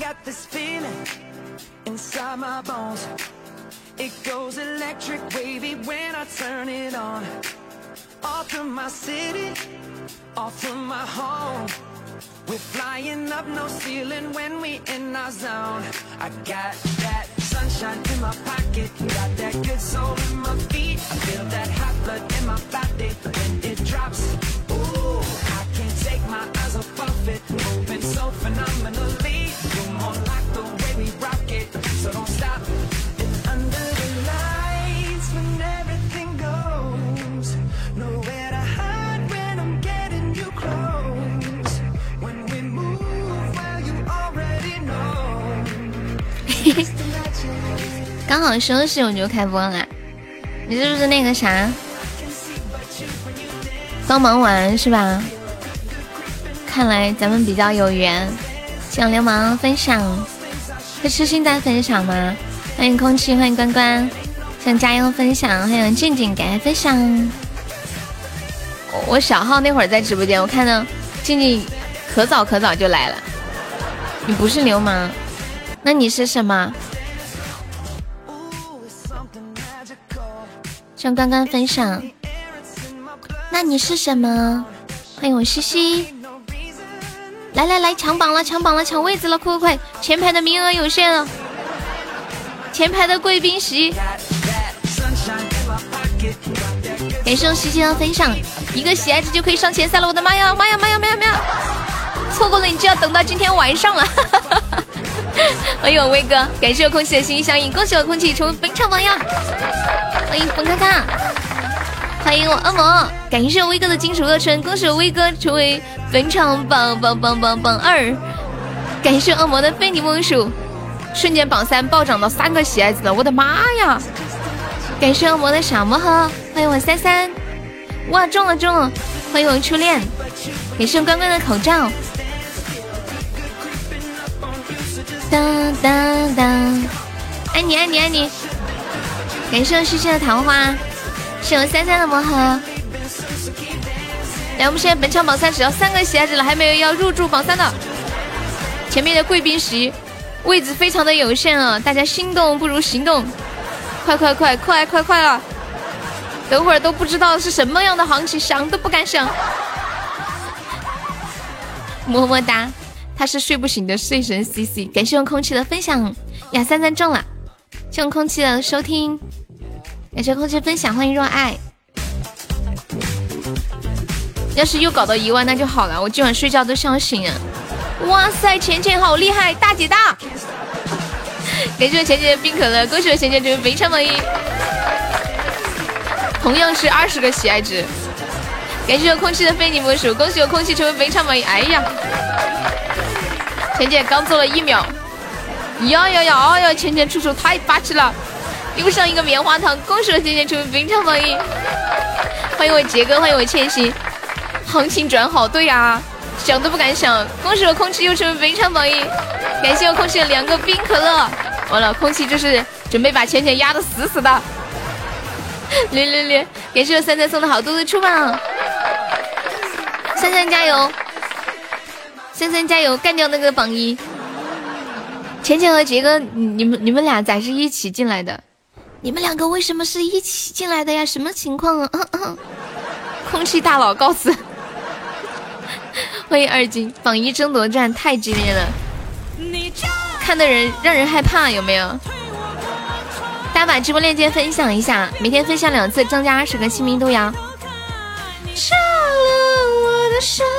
It goes electric wavy when I turn it on. Off from my city, off from my home. We're flying up no ceiling when we in our zone. I got that sunshine in my pocket, got that good soul in my feet. I feel that hot blood in my body when it drops. Ooh, I can't take my eyes off of it, moving so phenomenally. You're more like the way we rock it, so don't stop. Under the lights when everything goes, nowhere to hide when I'm getting you close. When we move, well you already know. 刚好休息我就开播了，你是不是那个啥？帮忙玩是吧？看来咱们比较有缘。向流氓分享，会痴心在分享吗？欢迎空气，欢迎关关，向加油分享，还有静静感谢分享。我小号那会儿在直播间，我看到静静可早就来了。你不是流氓，那你是什么？向关关分享，那你是什么？欢迎我西西。来，抢榜了，抢位子了，快！前排的名额有限了。前排的贵宾席，感谢我西西的分享，一个喜爱值就可以上前3了，我的妈呀！错过了你就要等到今天晚上了。欢迎我威哥，感谢我空气的心心相印，恭喜我空气成为本场榜样。欢迎冯卡卡，欢迎我恶魔，感谢我威哥的金属恶春，恭喜我威哥成为本场榜2。感谢恶魔的非你莫属。瞬间榜3暴涨到3个喜爱值了，我的妈呀！感谢恶魔的小魔盒，欢迎我33，哇中了！欢迎我初恋，感谢关关的口罩。当当当，爱你！感谢我西西的桃花，是我33的魔盒。来，我们现在本场榜3只要3个喜爱值了，还没有要入驻榜3的。前面的贵宾席位置非常的有限啊，大家心动不如行动，快了！等会儿都不知道是什么样的行情，想都不敢想。么么哒，他是睡不醒的睡神 CC， 感谢用空气的分享呀，33中了，谢谢用空气的收听，感谢空气分享，欢迎若爱。要是又搞到1万那就好了，我今晚睡觉都笑醒啊！哇塞，钱好厉害，大姐大！感谢我钱的冰可乐，恭喜我钱成为本场榜1，同样是20个喜爱值。感谢我空气的非你莫属，恭喜我空气成为本场榜1。哎呀，钱姐刚做了1秒，呀，钱出手太霸气了，又上一个棉花糖，恭喜我钱成为本场榜1。欢迎我杰哥，欢迎我倩欣，行情转好，对呀。想都不敢想，恭喜我空气又成为本场榜1，感谢我空气的2个冰可乐。完了，空气就是准备把钱压得死死的。略，感谢我33送的好多的出榜，33加油，33加油，干掉那个榜1。钱和杰哥，你们俩咋是一起进来的？你们2个为什么是一起进来的呀？什么情况啊？空气大佬告辞。欢迎2金，榜1争夺战太激烈了，看的人让人害怕，有没有？大家把直播链接分享一下，每天分享2次，增加20个亲密度呀。杀了我的神，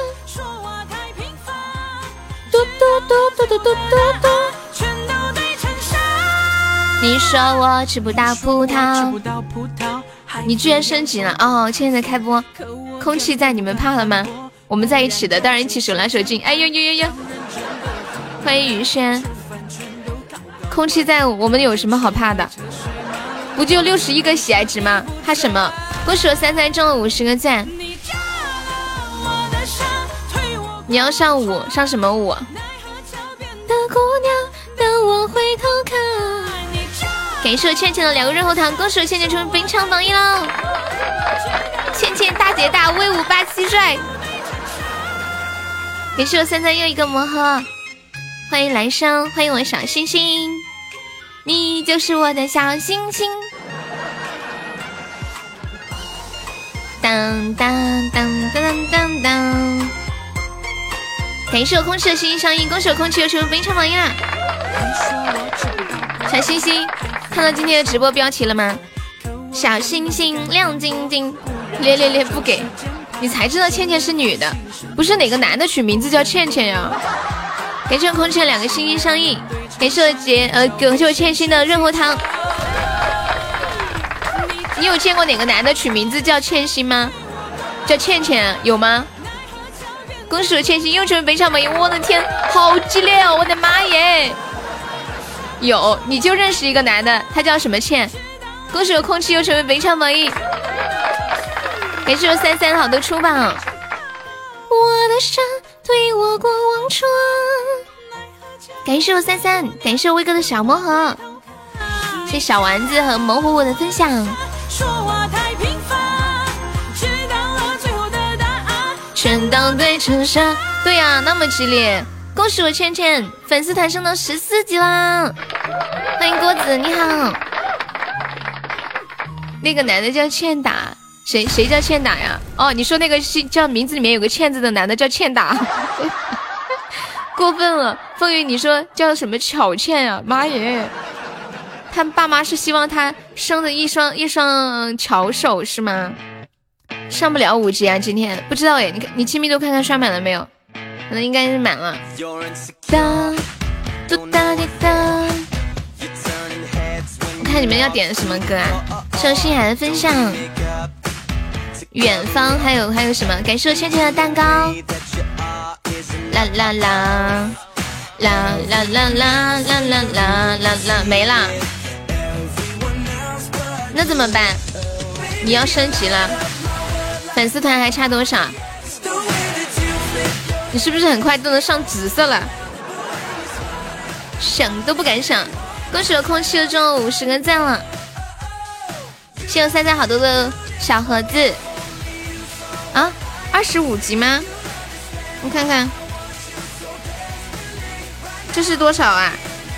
你说我吃不到葡萄，你居然升级了哦！现在开播，空气在，你们怕了吗？我们在一起的，当然一起手拉手进。哎呦！欢迎雨轩，空气在，我们有什么好怕的？不就61个喜爱值吗？怕什么？恭喜我33中了50个赞。你要上舞，上什么舞？的姑娘，等我回头看。感谢我倩倩的2个润喉糖，恭喜我倩倩成为本场榜1了。倩大姐大，威武霸气帅。感谢我33又一个魔盒， 欢迎来生，欢迎我小星星，你就是我的小星星。当当当当当当，感谢我空气的星星上映，恭喜我空气又成为非常榜一啦！小星星，看到今天的直播标题了吗？小星星亮晶晶，咧不给，你才知道倩倩是女的，不是哪个男的取名字叫倩倩呀。感谢我空气的2个星星上映，感谢我感谢我倩心的润喉糖。你有见过哪个男的取名字叫倩心吗？叫倩倩有吗？恭喜我倩心又成为本场榜一，我的天，好激烈哦！我的妈耶！有，你就认识一个男的，他叫什么倩？恭喜我空气又成为本场榜一，感谢我33好多出榜。我的山对我过往川，感谢我33，感谢我威哥的小魔盒，谢谢小丸子和萌虎虎的分享。说话太平凡，知道了最后的答案，全当对成傻。对呀，那么激烈！恭喜我倩倩，粉丝团升到14级啦！欢迎郭子，你好。那个男的叫倩达，谁叫倩达呀？哦，你说那个叫名字里面有个倩字的男的叫倩达，过分了。风雨，你说叫什么巧倩呀？妈耶！他爸妈是希望他生的一双巧手是吗？上不了5级啊，今天不知道耶。你亲密度看看刷满了没有？可能应该是满了。我看你们要点什么歌啊？寿星海的分享，远方还有什么？感谢我倩倩的蛋糕。啦啦啦啦啦啦啦啦啦啦啦，没啦。那怎么办？你要升级了，粉丝团还差多少？你是不是很快都能上紫色了？想都不敢想。恭喜我空气又中了50个赞了，谢谢我3好多的小盒子啊！25级吗？我看看，这是多少啊？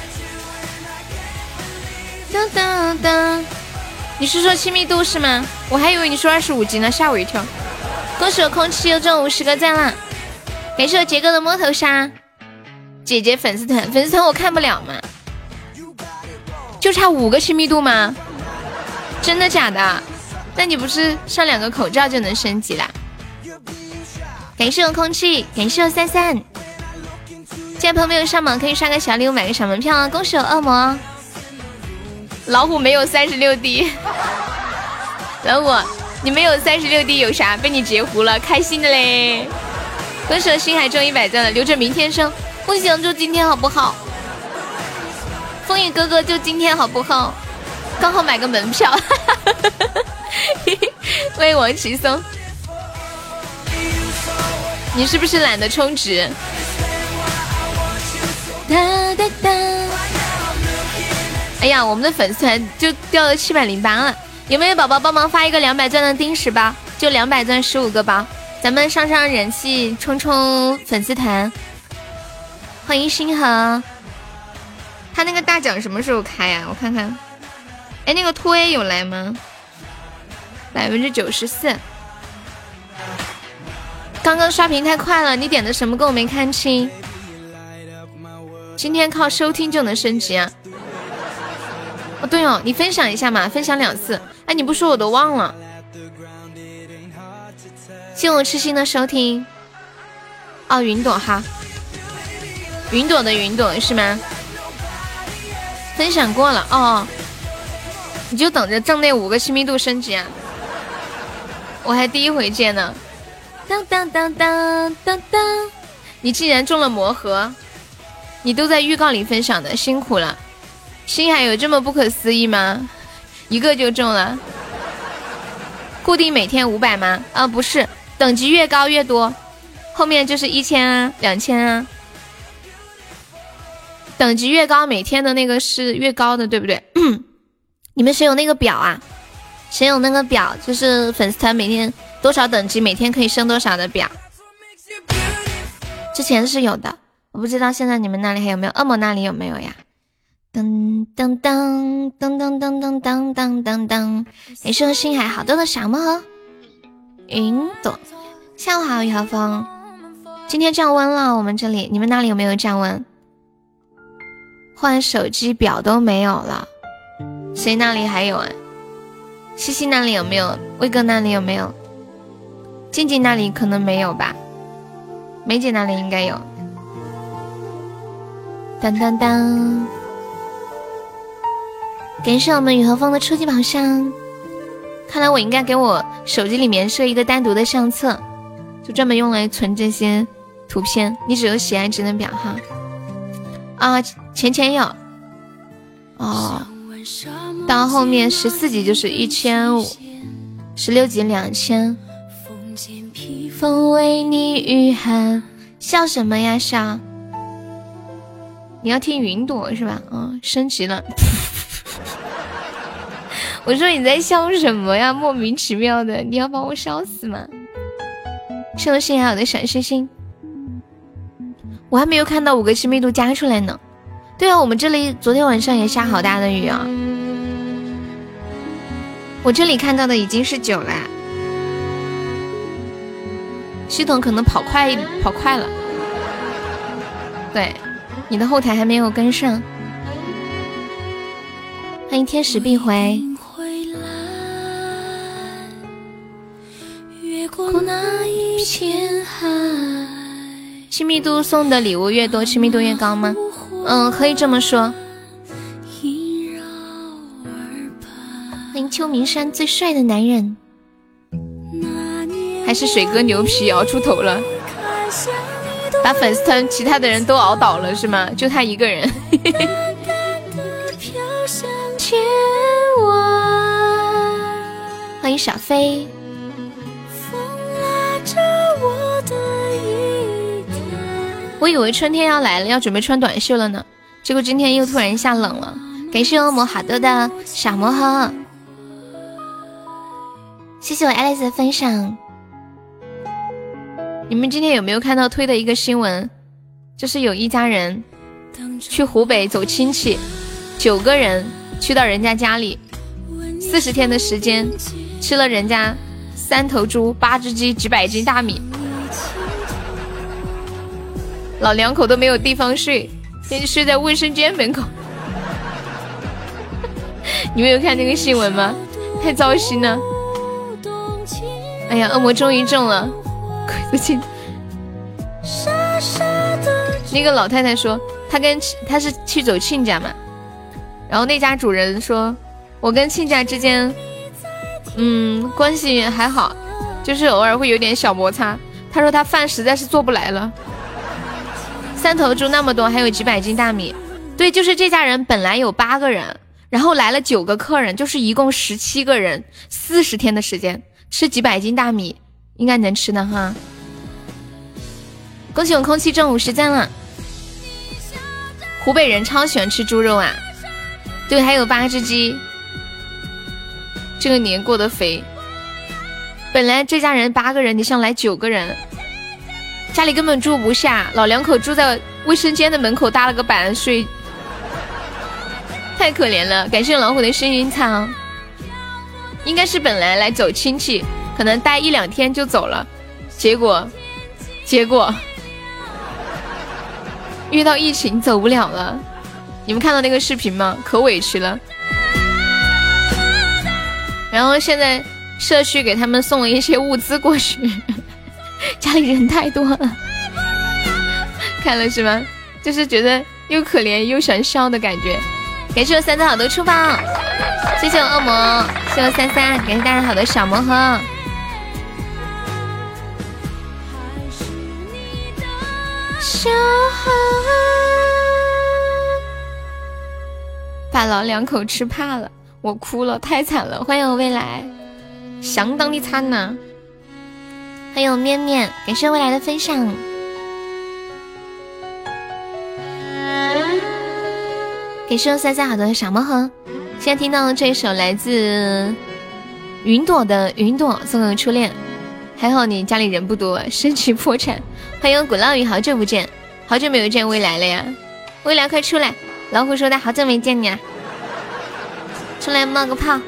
当当当，你是说亲密度是吗？我还以为你说25级呢，吓我一跳。恭喜我空气又中50个赞了，感谢我杰哥的摸头杀。姐姐粉丝团我看不了吗？就差5个亲密度吗？真的假的？那你不是上2个口罩就能升级啦？感谢我空气，感谢我33。现在朋友没有上榜可以刷个小礼物买个小门票啊！恭喜我恶魔。老虎没有36D， 老虎你没有36D有啥？被你截胡了，开心的嘞！恭喜我星海中100赞了，留着明天升，不行就今天好不好？风雨哥哥就今天好不好？刚好买个门票。欢迎王奇松，你是不是懒得充值？哒哒哒！哎呀，我们的粉丝团就掉了708了，有没有宝宝帮忙发一个200钻的丁石包？就200钻15个包，咱们上人气，冲冲粉丝团。欢迎星河。他那个大奖什么时候开呀？我看看。哎，那个托 A 有来吗？94%。刚刚刷屏太快了，你点的什么歌我没看清。今天靠收听就能升级啊？哦对哦，你分享一下嘛，分享2次。哎，你不说我都忘了。谢我痴心的收听。哦，云朵哈，云朵的云朵是吗？分享过了哦，你就等着挣那5个亲密度升级啊！我还第一回见呢。当当当当当当，你竟然中了魔盒，你都在预告里分享的，辛苦了。星海有这么不可思议吗？一个就中了。固定每天500吗？啊，不是，等级越高越多，后面就是1000啊2000啊。等级越高，每天的那个是越高的，对不对？你们谁有那个表啊？谁有那个表？就是粉丝团每天多少等级，每天可以升多少的表。之前是有的， 我不知道现在你们那里还有没有，恶魔那里有没有呀？噔噔噔噔噔噔噔噔噔噔噔，感谢星海好多的小猫云朵，下午好雨和风。今天降温了，我们这里，你们那里有没有降温？换手机表都没有了，谁那里还有啊？西西那里有没有？威哥那里有没有？静静那里可能没有吧，梅姐那里应该有。当当当，感谢我们雨和风的初级宝箱。看来我应该给我手机里面设一个单独的相册，就专门用来存这些图片。你只有喜爱智能表哈。啊，前有哦，到后面14级就是1500，16级2000。风为你御寒，笑什么呀笑？你要听云朵是吧？升级了。我说你在笑什么呀？莫名其妙的，你要把我笑死吗？寿星还有的小星星，我还没有看到5个亲密度加出来呢。对啊，我们这里昨天晚上也下好大的雨啊。我这里看到的已经是9了，系统可能跑快了。对，你的后台还没有跟上。欢迎天使必回。越过那一片海，亲密度送的礼物越多，亲密度越高吗？可以这么说。欢迎秋名山最帅的男人，还是水哥牛皮熬出头了，把粉丝团其他的人都熬倒了是吗？就他一个人。欢迎小飞。我以为春天要来了，要准备穿短袖了呢，结果今天又突然下冷了。感谢恶魔好多的小魔盒，谢谢我 Alice 的分享。你们今天有没有看到推的一个新闻，就是有一家人去湖北走亲戚，9个人去到人家家里，40天的时间吃了人家3头猪、8只鸡、几百斤大米，老两口都没有地方睡，先去睡在卫生间门口。你们有看这个新闻吗？太糟心了。哎呀，恶魔终于中了，鬼子亲。那个老太太说，她是去走亲家嘛，然后那家主人说，我跟亲家之间，关系还好，就是偶尔会有点小摩擦。他说他饭实在是做不来了，3头猪那么多，还有几百斤大米。对，就是这家人本来有8个人，然后来了9个客人，就是一共17个人，40天的时间吃几百斤大米，应该能吃的哈。恭喜我空气中50赞了。湖北人超喜欢吃猪肉啊，对，还有8只鸡，这个年过得肥。本来这家人8个人，你想来9个人，家里根本住不下，老两口住在卫生间的门口搭了个板睡，太可怜了。感谢老虎的幸运草，应该是本来走亲戚，可能待1-2天就走了，结果遇到疫情走不了了。你们看到那个视频吗？可委屈了。然后现在社区给他们送了一些物资过去，家里人太多了，看了是吗？就是觉得又可怜又想笑的感觉。感谢我3的好多出宝，谢谢我恶魔，谢谢我33，感谢大家好的小魔盒。小孩把老两口吃怕了，我哭了，太惨了。欢迎我未来，相当的惨呐。欢迎我面面，感谢未来的分享。感谢我33好多的小魔盒。现在听到这一首来自云朵的《云朵》，送给我初恋。还好你家里人不多，申请破产。欢迎古浪屿，好久不见。 好久没有见未来了呀，未来快出来！老虎说的好久没见你啊，出来冒个泡。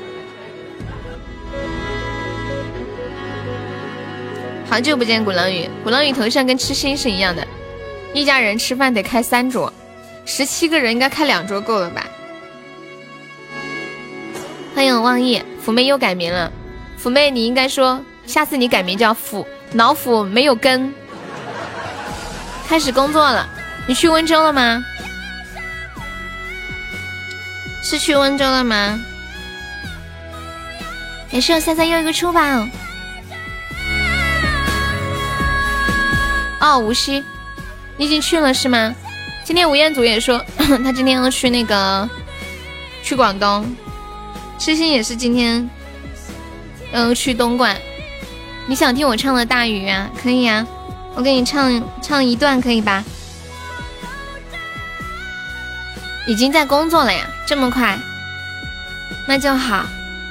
好久不见鼓浪屿，鼓浪屿头像跟吃心是一样的，一家人吃饭得开3桌，17个人应该开2桌够了吧？欢迎望意，福妹又改名了，福妹你应该说下次你改名叫老虎没有根。开始工作了，你去温州了吗？是去温州了吗？也是有33又一个出吧。哦，无锡，你已经去了是吗？今天吴彦祖也说他今天要去去广东，痴心也是今天去东莞。你想听我唱的《大鱼》啊？可以啊，我给你唱一段可以吧？已经在工作了呀，这么快，那就好。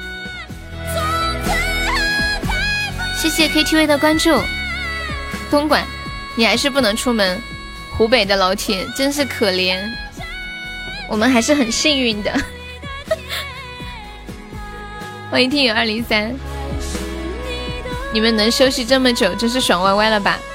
谢谢 KTV 的关注。东莞，你还是不能出门。湖北的老铁真是可怜，我们还是很幸运的。欢迎听友203，你们能休息这么久，真是爽歪歪了吧？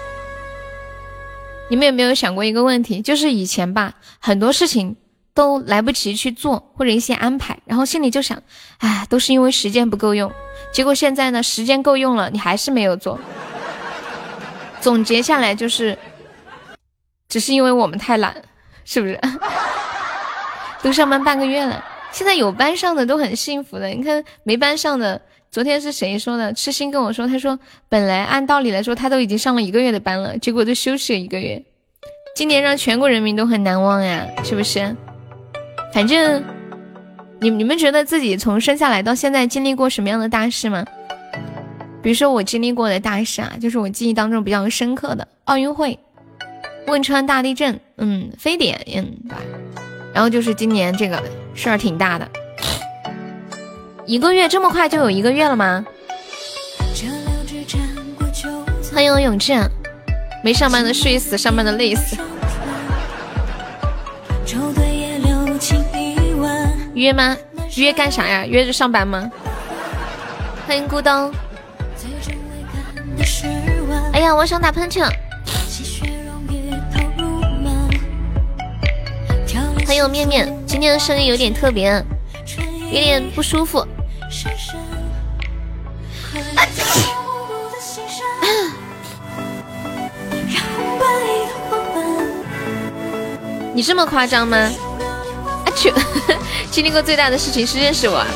你们有没有想过一个问题，就是以前吧，很多事情都来不及去做，或者一些安排，然后心里就想，哎，都是因为时间不够用。结果现在呢，时间够用了，你还是没有做。总结下来就是，只是因为我们太懒，是不是？都上班半个月了，现在有班上的都很幸福的。你看没班上的，昨天是谁说的？痴心跟我说，他说本来按道理来说他都已经上了1个月的班了，结果都休息了1个月。今年让全国人民都很难忘呀，是不是？反正你们觉得自己从生下来到现在经历过什么样的大事吗？比如说我经历过的大事啊，就是我记忆当中比较深刻的奥运会、汶川大地震，非典，对，然后就是今年这个事儿挺大的。1个月，这么快就有1个月了吗？欢迎我永志，没上班的睡死，上班的累死。约吗？约干啥呀？约着上班吗？欢迎咕咚。哎呀，我想打喷嚏了。欢迎我面面，今天的声音有点特别，有点不舒服。你这么夸张吗？啊去！经历过最大的事情是认识我。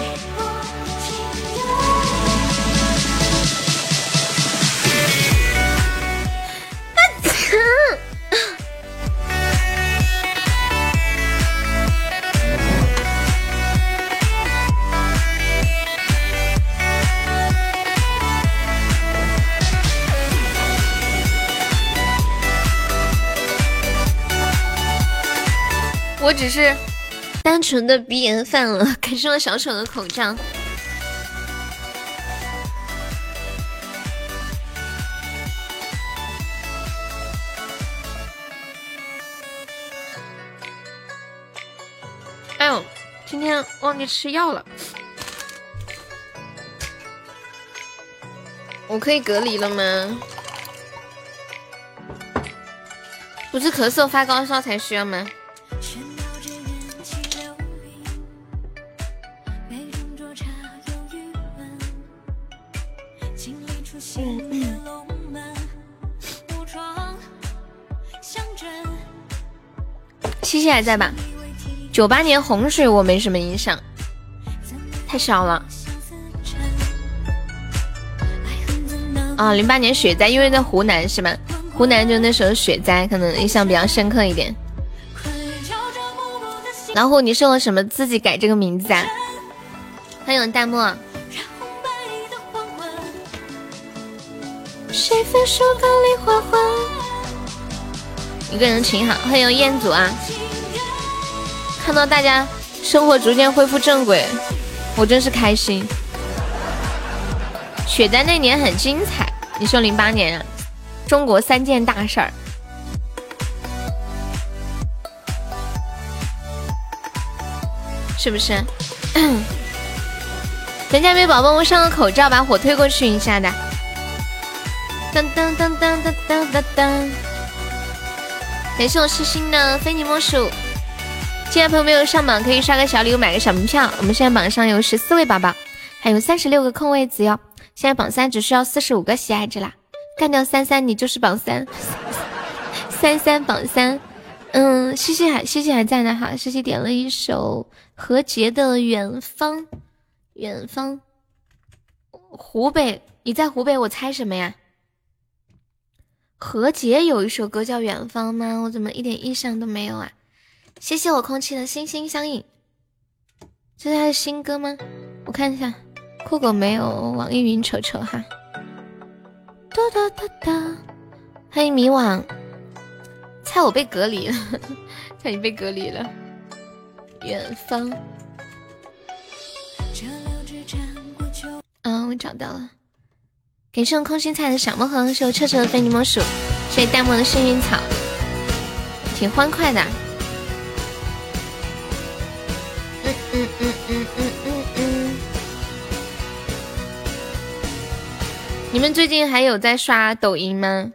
我只是单纯的鼻炎犯了，感受了小丑的口罩。哎呦，今天忘记吃药了，我可以隔离了吗？不是咳嗽发高烧才需要吗？七七还在吧？98年洪水我没什么印象，太少了。啊，08年雪灾，因为在湖南是吧？湖南就那时候雪灾，可能印象比较深刻一点。老虎，你是用什么自己改这个名字啊？欢迎弹幕。谁分手高丽花花？一个人挺好。欢迎彦祖啊！看到大家生活逐渐恢复正轨，我真是开心。雪灾那年很精彩，你说08年啊，中国3件大事儿。 是不是？咱家没宝宝，我上个口罩把火推过去一下的。当当当当当当当当。感谢我痴心的非你莫属。进来朋友没有上榜，可以刷个小礼物，买个小门票。我们现在榜上有14位宝宝，还有36个空位子哟。现在榜3只需要45个喜爱值啦，干掉33你就是榜3，33榜3。西西还在呢哈，西西点了一首何洁的《远方》。远方，湖北，你在湖北，我猜什么呀？何洁有一首歌叫《远方》吗？我怎么一点印象都没有啊？谢谢我空气的心心相印，这是他的新歌吗？我看一下，酷狗没有，网易云瞅瞅哈。哒哒哒哒，欢迎迷惘，猜我被隔离了，猜你被隔离了。远方。我找到了，给送空心菜的小魔盒，是我彻彻的非你莫属，谢谢弹幕的幸运草，挺欢快的。你们最近还有在刷抖音吗？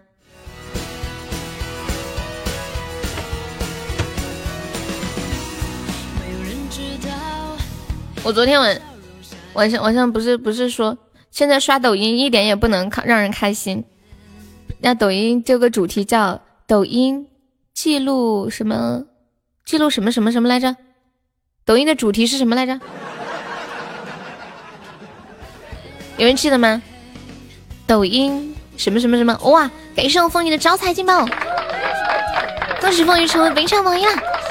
我昨天晚上不是说现在刷抖音一点也不能让人开心，那抖音这个主题叫抖音记录什么什么来着？抖音的主题是什么来着？有人记得吗？抖音什么什么什么？哇！感谢我风雨的招财进宝，恭喜风雨成为本场榜一啦！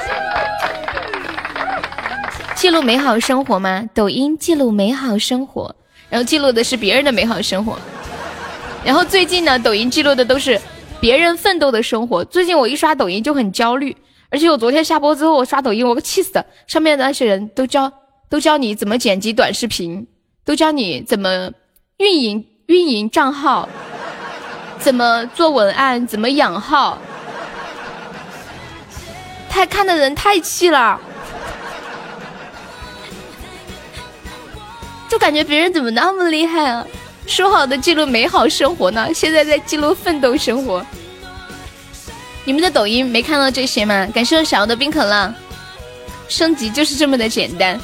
记录美好生活吗？抖音记录美好生活，然后记录的是别人的美好生活。然后最近呢，抖音记录的都是别人奋斗的生活。最近我一刷抖音就很焦虑，而且我昨天下播之后，我刷抖音我气死了，上面的那些人都教你怎么剪辑短视频，都教你怎么运营账号，怎么做文案，怎么养号。看的人太气了。就感觉别人怎么那么厉害啊，说好的记录美好生活呢，现在在记录奋斗生活。你们的抖音没看到这些吗？感谢我小的冰可乐，升级就是这么的简单。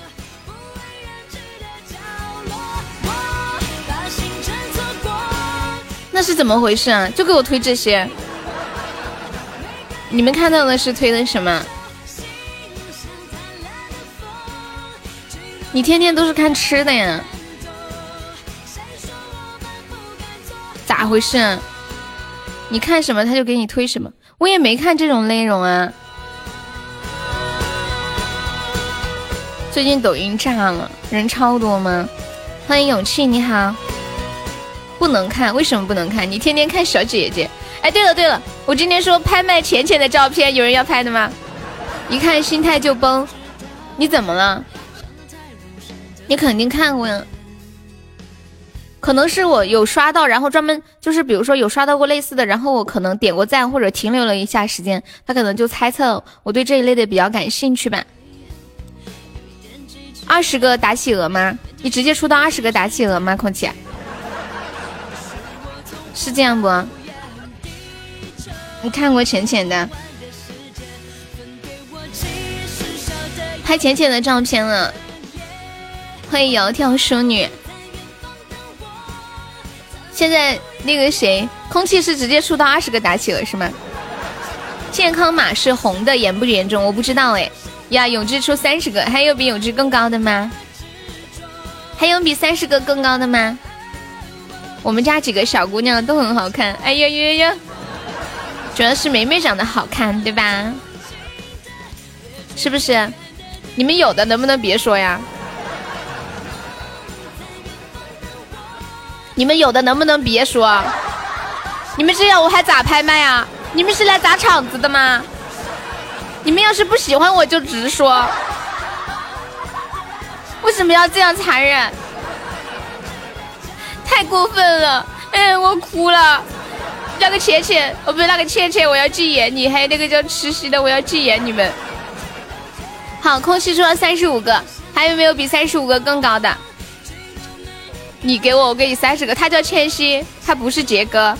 那是怎么回事啊？就给我推这些，你们看到的是推的什么？你天天都是看吃的呀？咋回事啊？你看什么他就给你推什么，我也没看这种内容啊。最近抖音炸了，人超多吗？欢迎勇气，你好。不能看，为什么不能看？你天天看小姐姐。哎，对了，我今天说拍卖浅浅的照片，有人要拍的吗？一看心态就崩。你怎么了？你肯定看过呀，可能是我有刷到，然后专门就是比如说有刷到过类似的，然后我可能点过赞或者停留了一下时间，他可能就猜测我对这一类的比较感兴趣吧。20个打企鹅吗？你直接出到20个打企鹅吗？空气是这样不？你看过浅浅的拍浅浅的照片了。欢迎窈窕淑女。现在那个谁，空气是直接出到20个打企鹅是吗？健康码是红的，严不严重？我不知道哎。呀，永志出30个，还有比永志更高的吗？还有比30个更高的吗？我们家几个小姑娘都很好看，哎呀呀呀！主要是梅梅长得好看，对吧？是不是？你们有的能不能别说呀？你们有的能不能别说？你们这样我还咋拍卖啊？你们是来砸场子的吗？你们要是不喜欢我就直说，为什么要这样残忍？太过分了！哎，我哭了。那个浅浅，不是那个倩倩，我要禁言你；还有那个叫吃西的，我要禁言你们。 好，空气说了35个，还有没有比35个更高的？你给我，我给你30个。他叫千玺，他不是杰哥。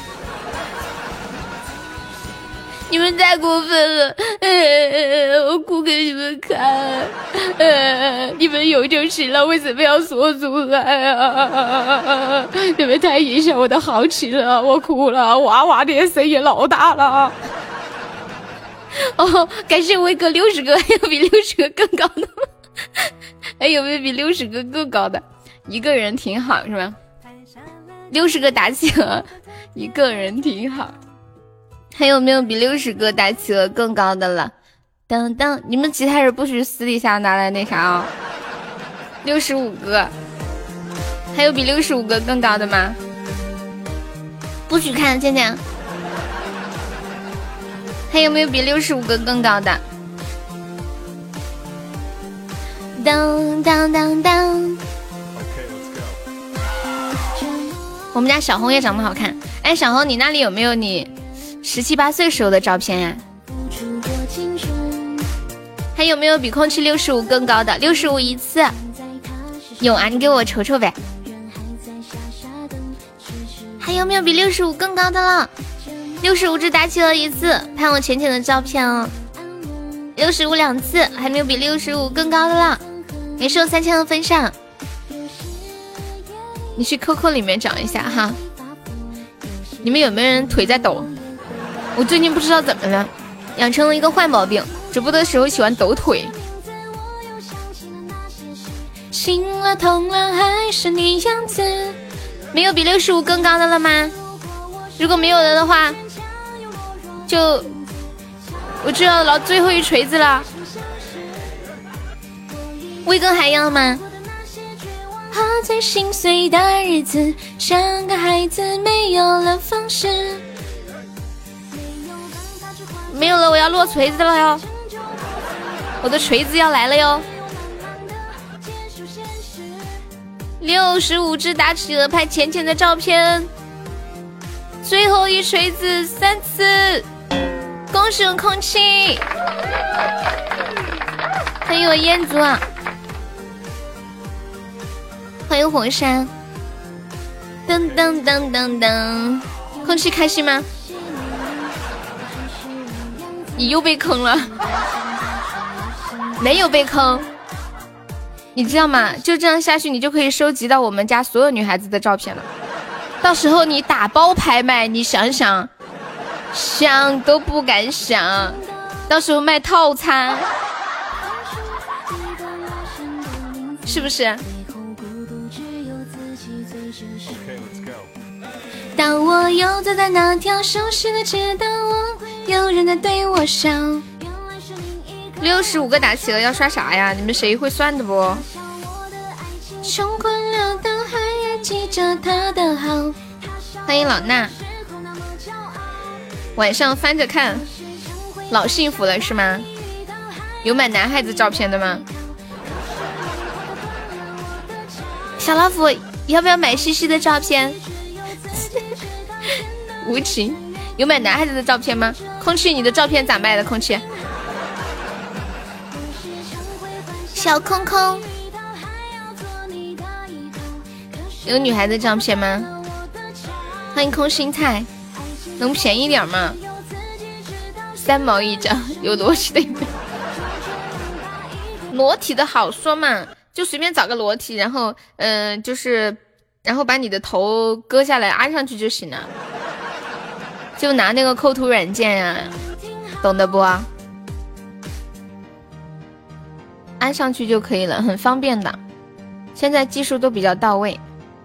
你们太过分了，我哭给你们看，你们有就行了，为什么要说出来啊？你们太影响我的好奇了，我哭了，哇哇的声音老大了。哦，感谢威哥60个，还有比60个更高的吗？还有没有比60个更高的？一个人挺好是吧？60个打企鹅，一个人挺好。还有没有比60个打企鹅更高的了？等等，你们吉他人不许私底下拿来那啥啊！65个，还有比65个更高的吗？不许看，倩倩。还有没有比65个更高的？当当当当。我们家小红也长得好看。哎，小红，你那里有没有你17、18岁时候的照片呀？还有没有比空气65更高的？65一次，有啊，你给我瞅瞅呗。还有没有比65更高的了？65只打企鹅一次，拍我浅浅的照片哦。65 2次，还没有比65更高的了。也是有3000的分享，你去 QQ 里面找一下哈。你们有没有人腿在抖？我最近不知道怎么了，养成了一个坏毛病，直播的时候喜欢抖腿。心了痛了还是你样子，没有比65更高的了吗？如果没有了的话，就我就要捞最后一锤子了。威哥还要吗？他最心碎的日子，像个孩子没有了方式。没有了，我要落锤子了哟！我的锤子要来了哟！65只打企鹅拍浅浅的照片，最后一锤子3次，恭喜我空气，欢迎我彦祖啊，欢迎火山，噔噔噔噔噔，空气开心吗？你又被坑了，没有被坑，你知道吗？就这样下去，你就可以收集到我们家所有女孩子的照片了。到时候你打包拍卖，你想想，想都不敢想。到时候卖套餐，是不是？当我又走在那条熟悉的街道，有人在对我笑。65个打企鹅要刷啥呀？你们谁会算的不？穷困潦倒还记着他的好。欢迎老衲。晚上翻着看，老幸福了是吗？有买男孩子照片的吗？小老虎要不要买西西的照片？无情，有买男孩子的照片吗？空气，你的照片咋卖的？空气，小空空，有女孩子照片吗？欢迎空心菜，能便宜点吗？3毛一张，有裸体的，裸体的好说嘛，就随便找个裸体，然后然后把你的头割下来安上去就行了。就拿那个抠图软件呀，懂得不？安上去就可以了，很方便的。现在技术都比较到位。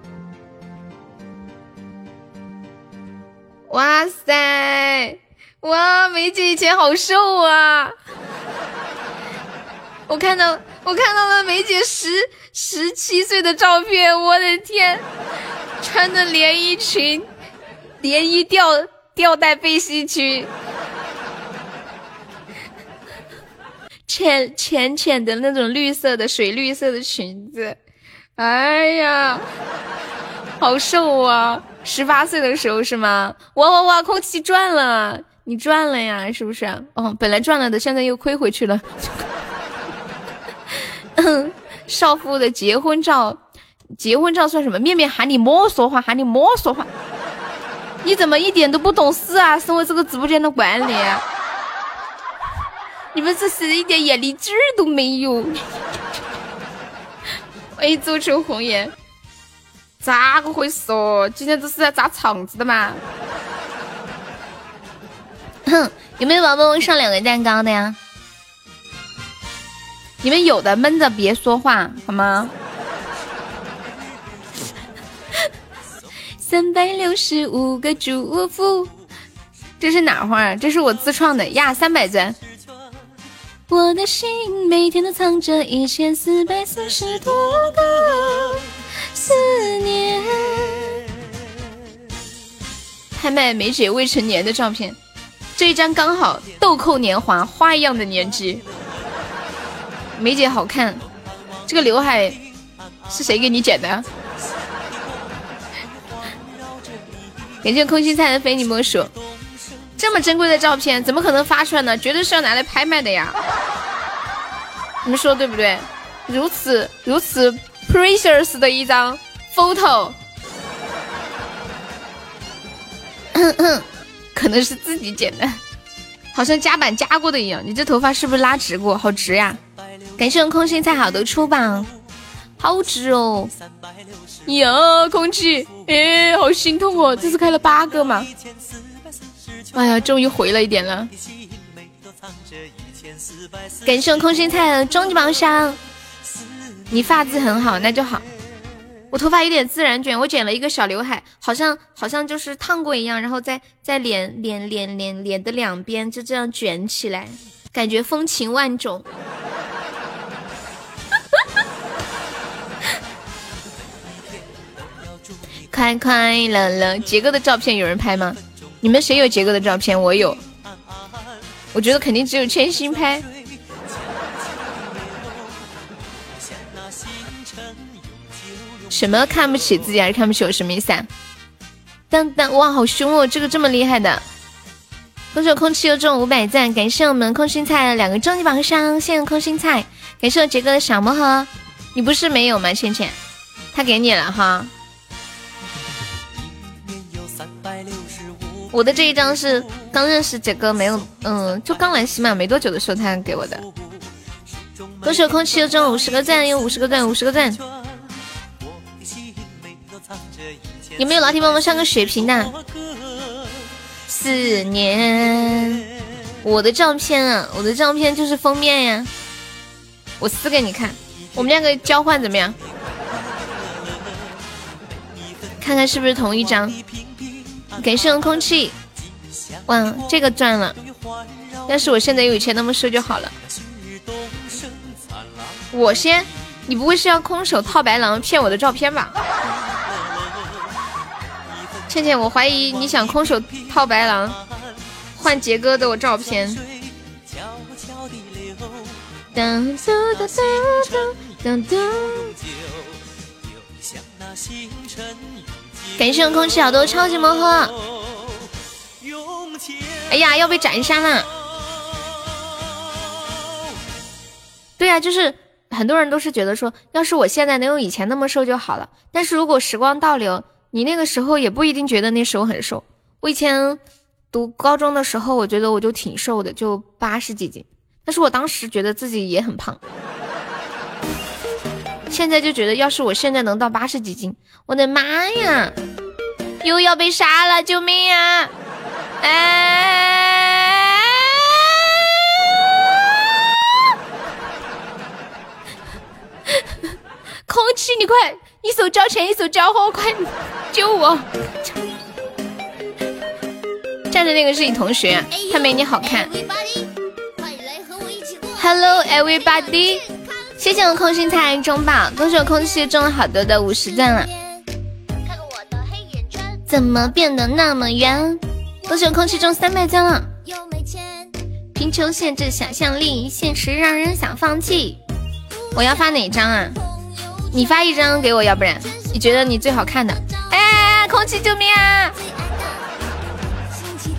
哇塞，哇，梅姐以前好瘦啊！我看到了梅姐17岁的照片，我的天，穿的连衣裙，连衣吊带背心裙，浅的那种绿色的水绿色的裙子，哎呀，好瘦啊！18岁的时候是吗？哇，空气赚了，你赚了呀，是不是？哦，本来赚了的，现在又亏回去了。 少妇的结婚照，结婚照算什么？面面喊你莫说话，喊你莫说话。你怎么一点都不懂事啊？身为这个直播间的管理，你们这是一点眼力劲儿都没有。欢迎奏出红颜，咋个回事哦？今天这是在砸场子的吗？哼，有没有宝宝上2个蛋糕的呀？你们有的闷着别说话好吗？365个祝福，这是哪话？这是我自创的呀！300钻。我的心每天都藏着1440多个思念。拍卖梅姐未成年的照片，这一张刚好豆蔻年华，花一样的年纪。梅姐好看，这个刘海是谁给你剪的？感谢空心菜的非你莫属。这么珍贵的照片怎么可能发出来呢？绝对是要拿来拍卖的呀！你们说对不对？如此 precious 的一张 photo， 可能是自己剪的，好像夹板夹过的一样。你这头发是不是拉直过？好直呀！感谢空心菜好的出榜，好直哦！呀，空气，哎，好心痛哦！这次开了8个嘛。哎呀，终于回了一点了。感谢空心菜的终极榜上，你发质很好，那就好。我头发有点自然卷，我剪了一个小刘海，好像就是烫过一样，然后在脸的两边就这样卷起来，感觉风情万种。快快乐乐，杰哥的照片有人拍吗？你们谁有杰哥的照片？我有，我觉得肯定只有千心拍。什么看不起自己还是看不起我？什么意思啊？当哇，好凶哦！这个这么厉害的，恭喜空气又中500赞，感谢我们空心菜2个终极榜上，谢谢空心菜，感谢我杰哥的小魔盒，你不是没有吗？倩倩，他给你了哈。我的这一张是刚认识杰哥没有，就刚来喜马没多久的时候他给我的。恭喜空气又中50个赞，有50个赞，50个赞。有没有老铁帮忙上个血瓶的？4年，我的照片啊，我的照片就是封面呀，我撕给你看，我们2个交换怎么样？看看是不是同一张。感谢空气，哇，这个赚了！要是我现在有以前那么瘦就好了。我先，你不会是要空手套白狼骗我的照片吧？倩倩，我怀疑你想空手套白狼换杰哥的我照片。感谢空气好多超级魔盒。哎呀，要被斩杀了。对啊，就是很多人都是觉得说，要是我现在能有以前那么瘦就好了。但是如果时光倒流，你那个时候也不一定觉得那时候很瘦。我以前读高中的时候，我觉得我就挺瘦的，就80几斤，但是我当时觉得自己也很胖。现在就觉得，要是我现在能到80几斤，我的妈呀，又要被杀了，救命啊！空气，你快，一手交钱一手交货，快救我！站的那个是你同学，他没你好看。Hello everybody。谢谢我空心菜中宝，恭喜我空气中了好多的50钻了。怎么变得那么圆？恭喜我空气中300钻了。贫穷限制想象力，现实让人想放弃。我要发哪张啊？你发一张给我，要不然你觉得你最好看的。哎，空气救命啊！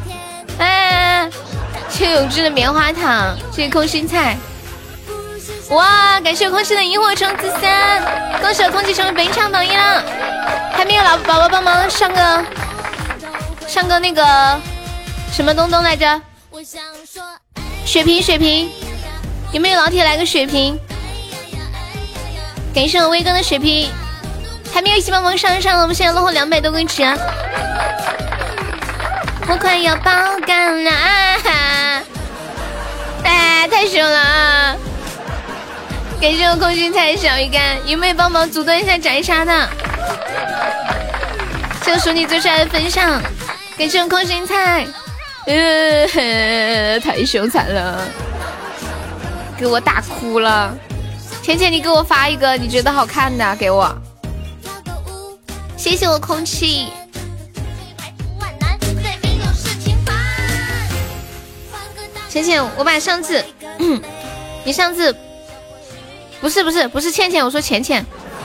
哎，谢永志的棉花糖，谢谢空心菜。 哇，感谢空气的萤火虫子3，恭喜我空气成为本场榜一了。还没有老宝宝帮忙上个那个什么东东来着？血瓶，有没有老铁来个血瓶？感谢我威哥的血瓶，还没有一起帮忙上，我们现在落后200多公尺啊！我快要爆肝了啊！哎，太凶了啊！感谢我空心菜小鱼干，有没有帮忙阻断一下斩杀的？谢我鼠你最帅的分享，感谢我空心菜，太凶残了，给我打哭了。浅浅，你给我发一个你觉得好看的给我，谢谢我空气。浅浅，我把上次，你上次不是倩倩，我说浅浅，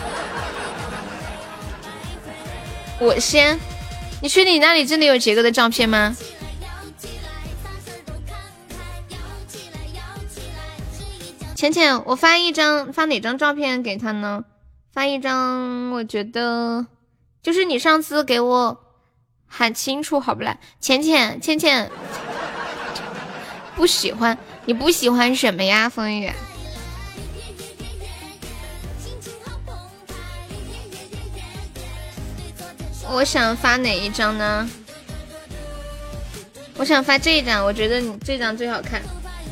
我先，你确定你那里真的有杰哥的照片吗？浅浅，我发哪张照片给他呢？发一张，我觉得就是你上次给我喊清楚好不啦？浅浅不喜欢，你不喜欢什么呀？风雨，我想发哪一张呢？我想发这一张，我觉得你这张最好看。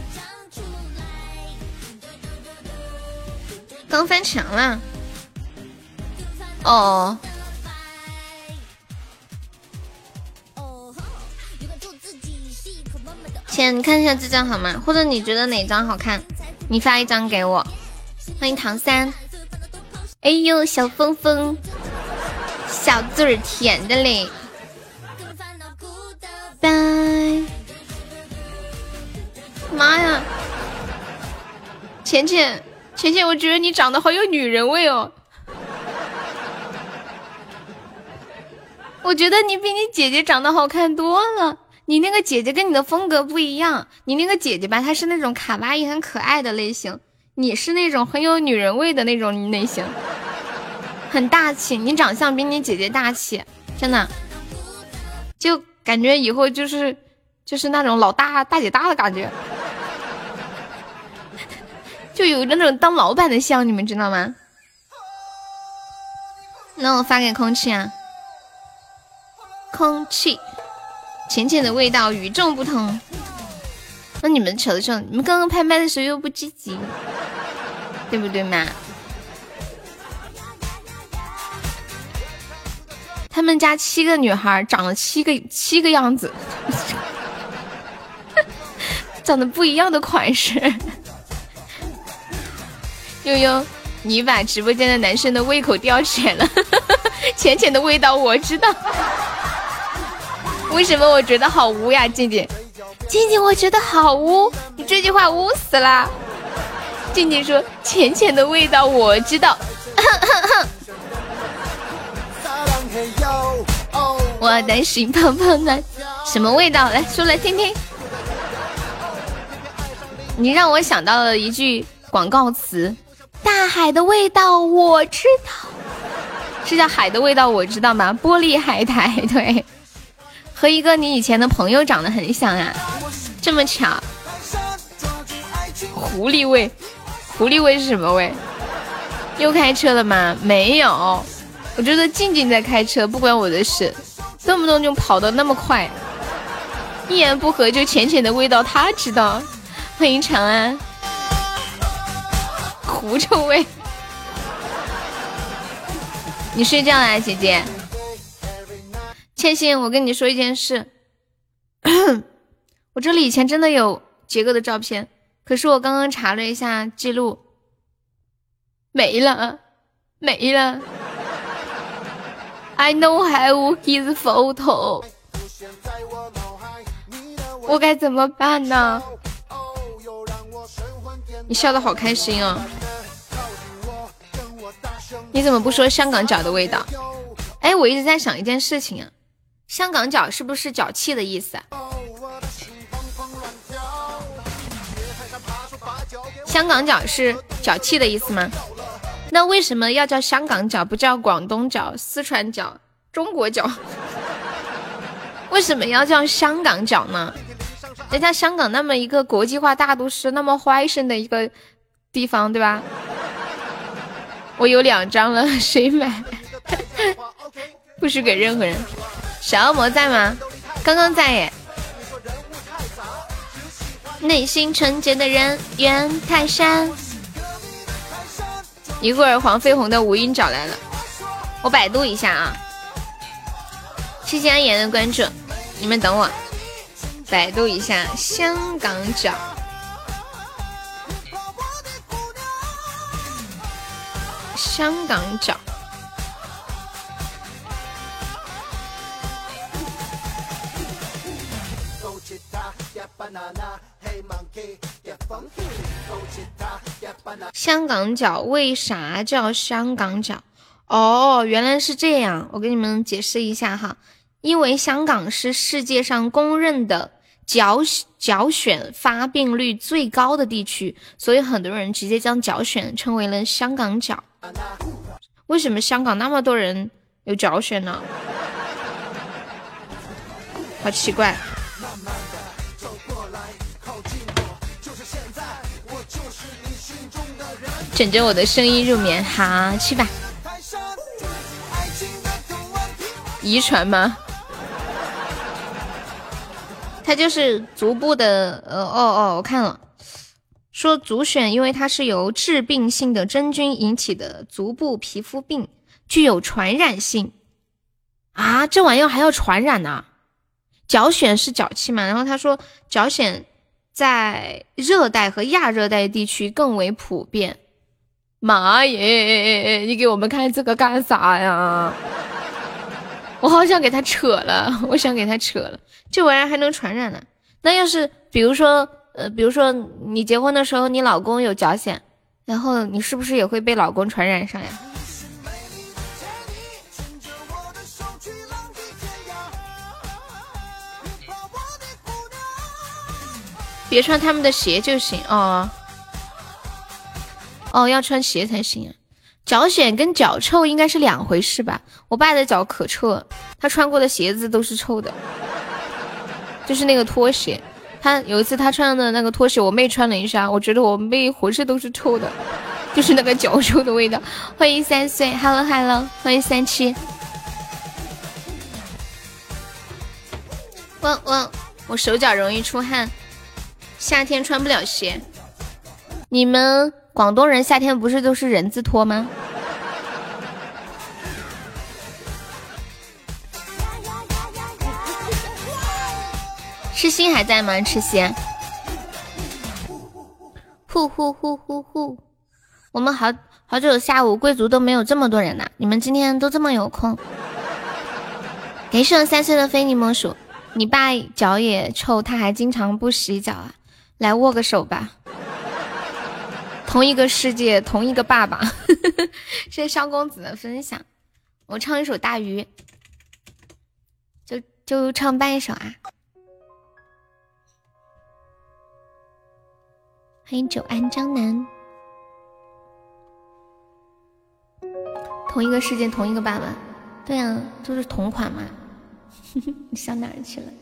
刚翻墙了。哦。先看一下这张好吗？或者你觉得哪张好看，你发一张给我。欢迎唐三。哎呦，小峰峰，小嘴儿甜的嘞。拜。妈呀！浅浅，我觉得你长得好有女人味哦。我觉得你比你姐姐长得好看多了。你那个姐姐跟你的风格不一样，你那个姐姐吧，她是那种卡哇伊很可爱的类型，你是那种很有女人味的那种类型，很大气。你长相比你姐姐大气，真的，就感觉以后就是那种老大姐大的感觉，就有那种当老板的相，你们知道吗？那我发给空气啊，空气。浅浅的味道与众不同。那你们瞅瞅，你们刚刚拍麦的时候又不积极，对不对嘛？他们家7个女孩长了七个样子，长得不一样的款式。悠悠，你把直播间的男生的胃口吊起来了。浅浅的味道我知道。为什么我觉得好污呀，静静？静静，我觉得好污，你这句话污死了。静静说：“浅浅的味道我知道。”我的心胖胖的，什么味道？来说来听听。你让我想到了一句广告词：“大海的味道我知道。”是叫海的味道我知道吗？玻璃海苔，对。和一个你以前的朋友长得很像啊，这么巧。狐狸味是什么味？又开车了吗？没有，我觉得静静在开车，不关我的事，动不动就跑得那么快，一言不合就浅浅的味道他知道。欢迎长安。狐臭味。你睡觉啦，姐姐。倩倩，我跟你说一件事，我这里以前真的有杰哥的照片，可是我刚刚查了一下记录，没了。I know have his photo， 我该怎么办呢？你笑得好开心哦，你怎么不说香港脚的味道？哎，我一直在想一件事情啊。香港脚是不是脚气的意思啊？ 香港脚是脚气的意思吗？那为什么要叫香港脚，不叫广东脚、四川脚、中国脚？为什么要叫香港脚呢？人家香港那么一个国际化大都市，那么欢声的一个地方，对吧？我有2张了，谁买？不许给任何人。小恶魔在吗？刚刚在耶。内心纯洁的人愿泰山。一会儿黄飞鸿的无影找来了，我百度一下啊。谢谢安言的关注，你们等我，百度一下香港脚。香港脚。香港脚为啥叫香港脚？哦，原来是这样，我给你们解释一下哈。因为香港是世界上公认的脚癣发病率最高的地区，所以很多人直接将脚癣称为了香港脚。为什么香港那么多人有脚癣呢？好奇怪。枕着我的声音入眠，好，去吧。遗传吗？它就是足部的，我看了，说足癣因为它是由致病性的真菌引起的足部皮肤病，具有传染性。啊，这玩意儿还要传染呢？脚癣是脚气嘛？然后他说脚癣在热带和亚热带地区更为普遍。妈耶，你给我们看这个干啥呀？我好想给他扯了，这玩意儿还能传染呢？那要是比如说你结婚的时候你老公有脚癣，然后你是不是也会被老公传染上呀？别穿他们的鞋就行哦，要穿鞋才行啊。脚癣跟脚臭应该是2回事吧？我爸的脚可臭了，他穿过的鞋子都是臭的，就是那个拖鞋。他有一次他穿的那个拖鞋，我妹穿了一下，我觉得我妹浑身都是臭的，就是那个脚臭的味道。欢迎3岁 ，Hello， 欢迎37。我手脚容易出汗，夏天穿不了鞋。你们广东人夏天不是都是人字拖吗？痴心还在吗？痴心，呼，我们好久下午贵族都没有这么多人呢，你们今天都这么有空。给上3岁的非你莫属，你爸脚也臭，他还经常不洗脚啊，来握个手吧。同一个世界，同一个爸爸。谢谢萧公子的分享。我唱一首大鱼，就唱半首啊。欢迎久安江南。同一个世界，同一个爸爸。对啊，都是同款嘛。你上哪儿去了？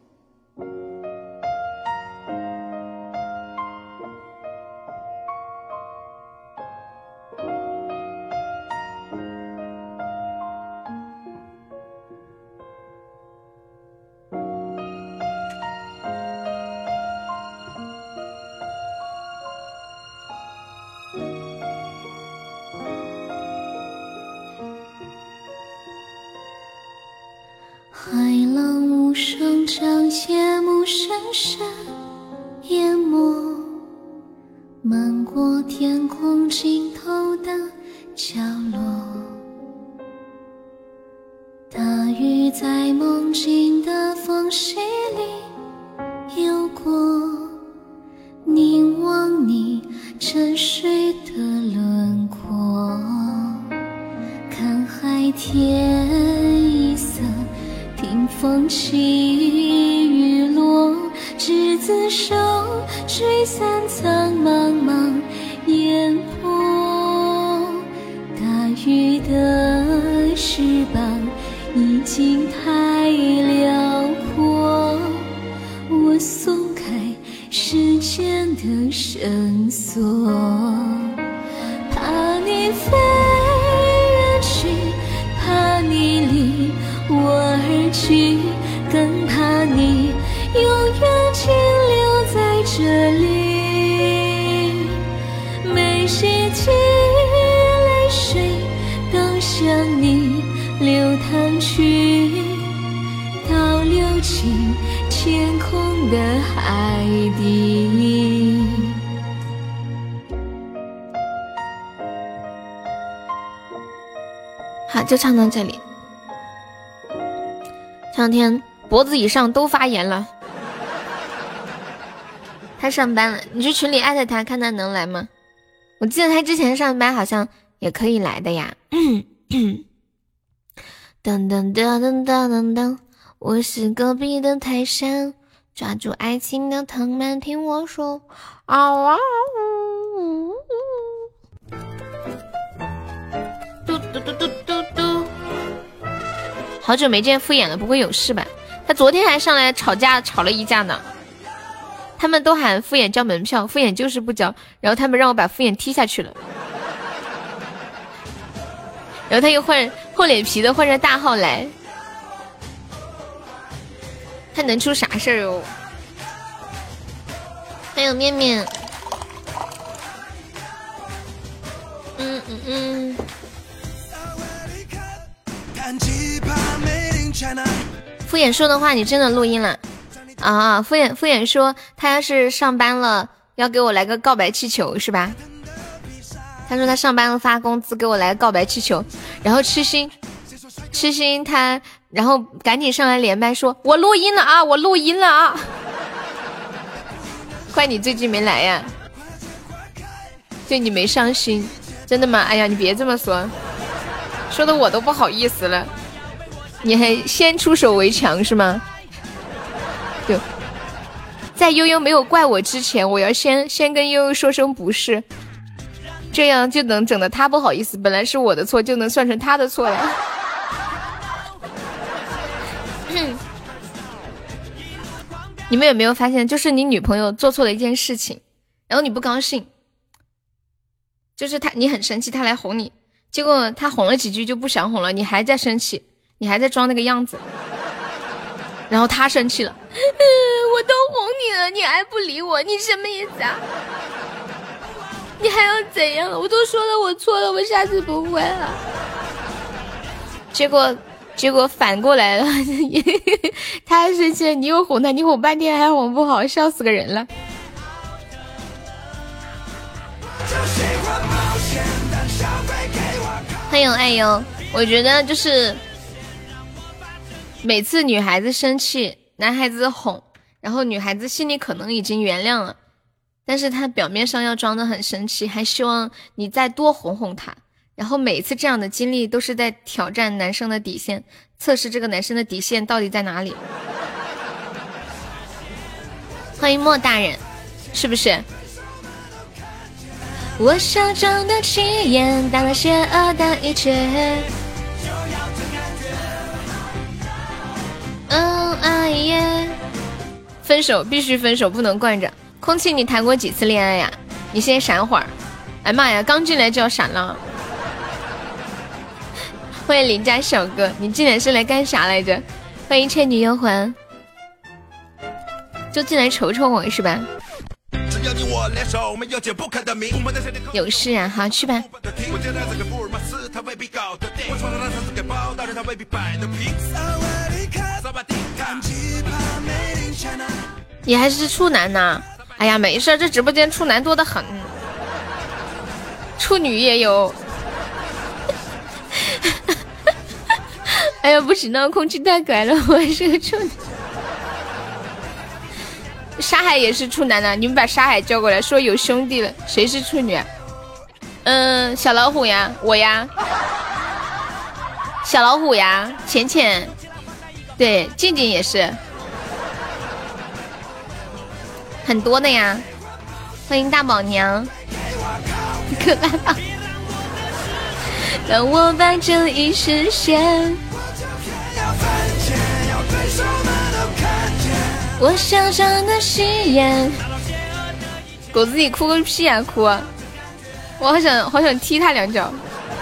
海浪无声将夜幕深深淹没，漫过天空尽头的角落，大雨在梦境的缝隙里游过，凝望你沉睡的轮廓，看海天一色，听风起雨落，只厮守，吹散苍茫茫烟波。大雨的翅膀已经太辽阔，我松开时间的绳索，怕你飞远去，怕你离我而去，更怕你永远停留在这里。每一滴泪水都向你流淌去，倒流进天空的海底。好，就唱到这里。这两天脖子以上都发炎了。他上班了，你去群里艾特他，看他能来吗？我记得他之前上班好像也可以来的呀。噔噔噔噔噔噔噔，我是隔壁的泰山，抓住爱情的藤蔓，听我说啊哇呜。嘟嘟嘟嘟嘟嘟。好久没见敷衍了，不会有事吧？他昨天还上来吵架，吵了一架呢。他们都喊敷衍交门票，敷衍就是不交，然后他们让我把敷衍踢下去了。然后他又厚脸皮的换着大号来，他能出啥事儿哦？还有面面，敷衍说的话你真的录音了啊？敷衍说他要是上班了要给我来个告白气球是吧？他说他上班了发工资给我来个告白气球，然后痴心他然后赶紧上来连麦说我录音了啊，我录音了啊。怪你最近没来呀，对你没上心。真的吗？哎呀你别这么说，说的我都不好意思了。你还先出手为强是吗？对，在悠悠没有怪我之前，我要先跟悠悠说声不是，这样就能整得他不好意思，本来是我的错就能算成他的错了。你们有没有发现，就是你女朋友做错了一件事情，然后你不高兴，就是你很生气，她来哄你，结果她哄了几句就不想哄了，你还在生气，你还在装那个样子，然后她生气了，我都哄你了，你还不理我，你什么意思啊？你还要怎样？我都说了我错了，我下次不会了。结果反过来了，他还生气了，你又哄他，你哄半天还哄不好，笑死个人了。欢迎爱优，我觉得就是每次女孩子生气，男孩子哄，然后女孩子心里可能已经原谅了，但是他表面上要装得很生气，还希望你再多哄哄他。然后每一次这样的经历都是在挑战男生的底线，测试这个男生的底线到底在哪里。欢迎莫大人，是不是？我手中的气焰打了邪恶的一切。哎耶！分手必须分手，不能惯着。空气，你谈过几次恋爱呀？你先闪会儿。哎妈呀，刚进来就要闪了。欢迎邻家小哥，你进来是来干啥来着？欢迎倩女幽魂，就进来瞅瞅我是吧？有事啊，好去吧。你还是处男呢？哎呀，没事，这直播间处男多得很，处女也有。哎呀，不行了，空气太可爱了，我还是个处男。沙海也是处男的，你们把沙海叫过来，说有兄弟了。谁是处女？小老虎呀，我呀，小老虎呀，浅浅，对，静静也是。 很多的呀。欢迎大宝娘，可拉倒。当我把正义实现，我小小的誓言。狗子你哭个屁啊哭啊！我好想踢他两脚。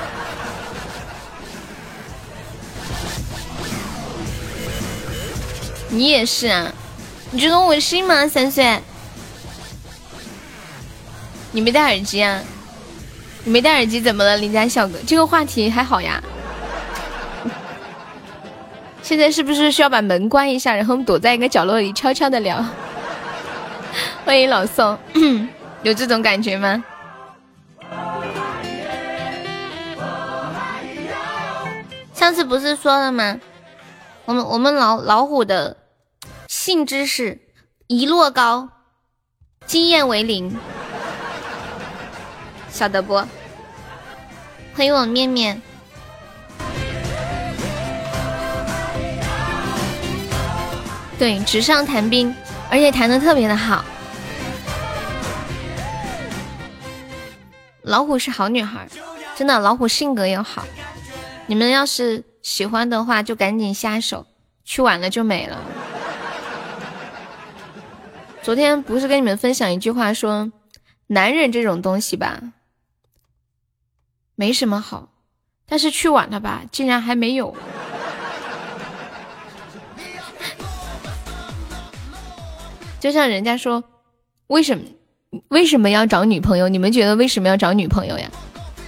你也是啊？你觉得我信吗？3岁，你没戴耳机啊？你没戴耳机怎么了，邻家小哥？这个话题还好呀。现在是不是需要把门关一下，然后我们躲在一个角落里悄悄的聊？欢迎老宋，有这种感觉吗？上次不是说了吗？我们老虎的性知识一落高，经验为零，晓得不？欢迎我面面。对，纸上谈兵，而且谈得特别的好。老虎是好女孩，真的，老虎性格也好。你们要是喜欢的话，就赶紧下手，去晚了就没了。昨天不是跟你们分享一句话说，男人这种东西吧，没什么好，但是去晚了吧，竟然还没有。就像人家说，为什么要找女朋友？你们觉得为什么要找女朋友呀？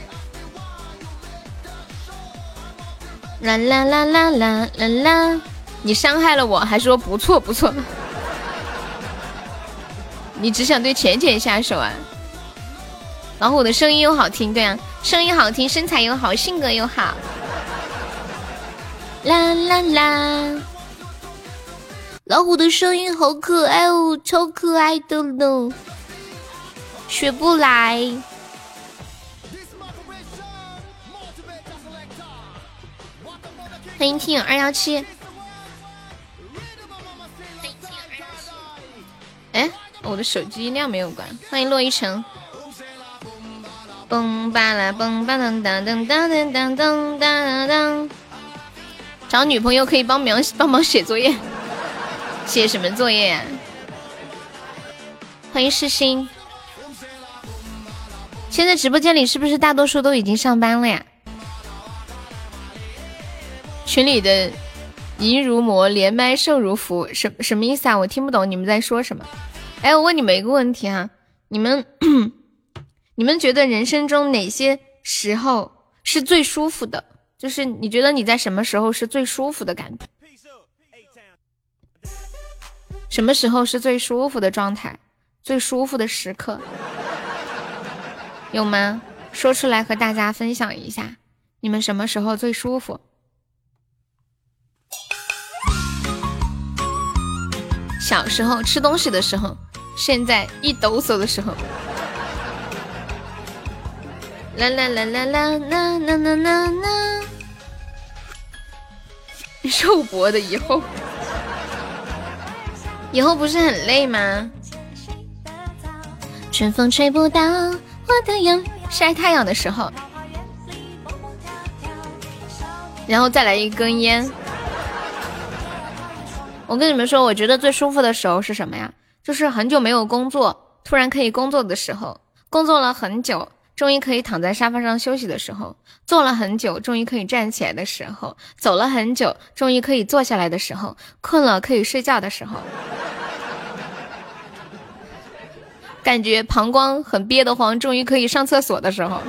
啦啦啦啦啦啦啦！你伤害了我，还说不错不错，你只想对浅浅下手啊？老虎的声音又好听，对啊，声音好听，身材又好，性格又好。啦啦啦！老虎的声音好可爱哦，超可爱的呢，学不来。欢迎听友217。哎，我的手机音量没有关。欢迎洛一晨。嘣吧啦嘣吧噔噔噔噔噔噔噔噔噔。找女朋友可以帮忙写作业。写什么作业呀？欢迎世新。现在直播间里是不是大多数都已经上班了呀？群里的淫如魔，连麦胜如福，什么意思啊？我听不懂你们在说什么。哎，我问你们一个问题哈，你们觉得人生中哪些时候是最舒服的？就是你觉得你在什么时候是最舒服的感觉？什么时候是最舒服的状态，最舒服的时刻？有吗？说出来和大家分享一下，你们什么时候最舒服？小时候吃东西的时候，现在一抖擞的时候。啦啦啦啦啦啦啦啦啦啦！肉搏的以后不是很累吗？春风吹不到我的阳，晒太阳的时候，然后再来一根烟。我跟你们说，我觉得最舒服的时候是什么呀？就是很久没有工作，突然可以工作的时候，工作了很久，终于可以躺在沙发上休息的时候，坐了很久，终于可以站起来的时候，走了很久，终于可以坐下来的时候，困了可以睡觉的时候，感觉膀胱很憋得慌，终于可以上厕所的时候，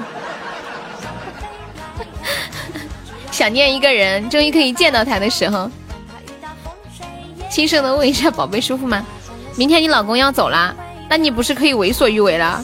想念一个人，终于可以见到他的时候。轻声的问一下宝贝舒服吗？明天你老公要走啦，那你不是可以为所欲为了？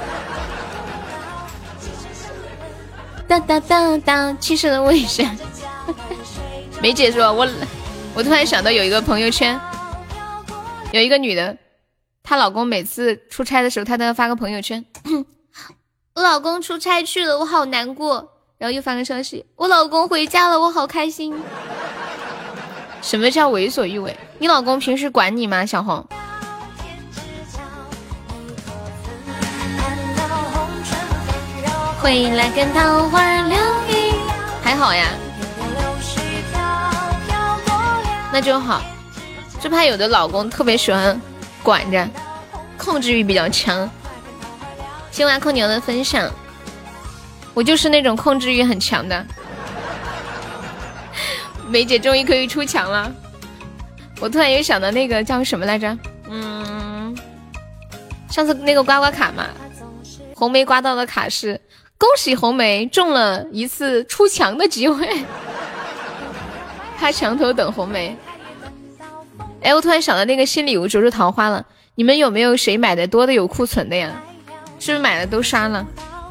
当当当当，轻声的问一下。梅姐说，我突然想到有一个朋友圈，有一个女的，她老公每次出差的时候，她都要发个朋友圈，我老公出差去了，我好难过，然后又发个消息，我老公回家了，我好开心。什么叫为所欲为？你老公平时管你吗？小红， 回来跟桃花流一，还好呀，那就好。就怕有的老公特别喜欢管着，控制欲比较强。新娃空牛的分享，我就是那种控制欲很强的。梅姐终于可以出墙了，我突然又想到那个叫什么来着？上次那个刮刮卡嘛，红梅刮到的卡是恭喜红梅中了一次出墙的机会，他墙头等红梅。哎，我突然想到那个新礼物灼灼桃花了，你们有没有谁买的多的有库存的呀？是不是买的都刷了？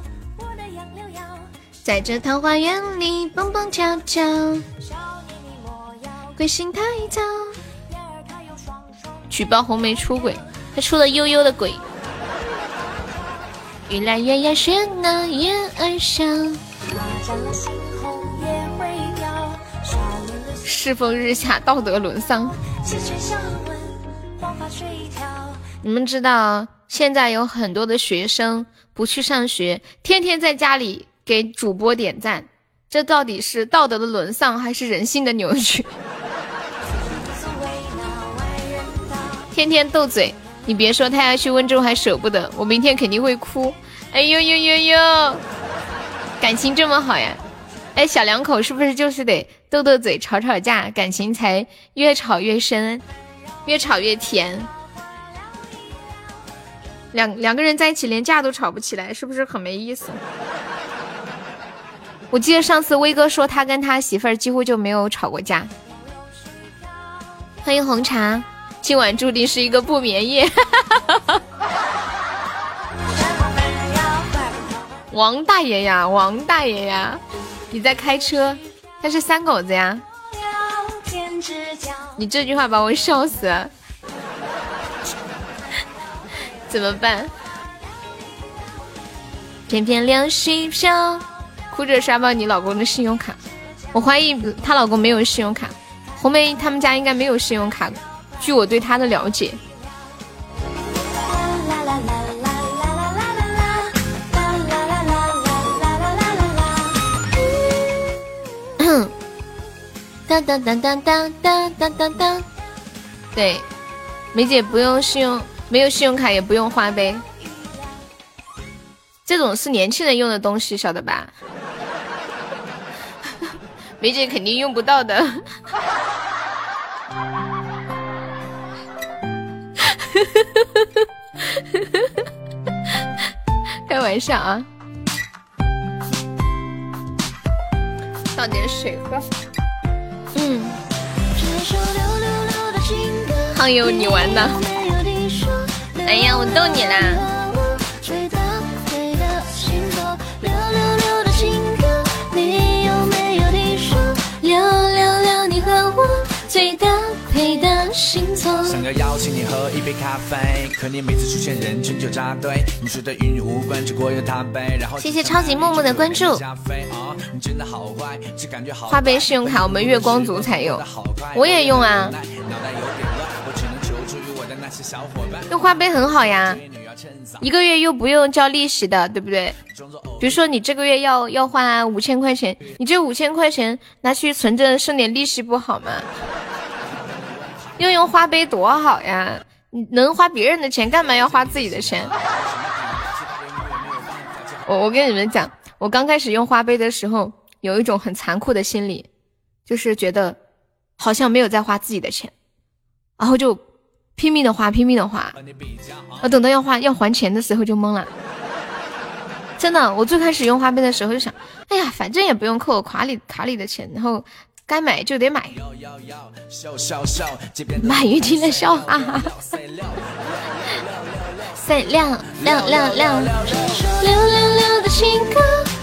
在这桃花源里蹦蹦跳跳，鬼心太早。举报红梅出轨，他出了悠悠的轨。越来越要学那燕儿笑，世风日下，道德沦丧。你们知道现在有很多的学生不去上学，天天在家里给主播点赞，这到底是道德的沦丧还是人性的扭曲？天天斗嘴，你别说他要去温州还舍不得，我明天肯定会哭。哎呦呦呦呦，感情这么好呀！哎，小两口是不是就是得斗斗嘴吵吵架，感情才越吵越深，越吵越甜？两个人在一起连架都吵不起来，是不是很没意思？我记得上次威哥说他跟他媳妇儿几乎就没有吵过架。欢迎红茶，今晚注定是一个不眠夜。王大爷呀，王大爷呀，你在开车？他是三狗子呀？你这句话把我笑死了。怎么办？翩翩柳絮飘，哭着刷爆你老公的信用卡。我怀疑她老公没有信用卡，红梅他们家应该没有信用卡，据我对她的了解。当当当当当当当当当，对，梅姐不用信用，没有信用卡也不用花呗，这种是年轻人用的东西，晓得吧？梅姐肯定用不到的。开玩笑啊！倒点水喝。胖友你玩呢？哎呀，我逗你啦！你和我最搭配的星座。想要邀请你喝一杯咖啡，可你每次出现人群就扎堆。你说的云无关，只过有他杯。然后谢谢超级默默的关注。花呗信用卡我们月光族才有，我也用啊。用花呗很好呀，一个月又不用交利息的，对不对？比如说你这个月要花5000块钱，你这5000块钱拿去存着剩点利息不好吗？用花呗多好呀，你能花别人的钱干嘛要花自己的钱？我跟你们讲，我刚开始用花呗的时候有一种很残酷的心理，就是觉得好像没有在花自己的钱，然后就拼命的花，我等到要还钱的时候就懵了。真的，我最开始用花呗的时候就想，哎呀，反正也不用扣我卡里的钱，然后该买就得买。马云听了笑哈哈。亮的情歌，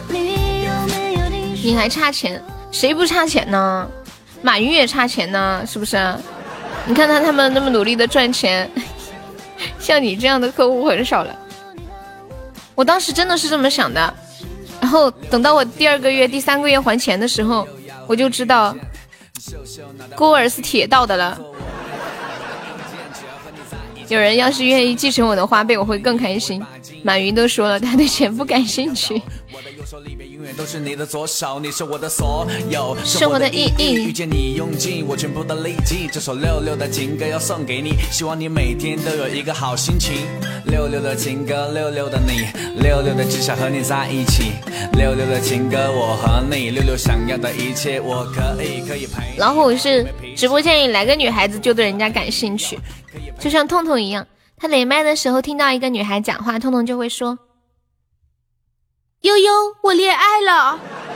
你还差钱？谁不差钱呢？马云也差钱呢，是不是？你看他们那么努力的赚钱，像你这样的客户很少了。我当时真的是这么想的，然后等到我第2个月、第3个月还钱的时候，我就知道郭尔是铁道的了。有人要是愿意继承我的花呗，我会更开心。 马云都说了，他对钱不感兴趣。 我的右手里面永远都是你的左手，你是我的所有， 生活的意义。 遇见你，用尽我全部的力气。这首六六的情歌要送给你，希望你每天都有一个好心情。六六的情歌，六六的你，六六的只想和你在一起。六六的情歌，我和你，六六想要的一切，我可以陪。 老虎是直播间里来个女孩子就对人家感兴趣，就像痛痛一样，他连麦的时候听到一个女孩讲话，痛痛就会说：悠悠，我恋爱了。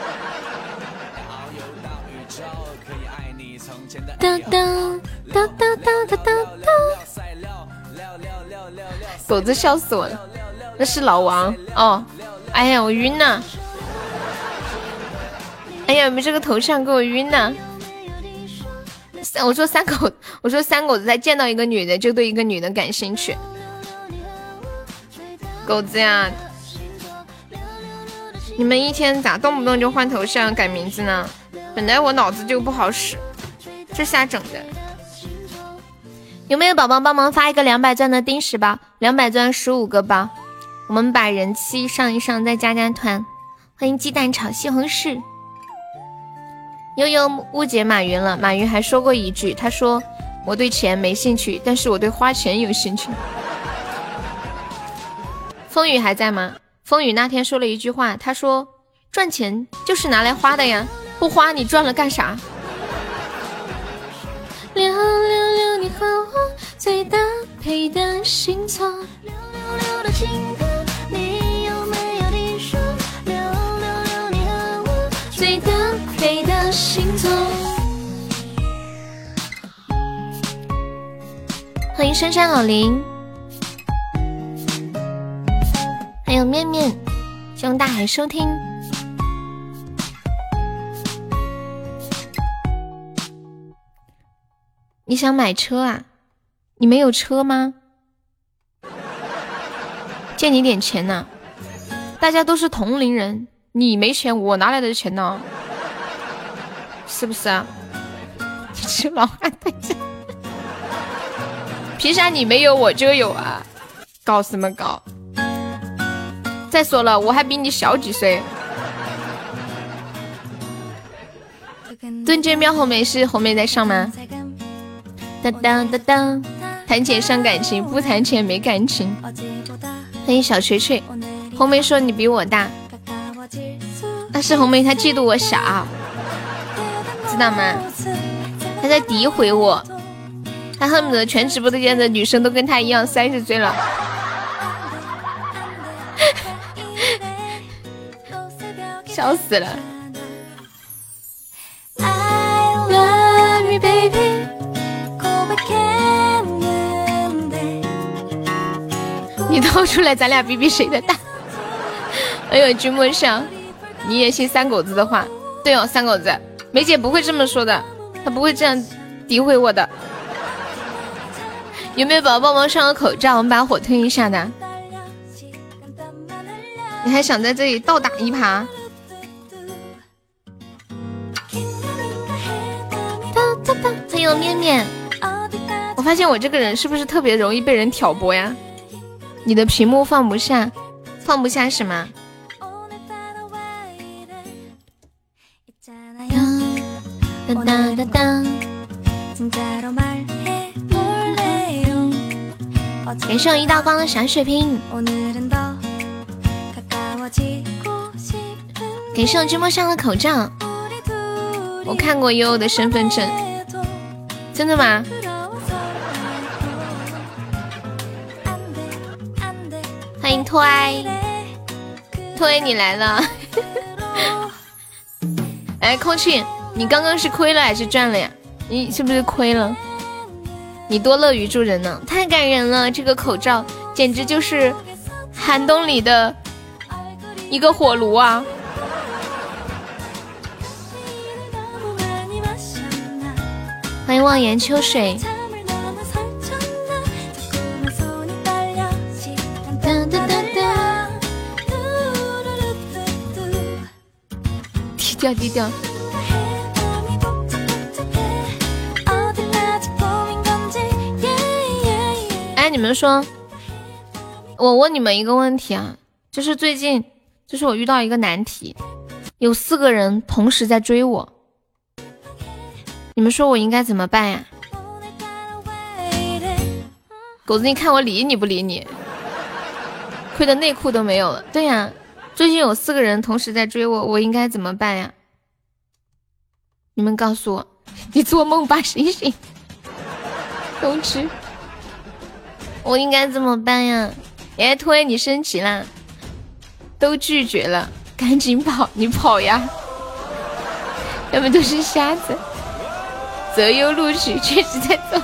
哒哒哒哒哒哒哒哒，狗子笑死我了，那是老王哦。哎呀，我晕了。哎呀，没这个头像给我晕了。我说三狗子才见到一个女的就对一个女的感兴趣。狗子呀，你们一天咋动不动就换头像改名字呢？本来我脑子就不好使，这瞎整的。有没有宝宝帮忙发一个200钻的定时包？200钻15个包，我们把人气上一上，再加加团。欢迎鸡蛋炒西红柿。悠悠误解马云了，马云还说过一句，他说我对钱没兴趣，但是我对花钱有兴趣。风雨还在吗？风雨那天说了一句话，他说赚钱就是拿来花的呀，不花你赚了干啥？666你和我最搭配的星座，666的情歌你有没有听说？666你和我最搭配的星座。欢迎深山老林，还有面面，希望大海收听。你想买车啊？你没有车吗？借你点钱呢？大家都是同龄人，你没钱，我哪来的钱呢？是不是啊？你吃老汉对着，凭啥你没有我就有啊？搞什么搞？再说了，我还比你小几岁。盾戒庙后面是红梅在上吗？当当当当，谈钱伤感情，不谈钱没感情。欢迎小锤锤，红梅说你比我大，那是红梅她嫉妒我小，知道吗？她在诋毁我，她恨不得全直播间的女生都跟她一样30岁了。笑死了。I love you, baby.你掏出来，咱俩比比谁的大。哎呦，君莫笑，你也信三狗子的话？对哦，三狗子，梅姐不会这么说的，她不会这样诋毁我的。有没有宝宝帮忙上个口罩？我们把火推一下的。你还想在这里倒打一耙？欢迎面面。我发现我这个人是不是特别容易被人挑拨呀？你的屏幕放不下，放不下什么？当当当当。感谢我一道光的小血瓶，感谢我君莫上的口罩。我看过悠悠的身份证，真的吗？欢迎托埃，托埃你来了。哎，空气，你刚刚是亏了还是赚了呀？你是不是亏了？你多乐于助人呢，太感人了！这个口罩简直就是寒冬里的一个火炉啊！欢迎望言秋水。低调低调。哎，你们说我问你们一个问题啊，就是最近我遇到一个难题，有4个人同时在追我，你们说我应该怎么办呀？狗子，你看我理你不理你？亏的内裤都没有了。对呀，最近有4个人同时在追我，我应该怎么办呀？你们告诉我，你做梦吧，醒醒！通知，我应该怎么办呀？哎，突然你升级啦，都拒绝了，赶紧跑！你跑呀！他们都是瞎子，择优录取，确实在走。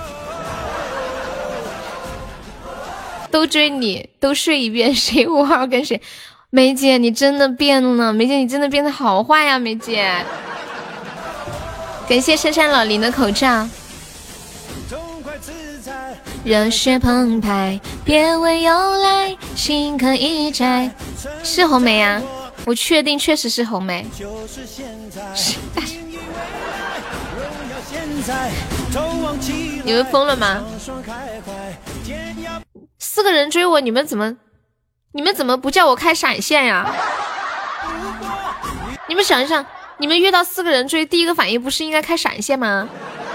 都追你，都睡一遍，谁5号跟谁？梅姐，你真的变了，梅姐，你真的变得好坏呀，梅姐。感谢深山老林的口罩。热血澎湃，别问由来，心可以摘。是红梅啊，我确定确实是红梅。是你们疯了吗？4个人追我，你们怎么不叫我开闪现呀？你们想一想，你们遇到4个人追，第一个反应不是应该开闪现吗？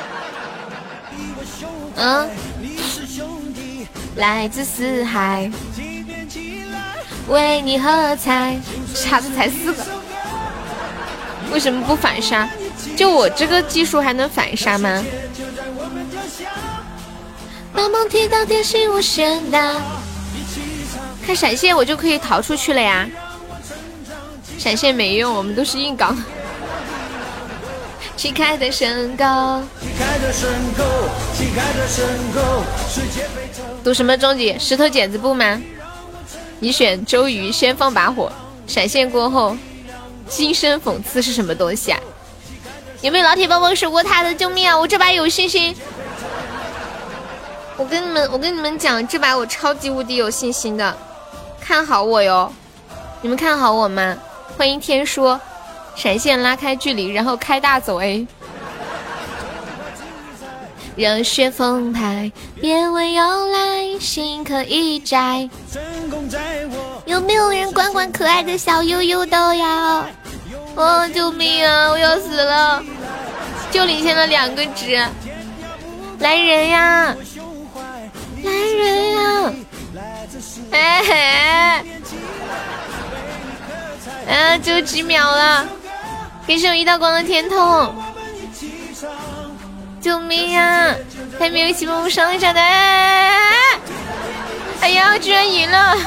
来自四海，为你喝彩。傻子才4个，为什么不反杀？就我这个技术还能反杀吗？把梦提到天心无限大，看闪现我就可以逃出去了呀。闪现没用，我们都是硬刚。旗开的升高，赌什么终极？石头剪子布吗？你选周瑜先放把火，闪现过后心生讽刺是什么东西啊？有没有老铁帮忙守过他的？救命啊！我这把有信心。我跟你们讲，这把我超级无敌有信心的，看好我哟！你们看好我吗？欢迎天说，闪现拉开距离，然后开大走 A。热血澎湃，别问由来，心可以摘。有没有人管管可爱的小悠悠都要？哦，救命啊！我要死了，就领先了2个值。来人呀！来人呀！就几秒了，给手1道光的甜筒，救命呀！还没有一起帮我上一下的，哎呀，居然赢了！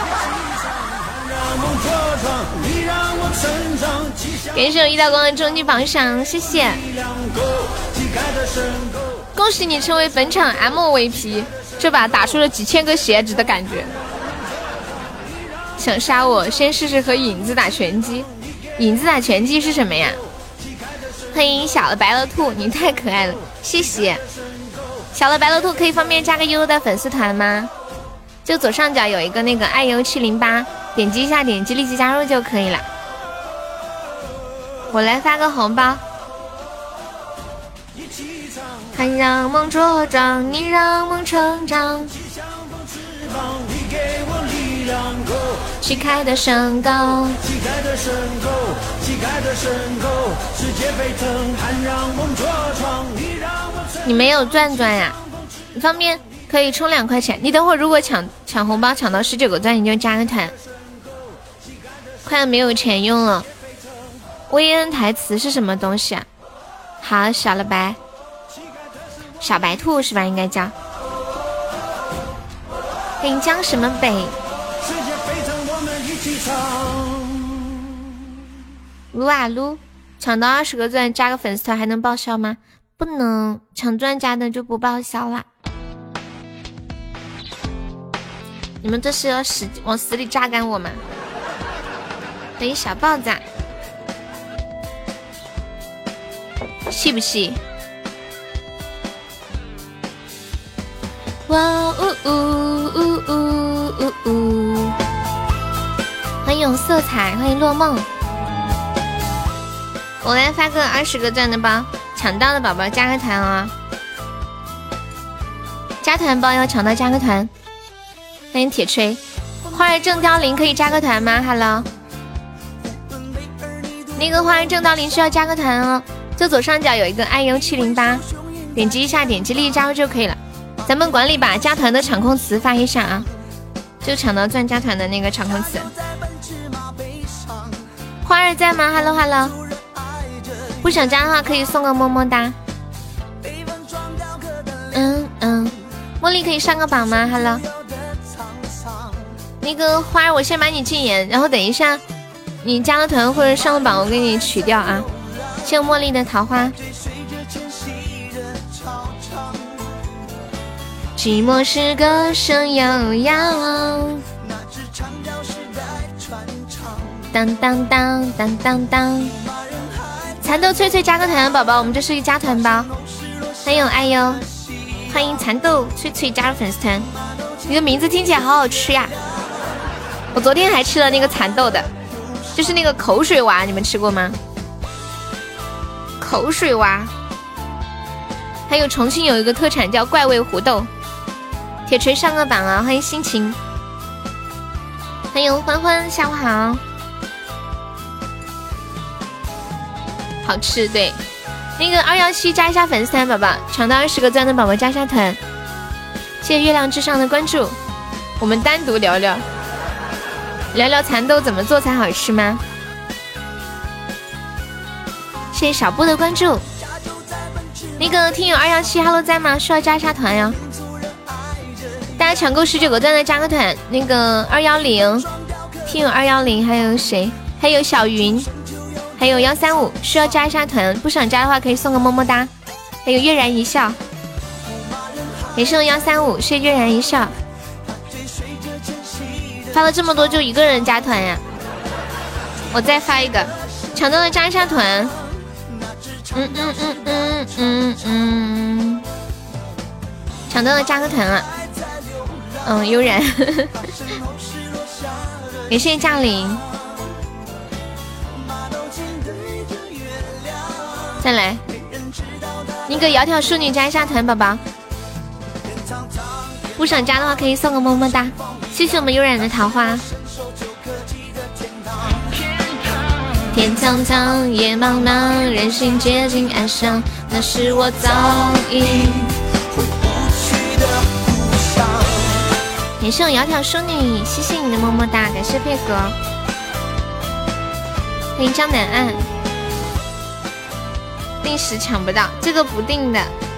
给手1道光的终极榜上，谢谢！恭喜你成为本场 MVP， 这把打出了几千个血值的感觉。想杀我，先试试和影子打拳击。影子打拳击是什么呀？欢迎小的白乐兔，你太可爱了，谢谢。小的白乐兔可以方便加个悠悠的粉丝团吗？就左上角有一个那个爱优708，点击一下，点击立即加入就可以了。我来发个红包。他让梦茁壮，你让梦成长。旗开的升高，你没有钻钻呀？你方便可以充2块钱。你等会儿如果抢红包抢到19个钻，你就加个团。快要没有钱用了。薇恩台词是什么东西啊？好，小了白，小白兔是吧？应该叫。临江什么北？撸啊撸，抢到20个钻加个粉丝团还能报销吗？不能，抢钻加的就不报销啦。你们这是要往死里榨干我吗？等一小爆炸，气不气？哇呜呜呜呜呜呜！欢迎色彩，欢迎落梦。我来发个20个钻的包，抢到的宝宝加个团啊、哦！加团包要抢到加个团。欢迎铁锤， 花儿正凋零可以加个团吗 ？Hello， 那个花儿正凋零需要加个团哦，就左上角有一个IU708，点击一下，点击立即加入就可以了。咱们管理把加团的场控词发一下啊，就抢到钻加团的那个场控词。花儿在吗 ？Hello Hello， 不想加的话可以送个么么哒。茉莉可以上个榜吗 ？Hello， 那个花儿，我先把你禁言，然后等一下你加了团或者上了榜，我给你取掉啊。谢谢茉莉的桃花。寂寞是歌声悠扬，当当当当当当。蚕豆脆脆加个团，宝宝，我们这是一个加团包。欢迎爱优，欢迎蚕豆脆脆加入粉丝团。你的名字听起来好好吃呀！我昨天还吃了那个蚕豆的，就是那个口水蛙，你们吃过吗？口水蛙。还有重庆有一个特产叫怪味胡豆。铁锤上个榜啊！欢迎心情，欢迎欢欢，下午好。好吃，对。那个217加一下粉丝团，宝宝抢到20个钻的宝宝加下团。谢谢月亮之上的关注，我们单独聊聊蚕豆怎么做才好吃吗？谢谢小布的关注。那个听友217 Hello 在吗？需要加一下团呀。大家抢够19个钻的加个团。那个210听友210，还有谁？还有小云，还有135，需要加一下团，不想加的话可以送个么么哒。还有月然一笑，也是135，谢谢月然一笑。发了这么多就一个人加团呀？我再发一个，抢到了加一下团。抢到了加个团啊。悠然也谢谢降临。再来那个窈窕淑女加一下团，宝宝不想加的话可以送个么么哒。谢谢我们悠然的桃花。天苍苍野茫茫，人心接近岸上，那是我早已也是窈窕淑女，谢谢你的么么哒，感谢配合。欢迎江南岸。定时抢不到，这个不定的。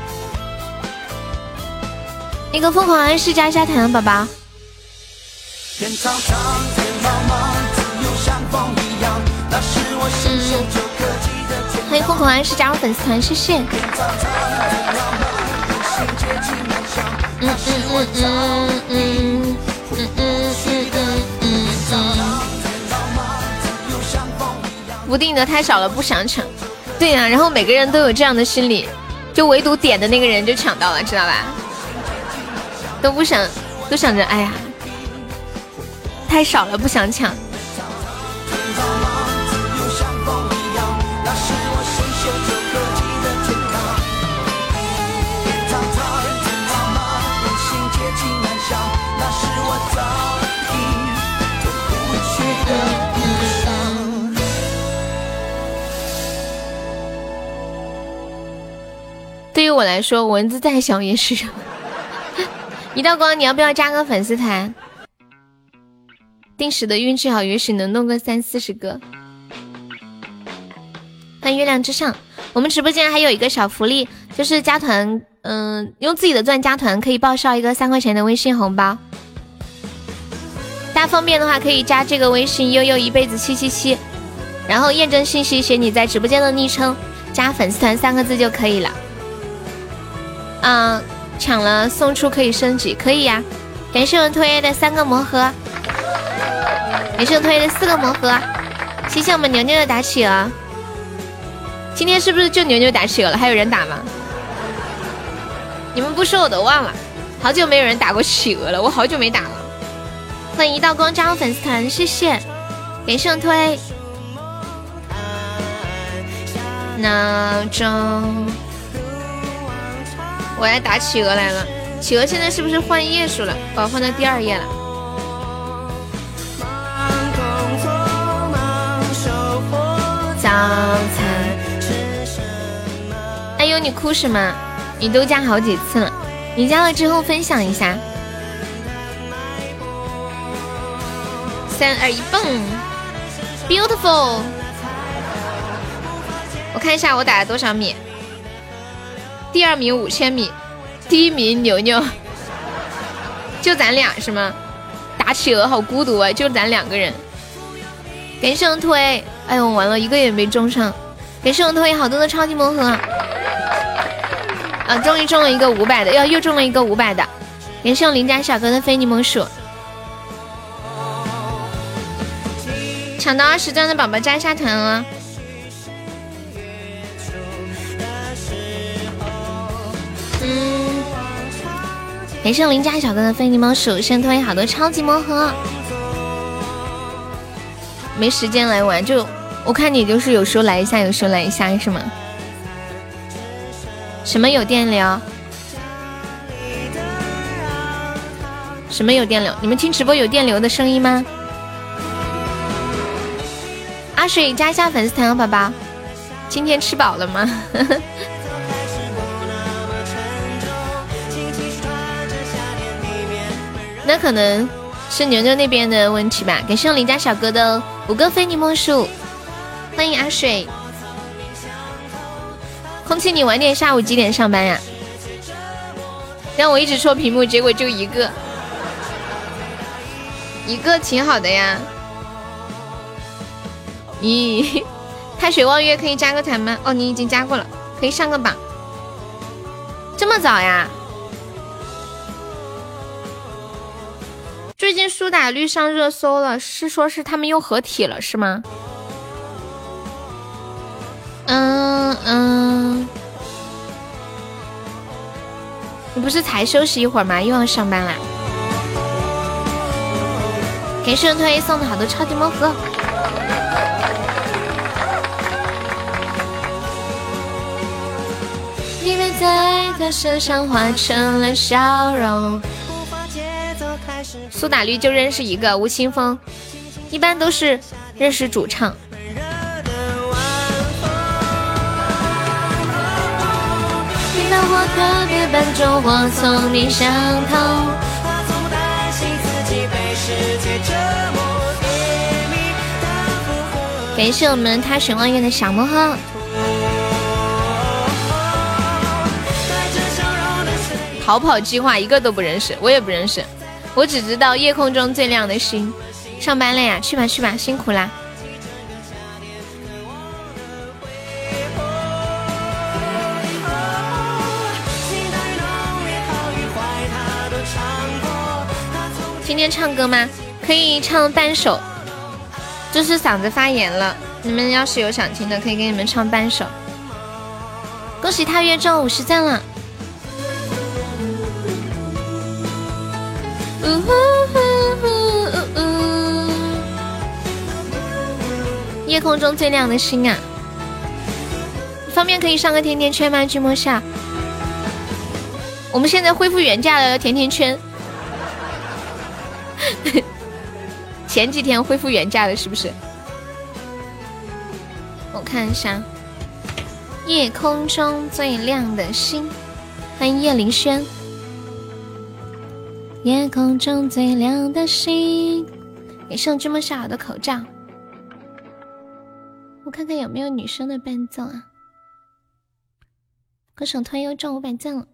那个疯狂安室加一下团，宝宝。欢迎疯狂安室加入粉丝团，谢谢。不定的太少了，不想抢。对呀，然后每个人都有这样的心理，就唯独点的那个人就抢到了，知道吧？都不想，都想着，哎呀，太少了，不想抢。对于我来说，蚊子再小也是。一道光，你要不要加个粉丝团？定时的运气好，也许能弄个30-40个。欢迎月亮之上，我们直播间还有一个小福利，就是加团，用自己的钻加团可以报销一个3块钱的微信红包。大家方便的话，可以加这个微信悠悠一辈子777，然后验证信息写你在直播间的昵称，加粉丝团3个字就可以了。抢了送出可以升级，可以呀。感谢我们拖爷的3个魔盒，感谢我拖爷的4个魔盒，谢谢我们牛牛的打企鹅。今天是不是就牛牛打企鹅了？还有人打吗？你们不说我都忘了，好久没有人打过企鹅了，我好久没打了。欢迎一道光加入粉丝团，谢谢，感谢我推闹钟。我来打企鹅来了，企鹅现在是不是换页数了？我换到第2页了。 早餐。哎呦，你哭什么？你都加好几次了，你加了之后分享一下。3、2、1，蹦 ，beautiful。我看一下我打了多少米。第2名5000米，第1名牛牛。就咱俩是吗？打企鹅好孤独啊，就咱2个人。感谢我推，哎呦完了，一个也没中上。感谢我推好多的超级魔盒啊，终于中了一个500的，又中了一个500的。感谢我邻家小哥的非你莫属。抢到20钻的宝宝加一下团了。感谢我邻家小哥的非你莫属，先推好多超级魔盒。没时间来玩，就我看你就是有时候来一下，有时候来一下是吗？什么有电流？什么有电流？你们听直播有电流的声音吗？阿水加一下粉丝团哦，宝宝。今天吃饱了吗？那可能是牛牛那边的问题吧。感谢我邻家小哥的5个非你莫属，欢迎阿水。空气，你晚点下午几点上班呀？让我一直戳屏幕，结果就一个挺好的呀。咦，踏雪望月可以加个团吗？哦，你已经加过了，可以上个榜。这么早呀？最近苏打绿上热搜了，是说是他们又合体了是吗？你不是才休息一会儿吗？又要上班啦？感谢推送的好多超级魔盒。你别在他身上化成了笑容。苏打绿就认识一个吴青峰，一般都是认识主唱。你的我特别笨重，或聪明相同。感谢我们踏雪望月的小魔盒。逃跑计划一个都不认识，我也不认识，我只知道夜空中最亮的星。上班了呀，去吧去吧，辛苦啦。今天唱歌吗？可以唱半首，就是嗓子发炎了，你们要是有想听的可以给你们唱半首。恭喜他月中50赞了。夜空中最亮的星啊，方便可以上个甜甜圈吗？君莫笑，我们现在恢复原价了，甜甜圈前几天恢复原价了是不是？我看一下，夜空中最亮的星，欢迎叶凌轩。夜空中最亮的星，给上这么小的口罩。我看看有没有女生的伴奏啊。歌手团又中500赞了。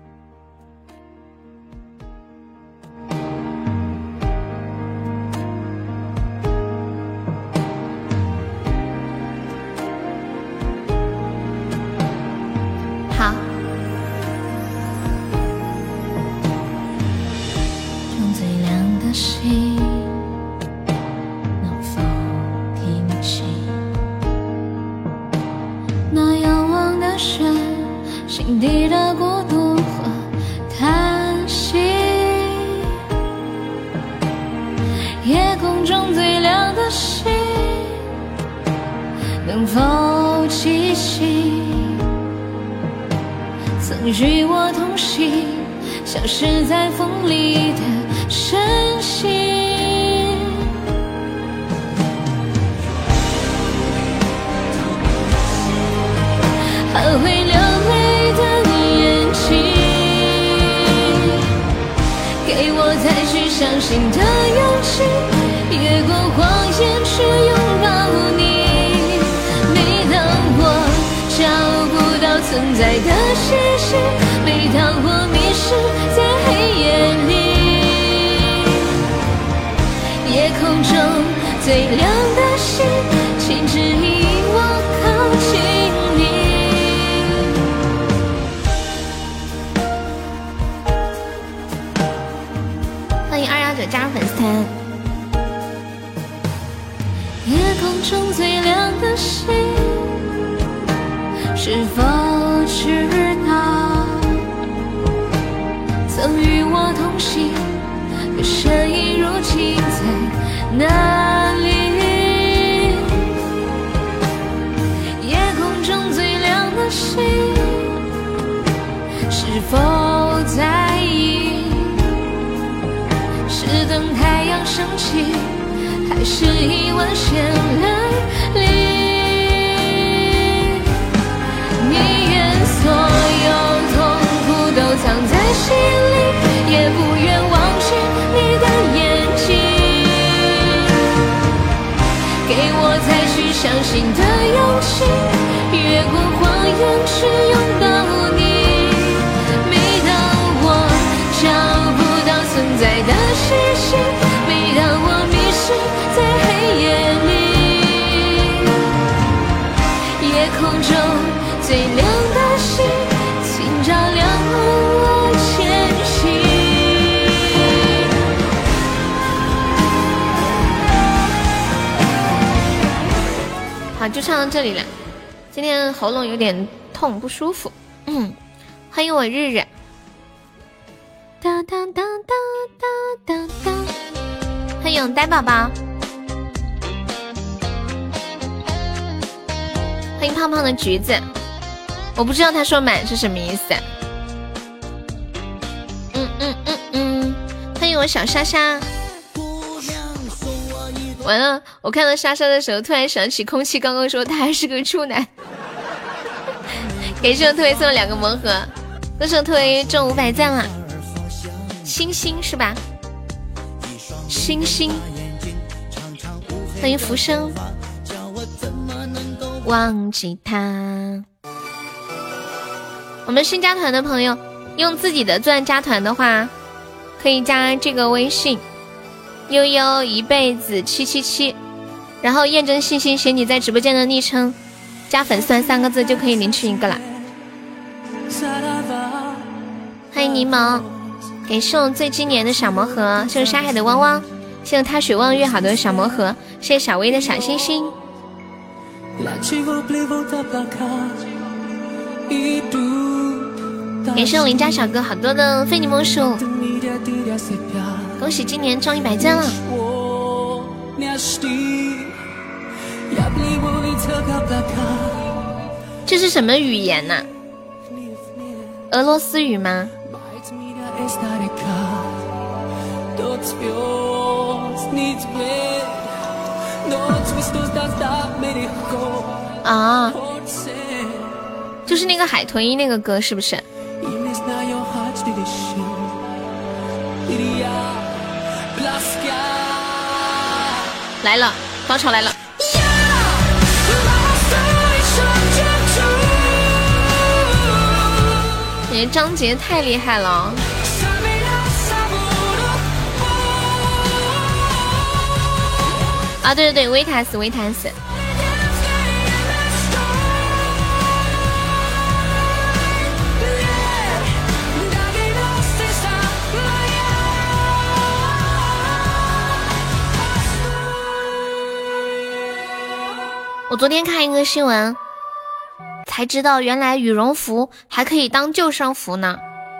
好，中最亮的星，能否听清那遥望的神心底的孤独和叹息？夜空中最亮的星，能否记起曾与我同行，消失在风里的身心？ 还会流泪的眼睛，给我再去相信的勇气，越过谎言去拥抱你。每当我找不到存在的讯息，每当我迷失在黑夜里，夜空中最亮的星，请指引我靠近你。欢迎219加入粉丝团。夜空中最亮的星，是否知道曾与我同行的身影如今在哪里？夜空中最亮的星，是否在意？是等太阳升起，还是一吻先来临？你愿所有痛苦都藏在心里，也不愿忘记你的眼睛，给我再去相信的勇气，越过谎言去拥抱你。每当我找不到存在的讯息，每当我迷失在黑夜里，夜空中最亮的星，请照亮我前行。好，就唱到这里了。今天喉咙有点痛，不舒服。欢迎我日日。哒哒哒哒哒哒。欢迎呆宝宝。欢迎胖胖的橘子。我不知道他说满是什么意思。欢迎我小莎莎。完了，我看到莎莎的时候，突然想起空气刚刚说他还是个处男。给这种特别送了2个盲盒，这种特别中500赞了。星星是吧？星星。欢迎浮生。忘记他。我们新加团的朋友用自己的钻加团的话，可以加这个微信悠悠一辈子777，然后验证信息写你在直播间的昵称，加粉丝团3个字就可以领取1个了。欢迎柠檬，给送最今年的小魔盒，谢谢沙海的汪汪，谢谢他雪望月好的小魔盒，谢谢小薇的小星星。感谢我邻家小哥好多的非你莫属，恭喜今年中100赞了。这是什么语言呢？俄罗斯语吗？啊，就是那个海豚音那个歌是不是？来了，高潮来了！你张杰太厉害了！啊，对对对，维塔斯，维塔斯。我昨天看一个新闻，才知道原来羽绒服还可以当救生服呢。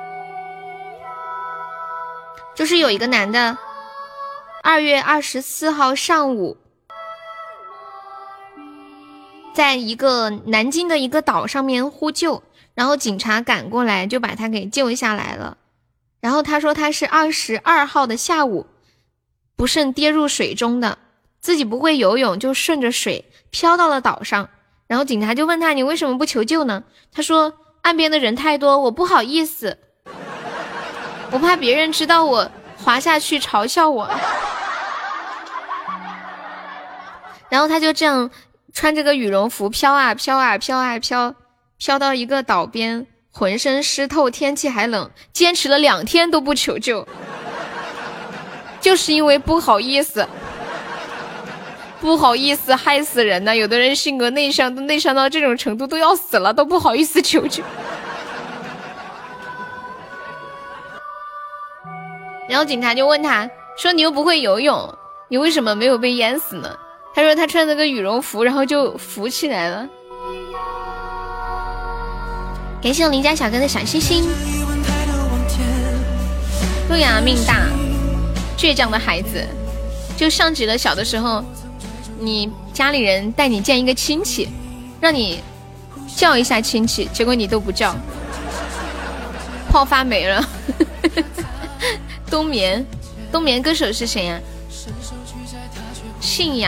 就是有一个男的2月24号上午，在一个南京的一个岛上面呼救，然后警察赶过来就把他给救下来了。然后他说他是22号的下午不慎跌入水中的，自己不会游泳，就顺着水飘到了岛上， 然后警察就问他你为什么不求救呢？他说岸边的人太多，我不好意思，我怕别人知道我滑下去嘲笑我。然后他就这样穿着个羽绒服飘啊飘啊飘啊飘，飘到一个岛边，浑身湿透，天气还冷，坚持了2天都不求救，就是因为不好意思。不好意思害死人呢，有的人性格内向，都内向到这种程度，都要死了都不好意思求救。然后警察就问他说你又不会游泳，你为什么没有被淹死呢？他说他穿了个羽绒服，然后就浮起来了。感谢我邻家小哥的小星星。对呀，命大，倔强的孩子。就上集了，小的时候你家里人带你见一个亲戚，让你叫一下亲戚，结果你都不叫，泡发没了。冬眠歌手是谁呀？信仰。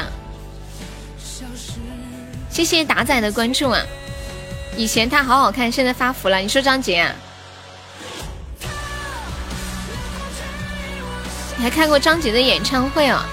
谢谢打仔的关注啊！以前他好好看，现在发福了。你说张杰啊？你还看过张杰的演唱会啊？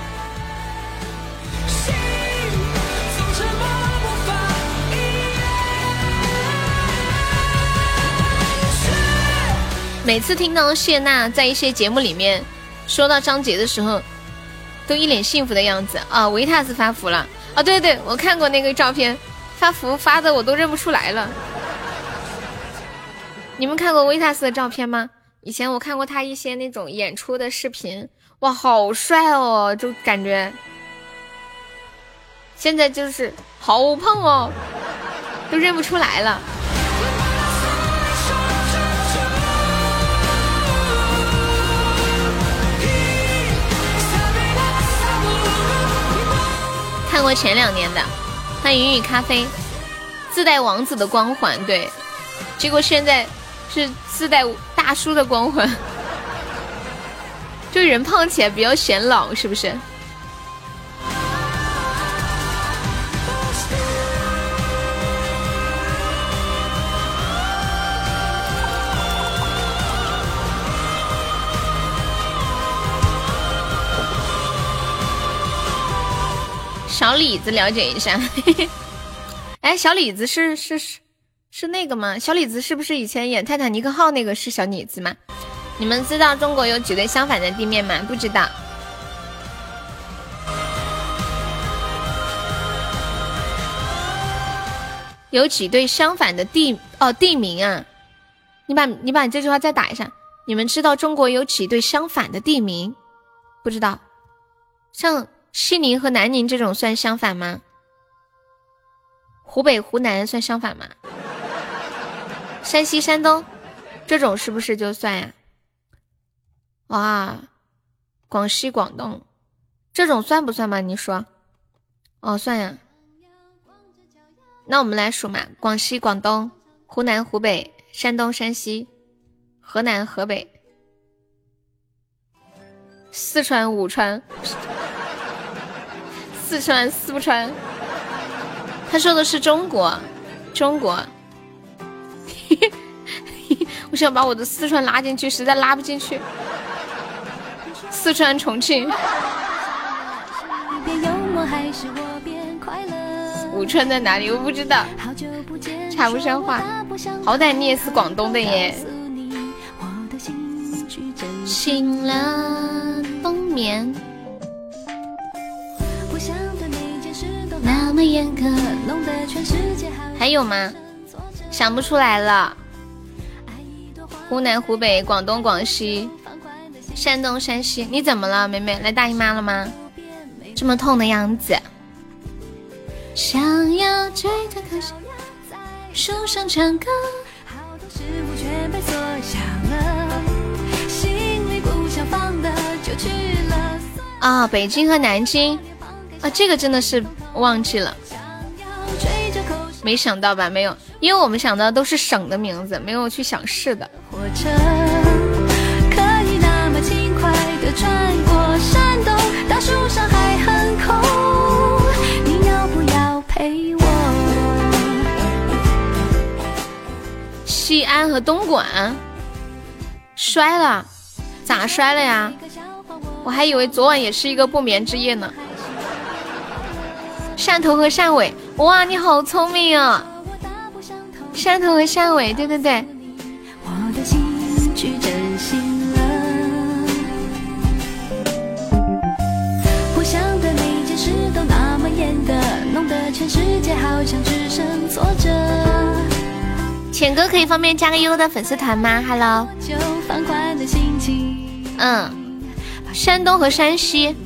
每次听到谢娜在一些节目里面说到张杰的时候，都一脸幸福的样子啊！维塔斯发福了啊！对对，我看过那个照片，发福发的我都认不出来了。你们看过维塔斯的照片吗？以前我看过他一些那种演出的视频，哇，好帅哦，就感觉现在就是好胖哦，都认不出来了。看过前2年的，看云雨咖啡，自带王子的光环，对，结果现在是自带大叔的光环，就人胖起来比较显老，是不是？小李子了解一下。哎，小李子是那个吗？小李子是不是以前演泰坦尼克号那个是小李子吗？你们知道中国有几对相反的地面吗？不知道。有几对相反的地名啊？你把这句话再打一下。你们知道中国有几对相反的地名？不知道。像西宁和南宁这种算相反吗？湖北湖南算相反吗？山西山东这种是不是就算呀？哇，广西广东这种算不算吗？你说？哦，算呀。那我们来数嘛，广西广东、湖南湖北、山东山西、河南河北、四川五川、四川四川。他说的是中国。我想把我的四川拉进去，实在拉不进去。四川重庆。五川在哪里？我不知道，插不上话。好歹你也是广东的耶。醒了冬眠。那么严格，还有吗？想不出来了。湖南湖北广东广西山东山西。你怎么了妹妹？来大姨妈了吗？这么痛的样子。想要追着可惜树上唱歌，好多事物全被锁上了，心里不想放的就去了。啊，北京和南京啊，这个真的是忘记了。没想到吧？没有，因为我们想到都是省的名字，没有去想市的。火车可以那么轻快地穿过山洞，大树上还很空，你要不要陪我？ 西安和东莞摔了，咋摔了呀？我还以为昨晚也是一个不眠之夜呢。汕头和汕尾，哇，你好聪明啊！汕头和汕尾，对对对。 我的心去真心了，不想的每件事都那么严格，弄得全世界好像只剩挫折。 浅哥可以方便加个优的粉丝团吗 ？Hello。山东和山西。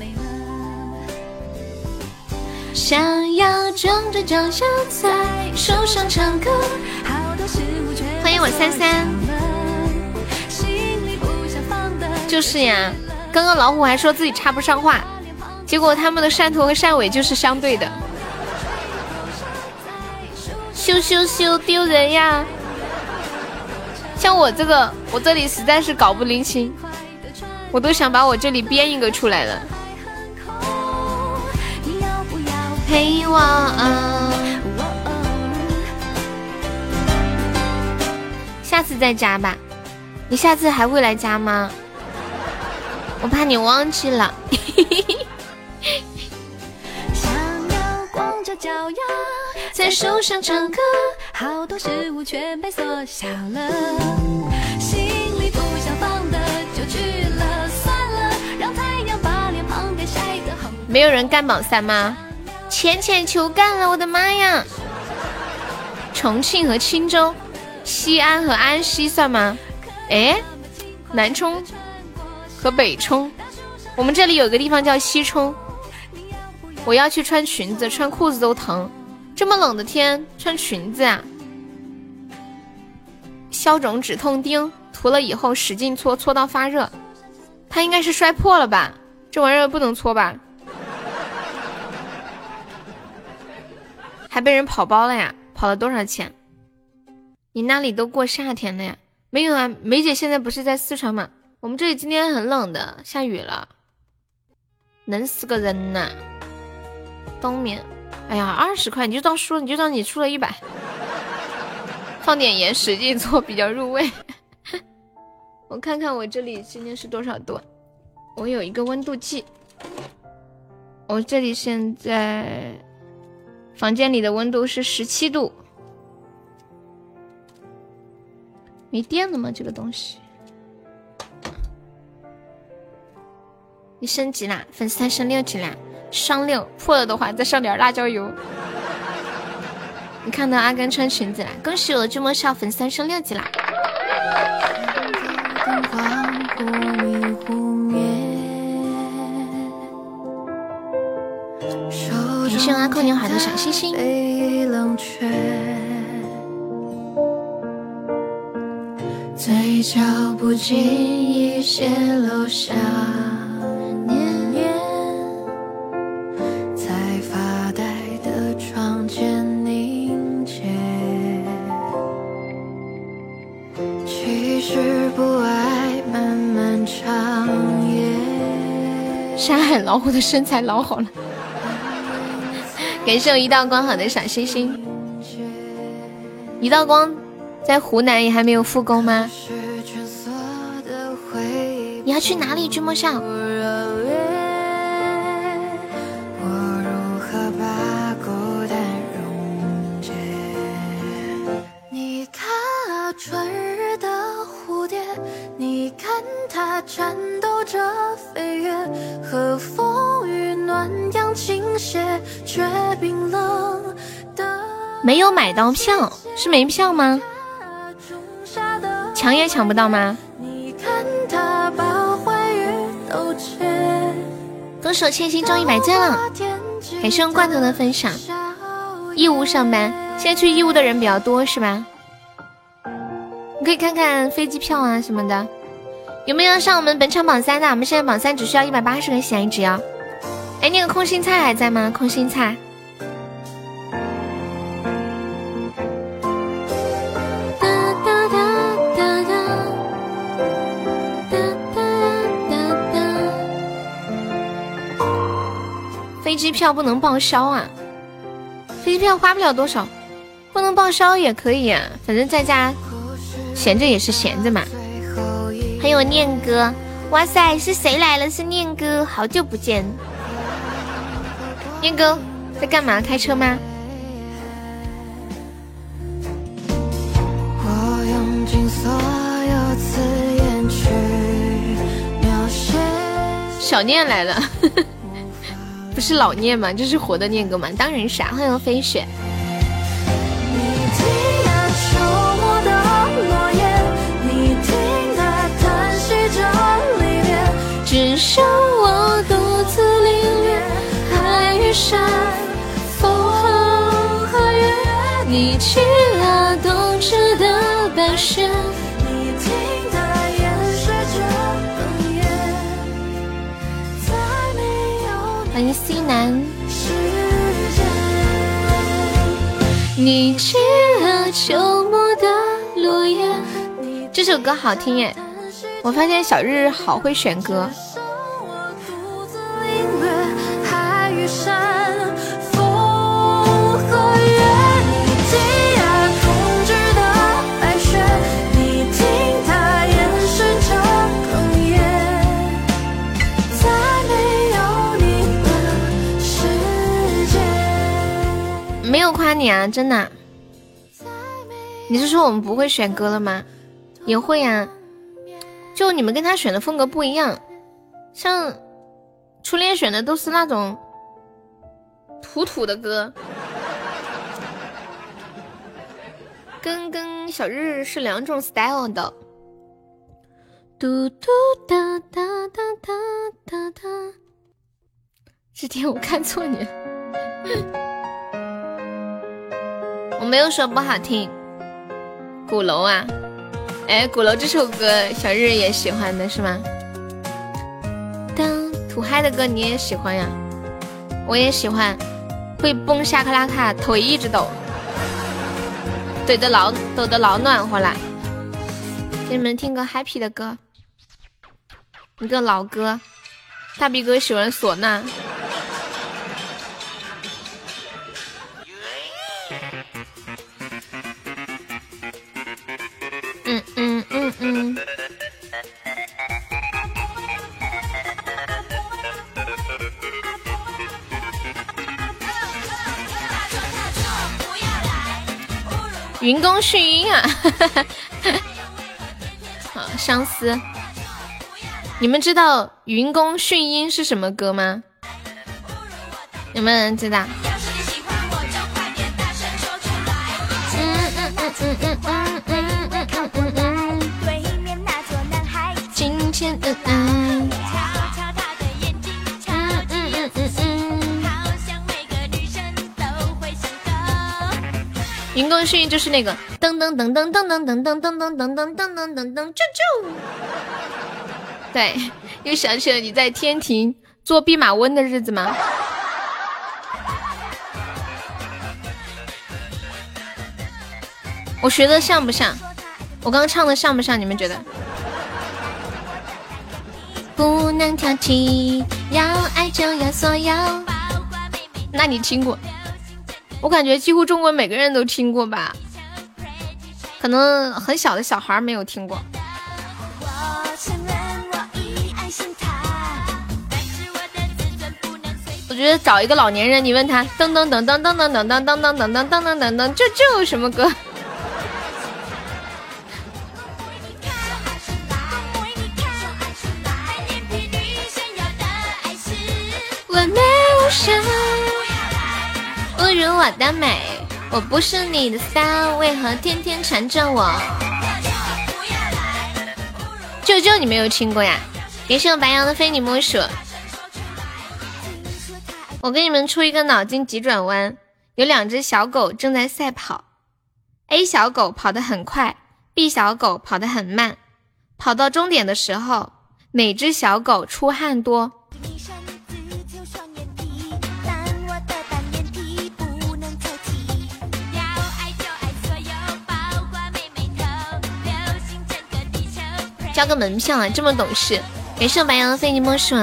想要装着脚下在手上唱歌。欢迎我33。就是呀，刚刚老虎还说自己插不上话，结果他们的汕头和汕尾就是相对的。羞羞羞，丢人呀！像我这个，我这里实在是搞不灵清，我都想把我这里编一个出来了。陪我下次再加吧。你下次还会来加吗？我怕你忘记了。想要光着脚丫在手上唱歌，好多事物全被缩小了，心里不想放的就去了，算了，让太阳把脸庞给晒得红。没有人干榜3吗？浅浅求干了，我的妈呀！重庆和钦州，西安和安溪算吗？哎，南充和北充，我们这里有个地方叫西充。我要去穿裙子，穿裤子都疼，这么冷的天穿裙子啊！消肿止痛钉涂了以后使劲搓，搓到发热。它应该是摔破了吧？这玩意儿不能搓吧？还被人跑包了呀？跑了多少钱？你那里都过夏天了呀？没有啊，梅姐现在不是在四川吗？我们这里今天很冷的，下雨了，冷死个人呐！冬眠，哎呀，20块你就当输了，你就当你出了100，放点盐，使劲做比较入味。我看看我这里今天是多少度？我有一个温度计，我这里现在房间里的温度是17度。没电了吗？这个东西。你升级啦，粉丝团升6级啦，双6，破了的话再上点辣椒油。你看到阿甘穿裙子啦，恭喜我的朱墨少粉丝团升6级啦。感谢阿扣牛好的小星星。嘴角不经意泄露下念念，在发呆的窗前凝结。其实不爱漫漫长夜。山海老虎的身材老好了。感谢我一道光好的小星星。一道光在湖南也还没有复工吗？你要去哪里？这么上？你看啊，春日的蝴蝶，你看它颤抖着飞跃，和风与暖阳倾斜，却冰冷的。没有买到票，是没票吗？抢也抢不到吗？歌手千心中100赞了，感谢用罐头的分享。义乌上班，现在去义乌的人比较多是吧？你可以看看飞机票啊什么的。有没有上我们本场榜3的？我们现在榜3只需要180个喜爱值哦。哎，那个空心菜还在吗？空心菜。飞机票不能报销啊，飞机票花不了多少，不能报销也可以啊，反正在家闲着也是闲着嘛。还有念哥，哇塞，是谁来了？是念哥，好久不见。念哥在干嘛？开车吗？ 我用尽所有字眼去描写。 小念来了，不是老念吗？这是活的念哥吗？当然是啊。欢迎飞雪。只剩我独自领略海与山，风和月，你起了冬至的白雪，你听它淹水着哽咽，再没有欢迎西南，你起了秋末的落叶。这首歌好听耶，我发现小日好会选歌。没有夸你啊，真的。你是说我们不会选歌了吗？也会啊，就你们跟他选的风格不一样，像初恋选的都是那种土土的歌，跟小日是两种 style 的。嘟嘟哒哒哒哒哒哒，这天我看错你了。我没有说不好听。鼓楼啊，哎，鼓楼这首歌小日也喜欢的是吗？当土嗨的歌你也喜欢呀？我也喜欢，会蹦下克拉卡，腿一直抖，抖得老暖和了。给你们听个 happy 的歌，一个老歌，大逼哥喜欢唢呐。云宫迅音啊，好相思。你们知道云宫迅音是什么歌吗？有没有人知道？今天云宫迅音就是那个噔噔噔噔噔噔噔噔噔噔噔噔噔噔噔噔啾啾。对，又想起了你在天庭做弼马温的日子吗？我学的像不像？我刚唱的像不像？你们觉得？不能挑剔，要爱就要索要。那你听过？我感觉几乎中国每个人都听过吧，可能很小的小孩没有听过。我觉得找一个老年人，你问他噔噔噔噔噔噔噔噔噔噔噔噔噔噔噔，这有什么歌？完美无瑕，不如我的美，我不是你的 style， 为何天天缠着我？舅舅你没有听过呀？别是白羊的非你莫属。我给你们出一个脑筋急转弯，有两只小狗正在赛跑， A 小狗跑得很快， B 小狗跑得很慢，跑到终点的时候，哪只小狗出汗多？交个门票啊，这么懂事。感谢白羊的非你莫属。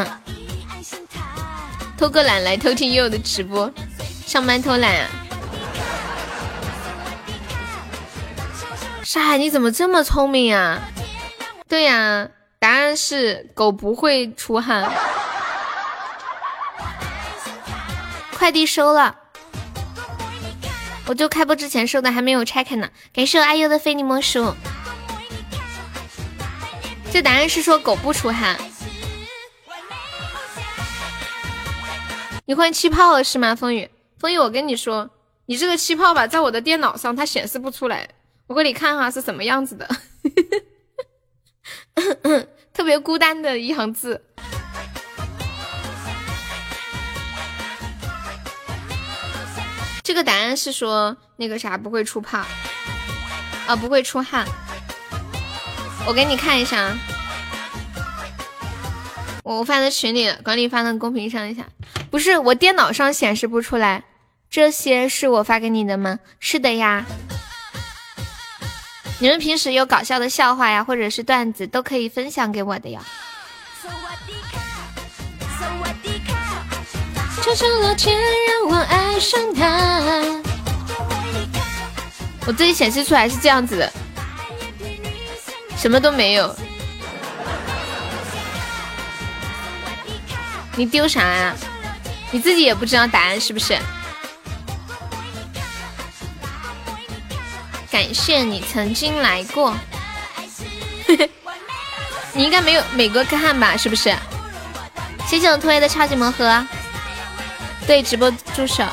偷个懒来偷听悠悠的直播，上班偷懒啊。 沙海你怎么这么聪明啊？对呀，答案是狗不会出汗。快递收了，我就开播之前收的，还没有拆开呢。感谢我阿优的非你莫属。这答案是说狗不出汗。你换气泡了是吗？风雨，风雨，我跟你说，你这个气泡吧，在我的电脑上它显示不出来，我给你看哈是什么样子的。特别孤单的一行字。这个答案是说那个啥不会出泡啊，不会出汗。我给你看一下，我发在群里，管理发到公屏上一下。不是我电脑上显示不出来，这些是我发给你的吗？是的呀。你们平时有搞笑的笑话呀，或者是段子，都可以分享给我的呀。这成了天让我爱上他。我这里显示出来是这样子的，什么都没有。你丢啥呀？你自己也不知道答案是不是？感谢你曾经来过。你应该没有每个看吧，是不是？谢谢我突围的超级魔盒。对，直播助手。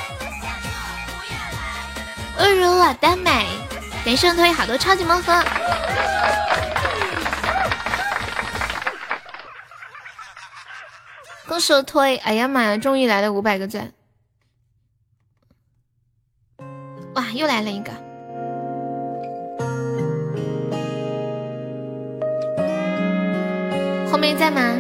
如我的美，感谢我突围好多超级魔盒。恭喜我推，哎呀妈呀，终于来了500个赞！哇，又来了一个。后面在吗？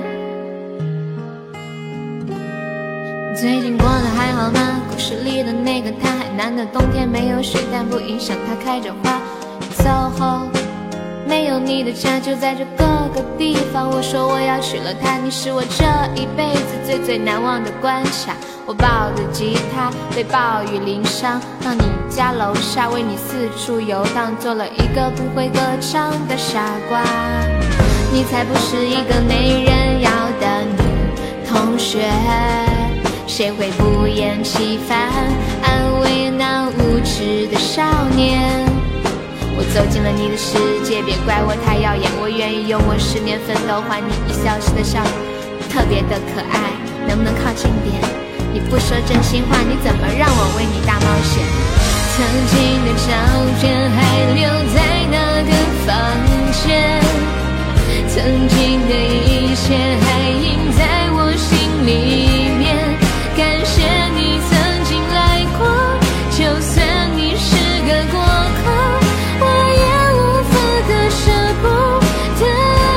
最近过得还好吗？故事里的那个他，海南的冬天没有雪，但不影响它开着花。走后没有你的家就在这各个地方，我说我要娶了她，你是我这一辈子最难忘的关卡。我抱着吉他被暴雨淋伤，到你家楼下为你四处游荡，做了一个不会歌唱的傻瓜。你才不是一个没人要的女同学，谁会不厌其烦安慰那无知的少年？我走进了你的世界，别怪我太耀眼，我愿意用我10年奋斗换你一小时的笑容，特别的可爱，能不能靠近点？你不说真心话，你怎么让我为你大冒险？曾经的照片还留在那个房间，曾经的一切还印在我心里面，感谢你曾经来过，就算你是个过客，我也无法割舍不得。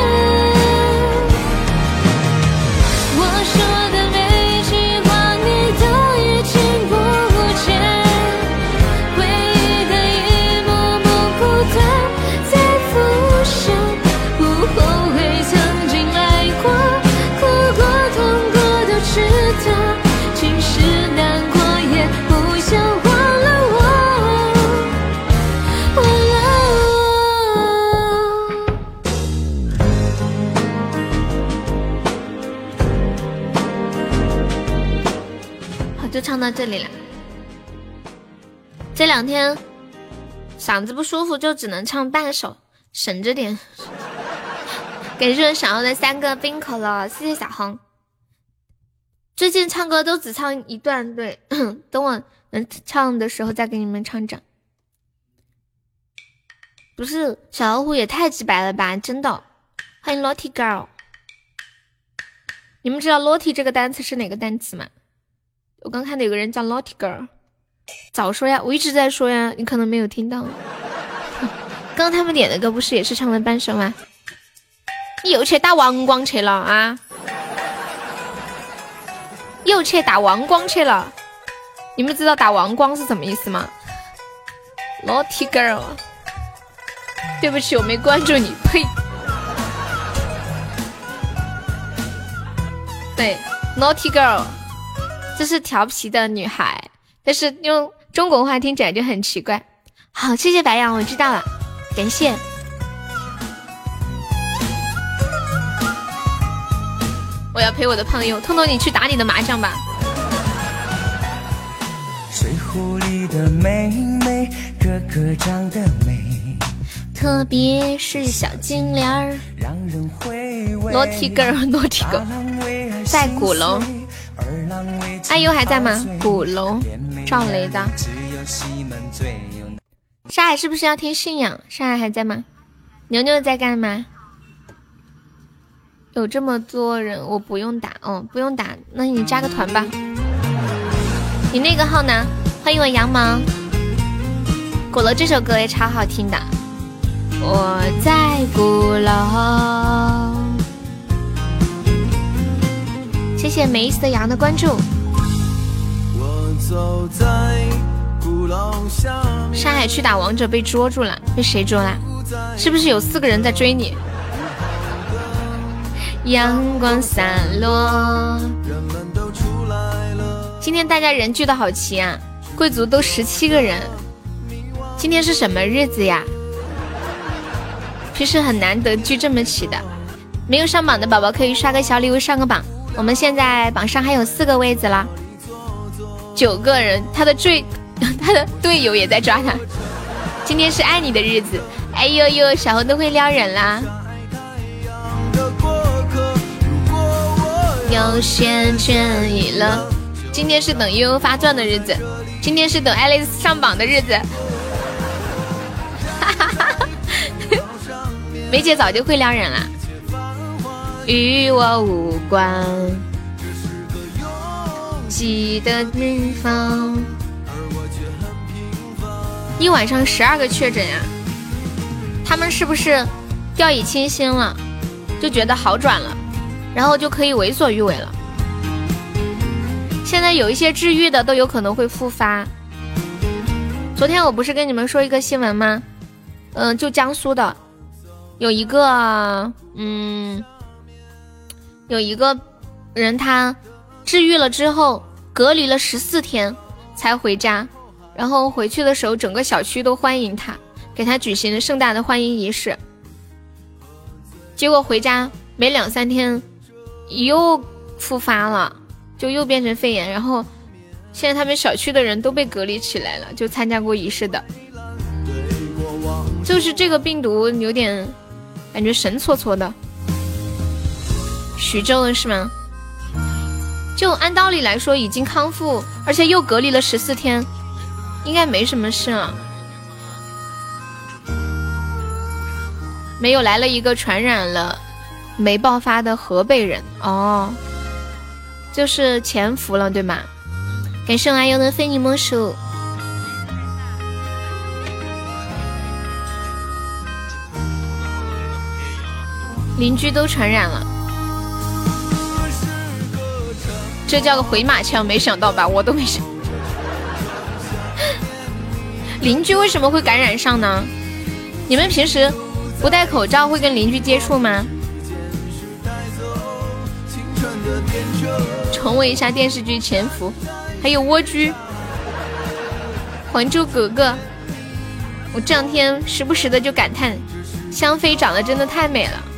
我说的每句话你都已经不见，回忆的一幕幕不断在浮现，不后悔曾经来过，哭过痛过都值得，即使难过也不想忘了我，忘了我。好，就唱到这里了。这2天嗓子不舒服，就只能唱半首，省着点。感谢想要的3个冰可乐，谢谢小红。最近唱歌都只唱一段，对，等我能唱的时候再给你们唱整。不是小老虎也太直白了吧，真的。欢迎 Lottie Girl， 你们知道 Lottie 这个单词是哪个单词吗？我刚看到有个人叫 Lottie Girl， 早说呀，我一直在说呀，你可能没有听到。刚刚他们点的歌不是也是唱了半首吗？你又去打王光去了啊？又去打王光去了？你们知道打王光是什么意思吗 ？Lottie Girl， 对不起，我没关注你，呸！对 ，Naughty Girl， 这是调皮的女孩，但是用中国话听起来就很奇怪。好，谢谢白羊，我知道了。 感谢。我要陪我的胖友痛痛，你去打你的麻将吧。 水壶里的妹妹个个长得美， 特别是小金莲儿， 让人回味。 裸体根儿，裸体根在鼓楼。阿优还在吗？鼓楼赵雷的。沙海是不是要听信仰？沙海还在吗？牛牛在干嘛？有这么多人，我不用打哦，不用打，那你加个团吧。你那个号呢？欢迎我羊毛。鼓楼这首歌也超好听的。我在鼓楼。谢谢每一次的羊的关注。我走在鼓楼下。沙海去打王者被捉住了，被谁捉了？是不是有4个人在追你？阳光洒落。今天大家人聚的好齐啊，贵族都17个人。今天是什么日子呀？平时很难得聚这么齐的。没有上榜的宝宝可以刷个小礼物上个榜。我们现在榜上还有4个位子了，9个人，他的队友也在抓他。今天是爱你的日子，哎呦呦，小红都会撩人啦。有些倦意了。今天是等悠悠发钻的日子，今天是等爱丽丝上榜的日子。梅姐早就会撩人了。与我无关，记得地方。一晚上12个确诊呀，他们是不是掉以轻心了，就觉得好转了，然后就可以为所欲为了？现在有一些治愈的都有可能会复发。昨天我不是跟你们说一个新闻吗？就江苏的有一个人，他治愈了之后隔离了14天才回家，然后回去的时候整个小区都欢迎他，给他举行了盛大的欢迎仪式。结果回家没2-3天又复发了，就又变成肺炎，然后现在他们小区的人都被隔离起来了，就参加过仪式的。就是这个病毒有点感觉神搓搓的。徐州的是吗？就按道理来说已经康复，而且又隔离了14天，应该没什么事了。没有，来了一个传染了没爆发的河北人哦，就是潜伏了对吗？感谢我阿优的非你莫属。邻居都传染了，这叫个回马枪，没想到吧？我都没想。邻居为什么会感染上呢？你们平时不戴口罩会跟邻居接触吗？重温一下电视剧《潜伏》，还有《蜗居》《还珠格格》。我这两天时不时的就感叹，香妃长得真的太美了。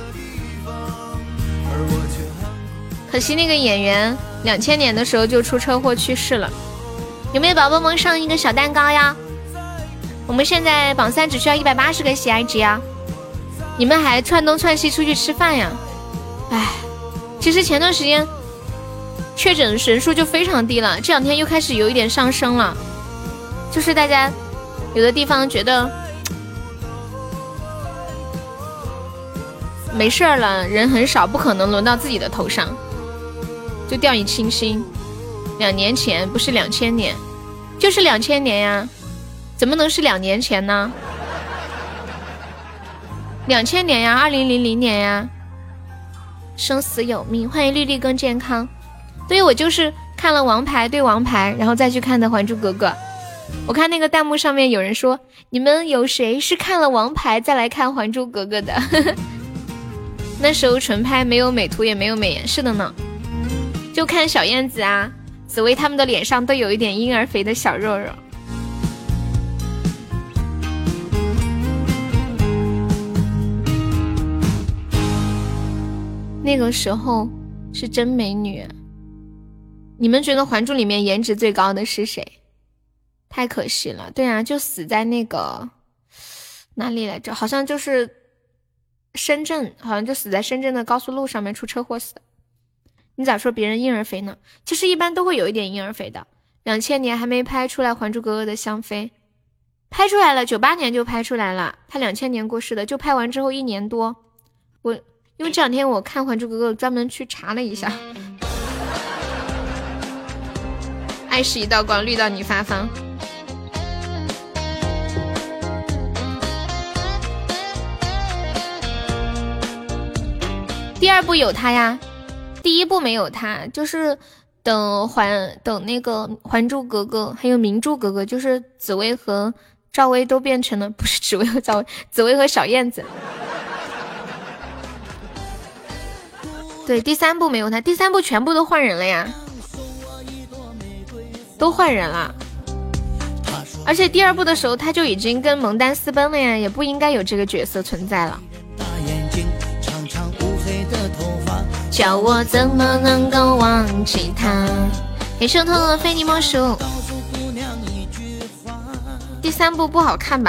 可惜那个演员2000年的时候就出车祸去世了。有没有宝宝们上一个小蛋糕呀？我们现在榜3只需要180个喜爱值呀，你们还串东串西出去吃饭呀？唉，其实前段时间确诊人数就非常低了，这两天又开始有一点上升了，就是大家有的地方觉得没事了，人很少，不可能轮到自己的头上，就掉以轻心。2年前不是2000年，就是2000年呀，怎么能是2年前呢？2000年呀，2000年呀。生死有命，欢迎绿绿更健康。对，我就是看了王牌对王牌，然后再去看的还珠格格。我看那个弹幕上面有人说，你们有谁是看了王牌再来看还珠格格的？那时候纯拍，没有美图也没有美颜。是的呢，就看小燕子啊紫薇他们的脸上都有一点婴儿肥的小肉肉。 那个时候是真美女。你们觉得还珠里面颜值最高的是谁？太可惜了。对啊，就死在那个哪里来着，好像就是深圳，好像就死在深圳的高速路上面出车祸死的。你咋说别人婴儿肥呢？其实一般都会有一点婴儿肥的。2000年还没拍出来《还珠格格》的香妃，拍出来了，98年就拍出来了。他2000年过世的，就拍完之后1年多。因为这2天我看《还珠格格》，专门去查了一下。爱是一道光，绿到你发疯。第2部有他呀，第1部没有他，就是等那个《还珠格格》还有《明珠格格》，就是紫薇和赵薇都变成了，不是紫薇和赵薇，紫薇和小燕子。对，第3部没有他，第3部全部都换人了呀，都换人了。而且第2部的时候他就已经跟蒙丹私奔了呀，也不应该有这个角色存在了。叫我怎么能够忘记他？给手头的非你莫属。第3部不好看吧？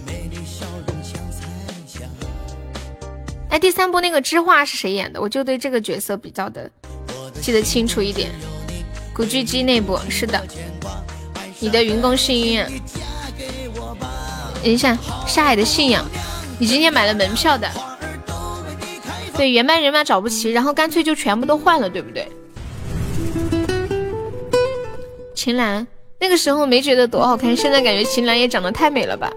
哎，第3部那个知画是谁演的？我就对这个角色比较的记得清楚一点。古巨基那部是的。你的云宫幸运啊，等一下，沙海的信仰，你今天买了门票的。对，原班人马找不齐，然后干脆就全部都换了，对不对？秦岚那个时候没觉得多好看，现在感觉秦岚也长得太美了吧。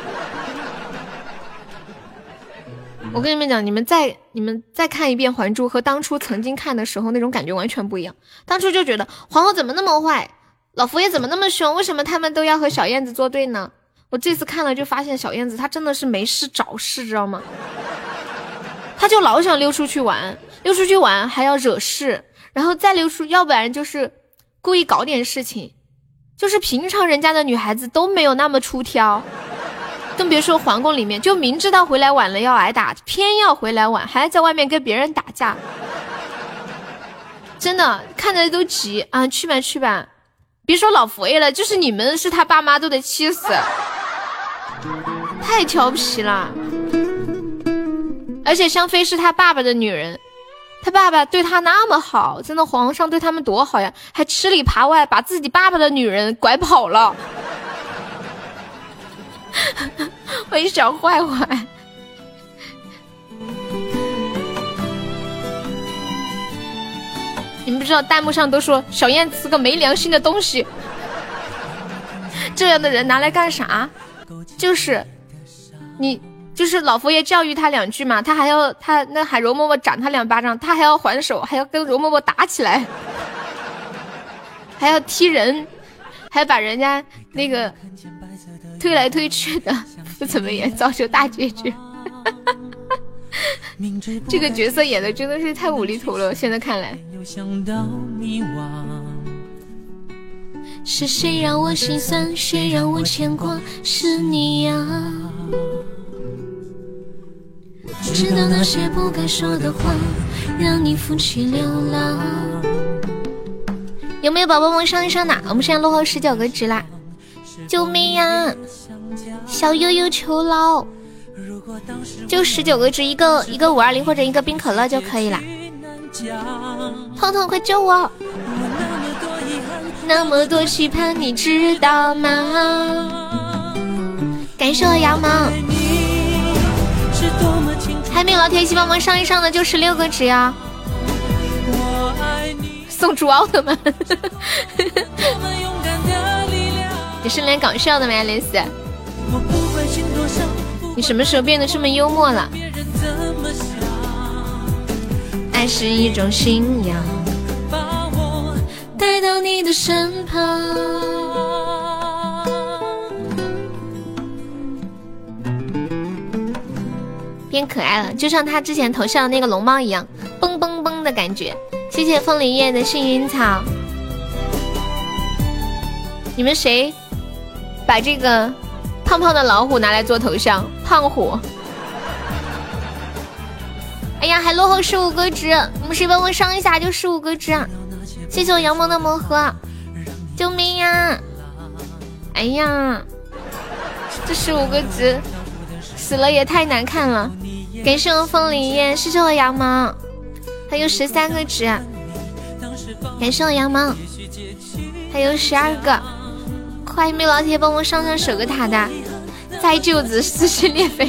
我跟你们讲，你们再看一遍《还珠》和当初曾经看的时候那种感觉完全不一样。当初就觉得皇后怎么那么坏，老佛爷怎么那么凶，为什么他们都要和小燕子作对呢？我这次看了就发现小燕子她真的是没事找事，知道吗？她就老想溜出去玩还要惹事，然后再溜出，要不然就是故意搞点事情。就是平常人家的女孩子都没有那么出挑，更别说皇宫里面，就明知道回来晚了要挨打，偏要回来晚，还在外面跟别人打架。真的看着都急啊！去吧去吧，别说老佛爷了，就是你们是他爸妈都得气死，太调皮了。而且香妃是他爸爸的女人，他爸爸对他那么好，真的皇上对他们多好呀，还吃里扒外把自己爸爸的女人拐跑了。我一小坏坏。你们不知道弹幕上都说小燕子是个没良心的东西，这样的人拿来干啥？就是你就是老佛爷教育他2句嘛，他还要他那喊容嬷嬷掌他2巴掌，他还要还手，还要跟容嬷嬷打起来，还要踢人，还把人家那个推来推去的，不怎么演造就大结局。这个角色演的真的是太无厘头了，现在看来。是谁让我心酸，谁让我牵挂，是你呀。知道那些不该说的话，让你负气流浪。有没有宝宝们上一上呢？我们现在落后19个值啦！救命呀！小悠悠求饶，就19个值，一个520或者一个冰可乐就可以了。痛痛快救我！那么多期盼，你知道吗？感谢我羊毛。还没有老铁一起帮忙上一上的就16个值呀！送出奥特曼。你是来搞笑的吗，蕾丝？你什么时候变得这么幽默了？爱是一种信仰，把我带到你的身旁。变可爱了，就像他之前头像的那个龙猫一样，蹦蹦蹦的感觉。谢谢风铃叶的幸运草。你们谁把这个胖胖的老虎拿来做头像？胖虎。 哎呀，还落后15个值，你们谁帮我上一下就15个值啊！谢谢我杨萌的魔盒，救命呀！哎呀，这15个值死了也太难看了。感谢我风铃叶，谢谢我羊毛，还有13个值，感谢我羊毛，还有12个。快没老铁帮我上上首个塔的，栽舅子撕心裂肺。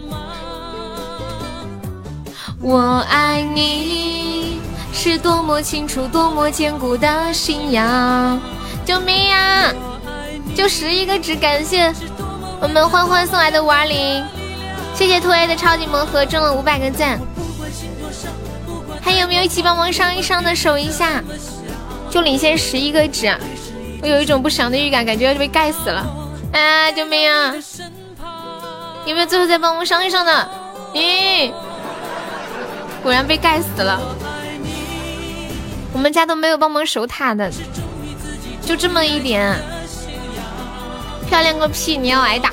我爱你是多么清楚多么坚固的信仰，救命呀！就11个值，感谢我们欢欢送来的520，谢谢兔 A 的超级魔盒中了500个赞。还有没有一起帮忙上一上的守一下？就领先11个值，我有一种不祥的预感，感觉要被盖死了。哎，救命啊！有没有最后再帮我上一上的？咦，果然被盖死了。我们家都没有帮忙守塔的，就这么一点。漂亮个屁，你要挨打。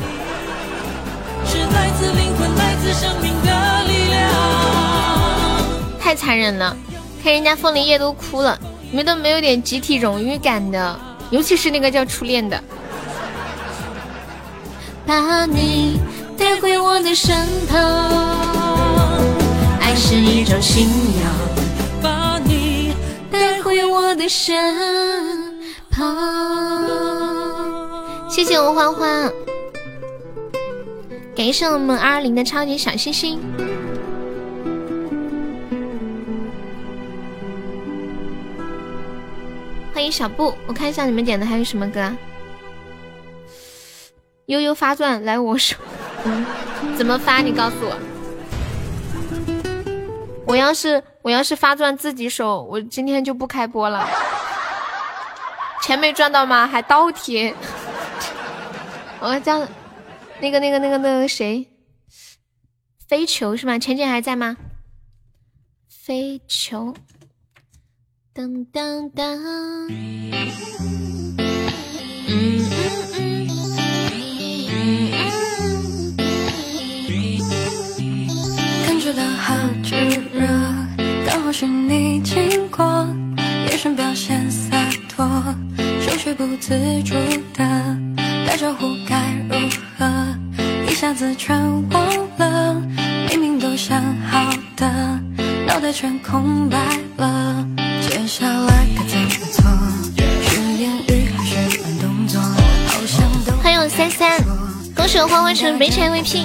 太残忍了，看人家风铃叶都哭了，你们都没有点集体荣誉感的，尤其是那个叫初恋的。把你带回我的身旁，爱是一种信仰，把你带回我的身旁。谢谢我欢欢，感谢我们220的超级小星星。欢迎小布，我看一下你们点的还有什么歌。悠悠发钻来我手，怎么发？你告诉我。我要是发钻自己手，我今天就不开播了。钱没赚到吗？还倒贴。我叫那个谁，飞球是吗？浅浅还在吗？飞球，当当当。 感觉到好炙热，刚好是你经过，眼神表现洒脱，手却不自主的打招呼该如何，一下子全忘了，明明都想好的，脑袋全空白了，接下来该怎么做？是言语还是慢动作？好像都欢迎我33，恭喜我欢欢成本场 MVP。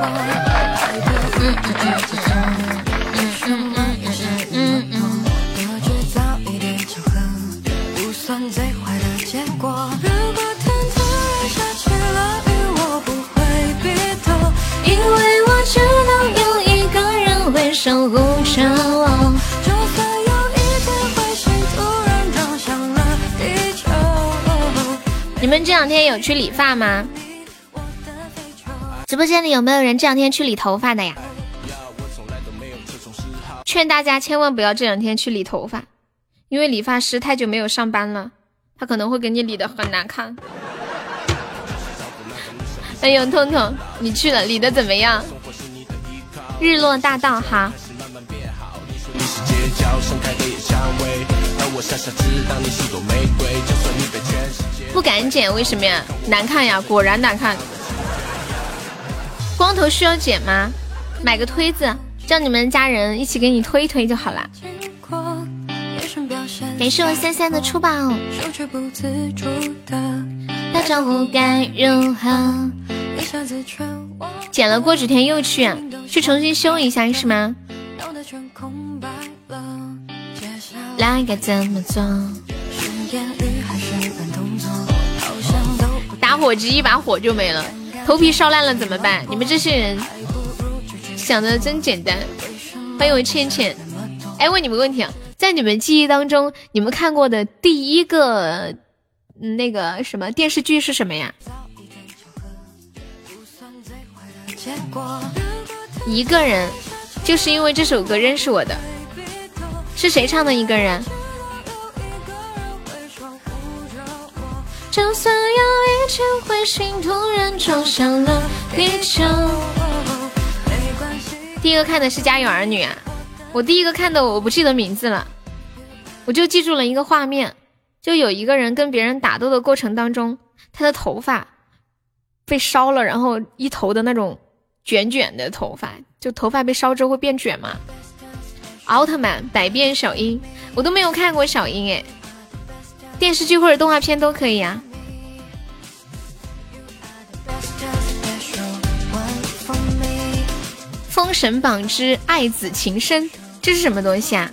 最坏的结果，如果天突然下起了雨，我不会避躲，因为我知道有一个人会守护着我，就算有一天彗星突然撞向了地球。 你们这两天有去理发吗？直播间里有没有人这两天去理头发的呀？劝大家千万不要这两天去理头发，因为理发师太久没有上班了，他可能会给你理得很难看。哎呦，痛痛，你去了，理得怎么样？日落大道哈。不敢剪，为什么呀？难看呀，果然难看。光头需要剪吗？买个推子，叫你们家人一起给你推一推就好了。感谢我33的出宝，打招呼该如何？剪了过几天又去重新修一下是吗？来该怎么做？打火机一把火就没了，头皮烧烂了怎么办？你们这些人想的真简单。欢迎我倩倩。哎，问你们个问题啊，在你们记忆当中，你们看过的第一个那个什么电视剧是什么呀？一个人，就是因为这首歌认识我的。是谁唱的一个人？就算有一天彗星突然撞向了地球。 第一个看的是《家有儿女》啊，我第一个看的我不记得名字了，我就记住了一个画面，就有一个人跟别人打斗的过程当中，他的头发被烧了，然后一头的那种卷卷的头发，就头发被烧之后会变卷嘛。奥特曼百变小樱，我都没有看过小樱诶，电视剧或者动画片都可以啊。封神榜之爱子情深，这是什么东西啊？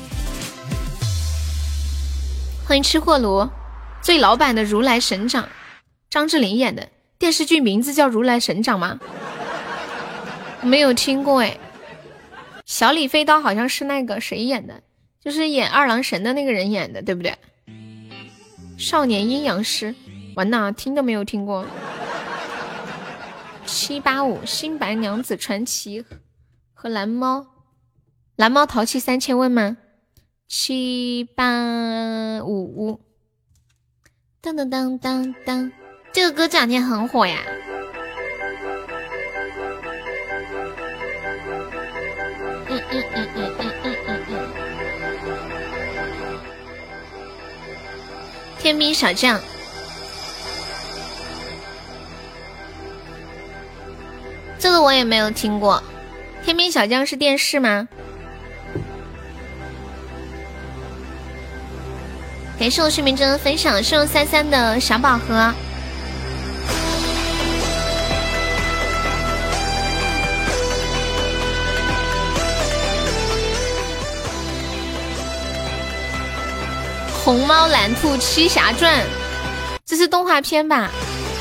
欢迎吃货炉。最老版的如来神掌，张智霖演的电视剧名字叫如来神掌吗？没有听过诶。小李飞刀好像是那个谁演的，就是演二郎神的那个人演的，对不对？少年阴阳师，完了，听都没有听过。785新白娘子传奇和蓝猫淘气3000问吗？785当当当当当，这个歌这两天很火呀。天兵小将，这个我也没有听过。天兵小将是电视吗？感谢我徐明真的分享，是用33的小宝盒。红猫蓝兔七侠传，这是动画片吧？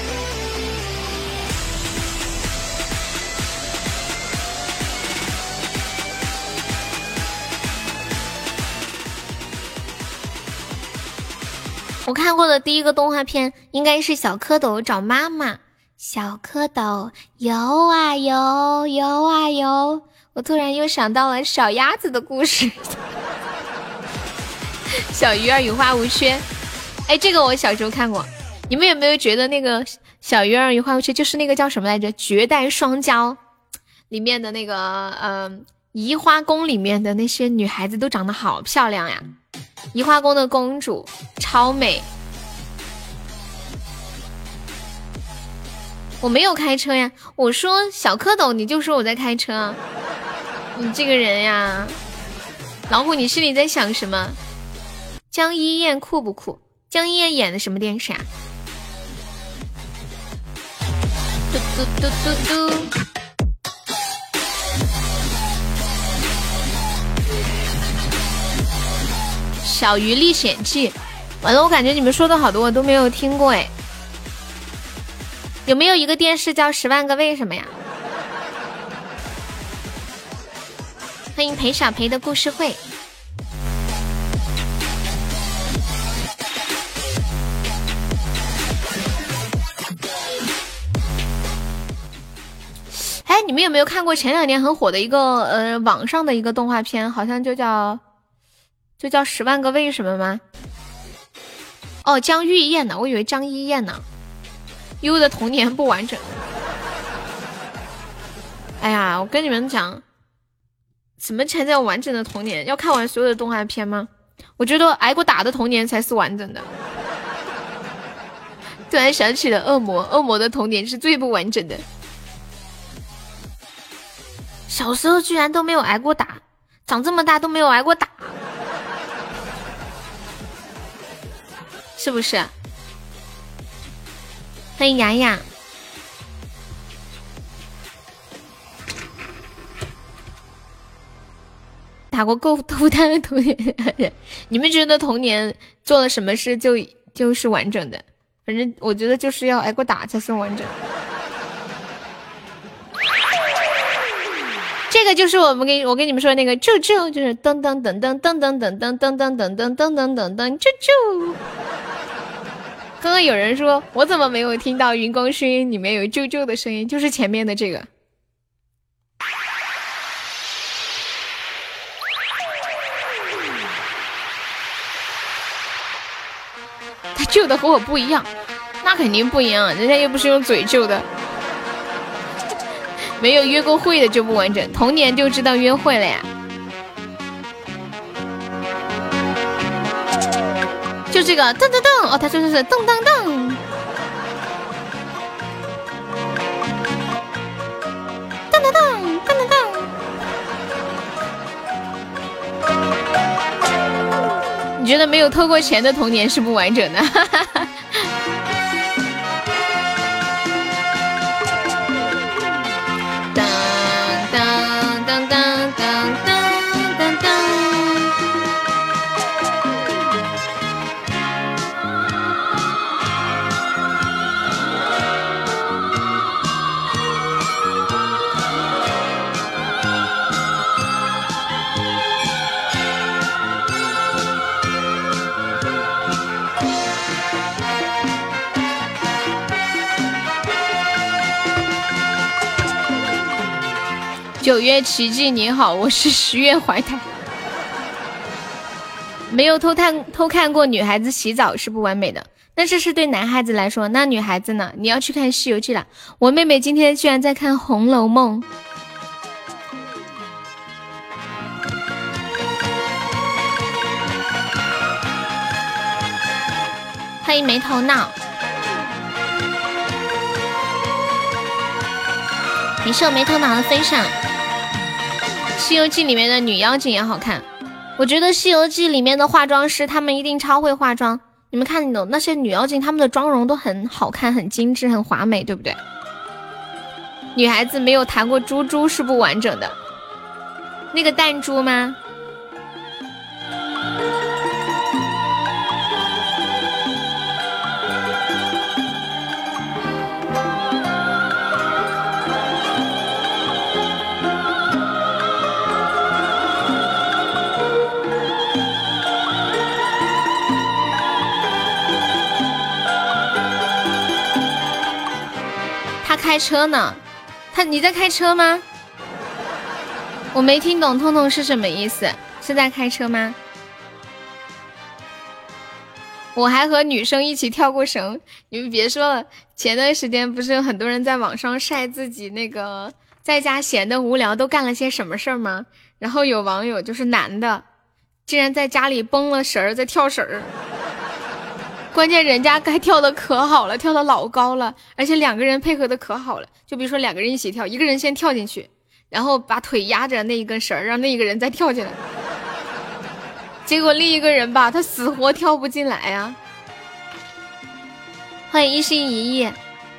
我看过的第一个动画片应该是小蝌蚪找妈妈。小蝌蚪游啊游，游啊游，我突然又想到了小鸭子的故事。小鱼儿有花无缺，哎，这个我小时候看过。你们有没有觉得那个小鱼儿有花无缺就是那个叫什么来着？绝代双骄里面的那个移花宫里面的那些女孩子都长得好漂亮呀。移花宫的公主超美。我没有开车呀，我说小蝌蚪你就说我在开车。你这个人呀，老虎你心里在想什么？江一燕酷不酷？江一燕演的什么电视啊？嘟嘟嘟嘟嘟。小鱼历险记，完了，我感觉你们说的好多我都没有听过哎。有没有一个电视叫10万个为什么呀？欢迎裴小培的故事会。哎，你们有没有看过前2年很火的一个网上的一个动画片，好像就叫10万个为什么吗？哦，江玉燕呢，我以为张一燕呢。优的童年不完整。哎呀，我跟你们讲，怎么才叫完整的童年？要看完所有的动画片吗？我觉得挨过打的童年才是完整的。突然想起了恶魔，恶魔的童年是最不完整的。小时候居然都没有挨过打，长这么大都没有挨过打，是不是？欢迎雅雅。打过豆腐摊的童年，你们觉得童年做了什么事就是完整的？反正我觉得就是要挨过打才算完整。这个就是我跟你们说的那个啾啾，就是噔噔噔噔噔噔噔噔噔噔噔噔噔噔噔噔啾啾。刚刚有人说我怎么没有听到云光声音里面有啾啾的声音，就是前面的这个。他救的和我不一样，那肯定不一样，人家又不是用嘴救的。 没有约过会的就不完整，童年就知道约会了呀。就这个噔噔噔，哦，他说的是噔噔噔，噔噔噔，噔噔噔。你觉得没有偷过钱的童年是不完整的？9月奇迹你好，我是10月怀胎。没有偷看过女孩子洗澡是不完美的，那这是对男孩子来说，那女孩子呢？你要去看《西游记》了。我妹妹今天居然在看《红楼梦》。欢迎没头脑。你是有没头脑的分享。西游记里面的女妖精也好看，我觉得西游记里面的化妆师他们一定超会化妆，你们看懂那些女妖精她们的妆容都很好看，很精致，很华美，对不对？女孩子没有弹过珠珠是不完整的。那个弹珠吗？开车呢？你在开车吗？我没听懂痛痛是什么意思，是在开车吗？我还和女生一起跳过绳，你们别说了，前段时间不是有很多人在网上晒自己那个在家闲的无聊都干了些什么事儿吗？然后有网友就是男的，竟然在家里绷了绳儿在跳绳儿。关键人家该跳的可好了，跳的老高了，而且两个人配合的可好了。就比如说两个人一起跳，一个人先跳进去，然后把腿压着那一根绳，让那一个人再跳进来。结果另一个人吧，他死活跳不进来呀。欢迎一心一意。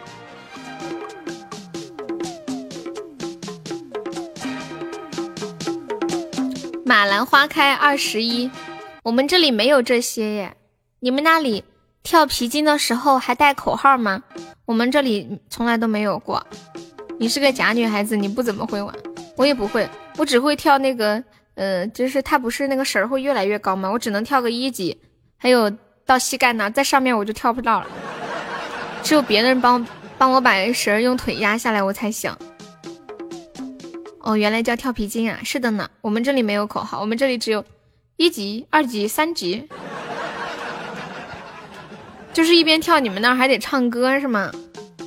马兰花开21，我们这里没有这些耶，你们那里？跳皮筋的时候还带口号吗？我们这里从来都没有过。你是个假女孩子，你不怎么会玩。我也不会，我只会跳那个就是它不是那个绳会越来越高吗？我只能跳个1级，还有到膝盖那，在上面我就跳不到了。只有别人帮我把绳用腿压下来我才行。哦，原来叫跳皮筋啊。是的呢，我们这里没有口号，我们这里只有1级、2级、3级。就是一边跳，你们那儿还得唱歌是吗？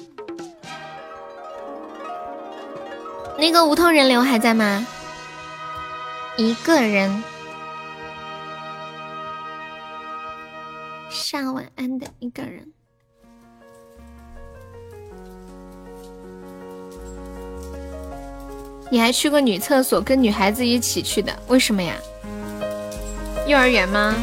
那个无痛人流还在吗？一个人。下晚安的一个人。你还去过女厕所，跟女孩子一起去的，为什么呀？幼儿园吗？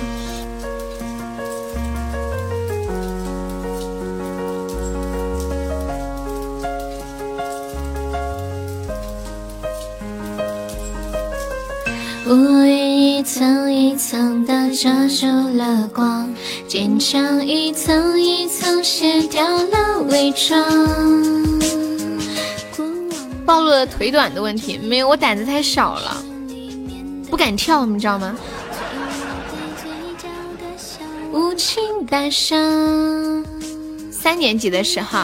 乌云一层一层的遮住了光，坚强一层一层卸掉了伪装。暴露了腿短的问题，没有，我胆子太小了，不敢跳，你知道吗？无情带伤。3年级的时候。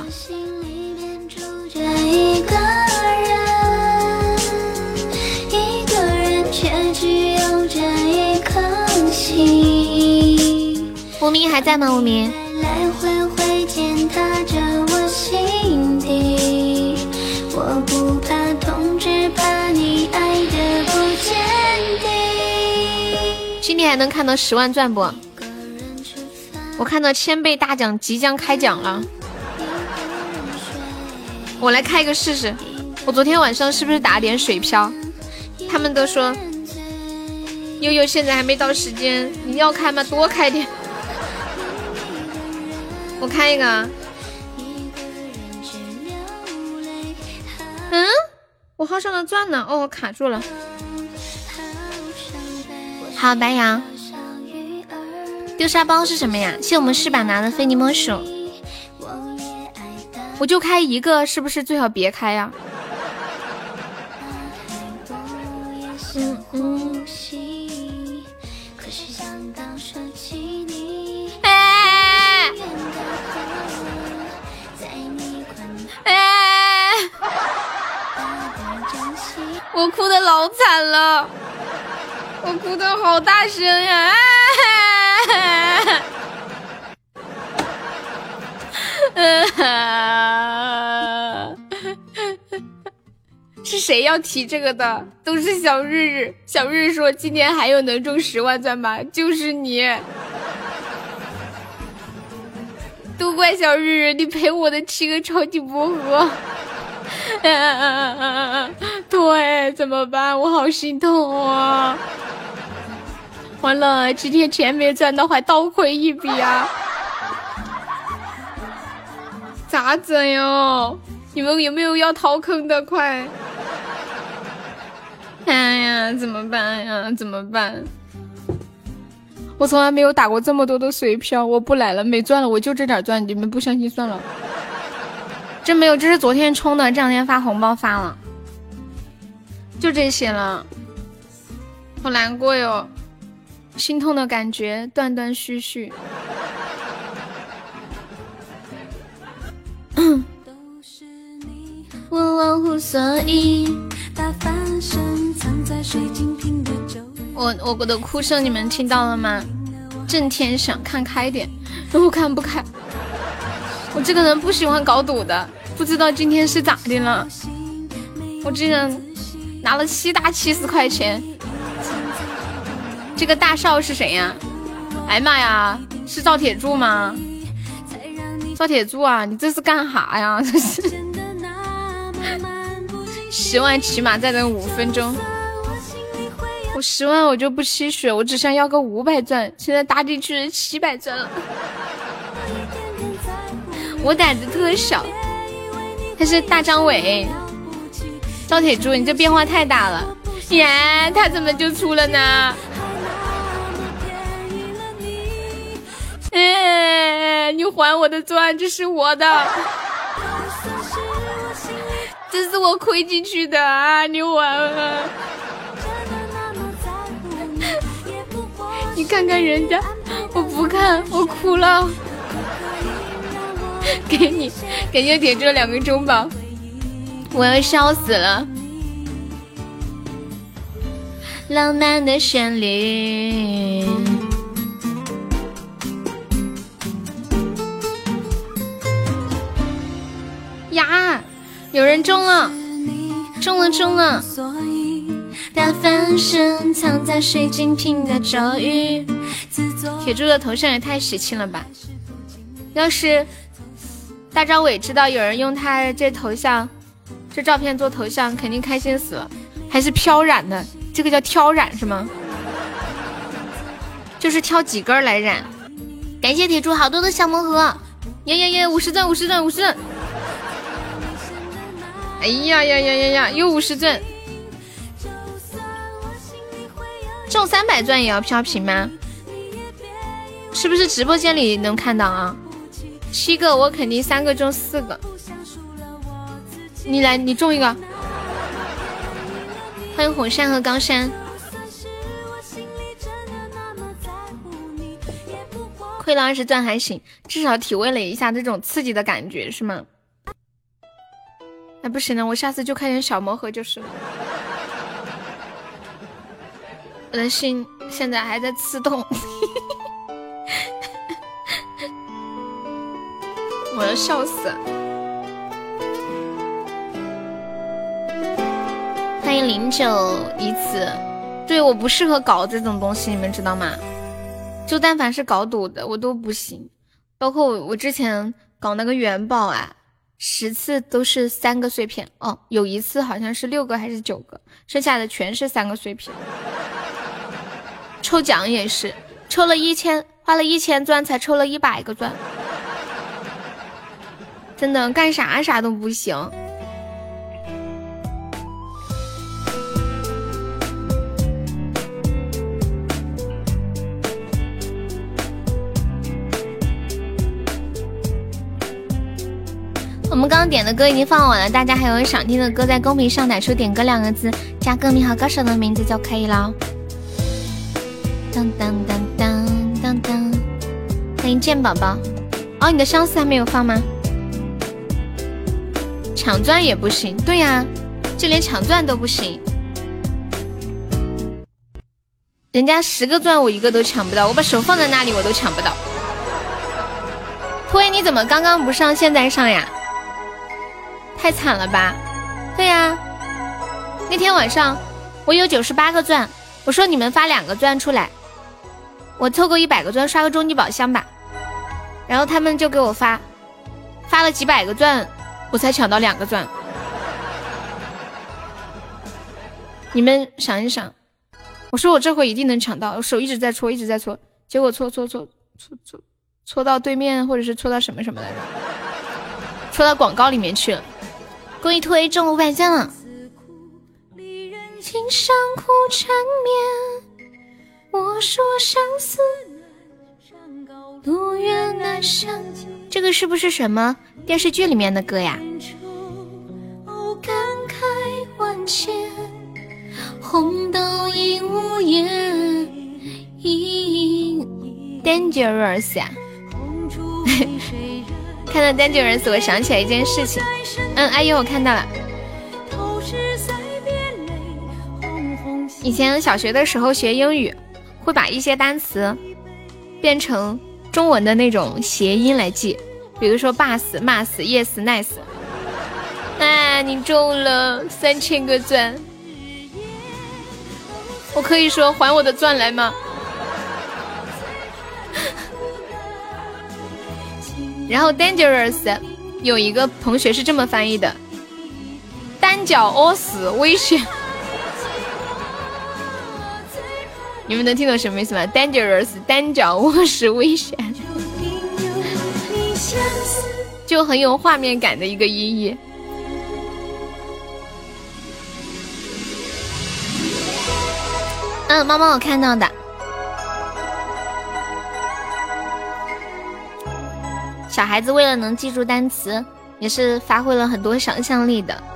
无名还在吗？无名。来回回践踏着我心底，我不怕只怕你爱的不坚定。 今天还能看到10万钻不？我看到1000倍大奖即将开奖了，我来开一个试试。我昨天晚上是不是打点水漂？他们都说悠悠现在还没到时间，你要开吗？多开点。我开一个啊。我号上的钻呢？哦，卡住了。好，白羊。丢沙包是什么呀？谢我们翅膀拿的非你莫属。我就开一个，是不是最好别开呀？我哭的老惨了，我哭的好大声呀！是谁要提这个的？都是小日日。小日日说今天还有能中10万钻吗？就是你，都怪小日日，你陪我的7个超级薄荷。对，怎么办？我好心痛啊！完了，今天钱没赚到，还倒亏一笔啊！咋整哟？你们有没有要掏坑的？快！哎呀，怎么办呀？怎么办？我从来没有打过这么多的水漂，我不来了，没赚了，我就这点赚，你们不相信算了。真没有，这是昨天充的，这两天发红包发了，就这些了，好难过哟，心痛的感觉断断续续。我忘乎所以，我的哭声你们听到了吗？震天响，看开点，我看不开。我这个人不喜欢搞赌的，不知道今天是咋的了，我竟然拿了7大70块钱。这个大少是谁呀？哎妈呀，是赵铁柱吗？赵铁柱啊，你这是干哈呀？这是10万起码再等5分钟。我10万我就不期许，我只想要个500钻，现在打进去700钻了。我胆子特小，他是大张伟，赵铁柱，你这变化太大了耶！他怎么就出了呢？你还我的钻，这是我的，这是我亏进去的啊！你还啊！你看看人家，我不看，我哭了。给你，感谢铁柱2个中宝，我要笑死了。浪漫的旋律，呀，有人中了，中了中了！大翻身藏在水晶瓶的咒语。铁柱的头像也太喜庆了吧！要是大张伟知道有人用他这头像这照片做头像，肯定开心死了。还是飘染的，这个叫挑染是吗？就是挑几根来染。感谢铁柱好多的小魔盒，耶，50钻50钻50钻！哎呀，又50钻，中300钻也要飘屏吗？是不是直播间里能看到啊？7个我肯定3个中4个，你来，你中一个。欢迎火山和高山。亏了20钻还行，至少体味了一下这种刺激的感觉是吗？哎，不行了，我下次就开点小魔盒就是了。我的心现在还在刺痛。我要笑死。 欢迎09一次。对，我不适合搞这种东西，你们知道吗？就但凡是搞赌的我都不行，包括我之前搞那个元宝啊，10次都是3个碎片哦，有一次好像是6个还是9个，剩下的全是3个碎片。抽奖也是抽了1000，花了1000钻才抽了100个钻，真的干啥都不行。我们刚刚点的歌已经放完了，大家还有想听的歌，在公屏上打出点歌2个字，加歌名和歌手的名字就可以了。当当当当当当，欢迎剑宝宝。哦，你的相思还没有放吗？抢钻也不行，对呀，就连抢钻都不行。人家10个钻我1个都抢不到，我把手放在那里我都抢不到。突然你怎么刚刚不上现在上呀？太惨了吧。对呀，那天晚上我有98个钻，我说你们发2个钻出来，我凑够100个钻刷个终极宝箱吧，然后他们就给我发了几百个钻，我才抢到2个钻。你们想一想，我说我这回一定能抢到，我手一直在搓一直在搓，结果搓到对面，或者是搓到什么什么来着，搓到广告里面去了。公益推中500赞了。情伤苦缠绵，我说相思路远难相见。这个是不是什么电视剧里面的歌呀？感慨万千，红豆应无言 Dangerous 呀。看到 Dangerous 我想起来一件事情。阿姨我看到了，以前小学的时候学英语会把一些单词变成中文的那种谐音来记，比如说骂死骂死 yes nice。 你中了3000个钻，我可以说还我的钻来吗？然后 Dangerous 有一个同学是这么翻译的，单脚屙死危险。你们能听懂什么意思吗？ Dangerous 单脚屙死危险，就很有画面感的一个音译。猫猫我看到的。小孩子为了能记住单词，也是发挥了很多想象力的。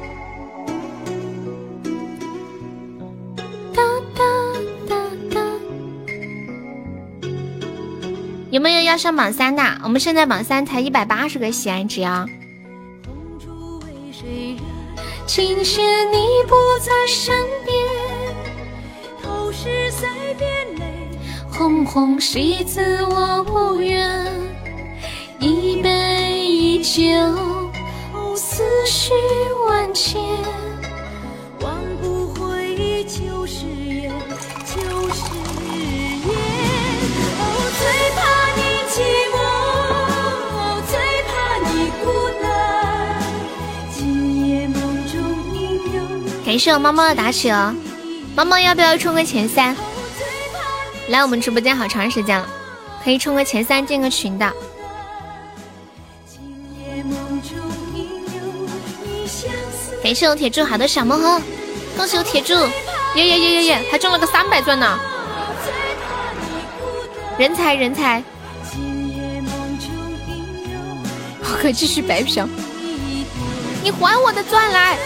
有没有要上榜3的？我们现在榜3才180个喜爱值啊！今天你不在身边，头是在变泪，红红喜字我无缘，一杯一酒，思绪万千，忘不回旧誓言，旧誓言。最怕你寂寞，最怕你孤单，今夜梦中应有。感谢我猫猫的打起哦，猫猫要不要冲个前3？来我们直播间好长时间了，可以冲个前3进个群的。感谢我铁柱好的小魔盒，恭喜我铁柱，耶，还中了个300钻呢，人才人才，我可以继续白嫖，你还我的钻来。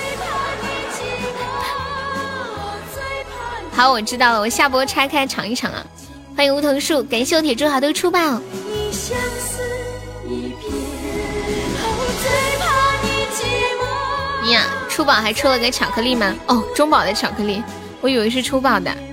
好，我知道了，我下播拆开尝一尝啊。欢迎梧桐树，感谢我铁柱好的出宝。呀，出宝还出了个巧克力吗？哦，中宝的巧克力，我以为是出宝的。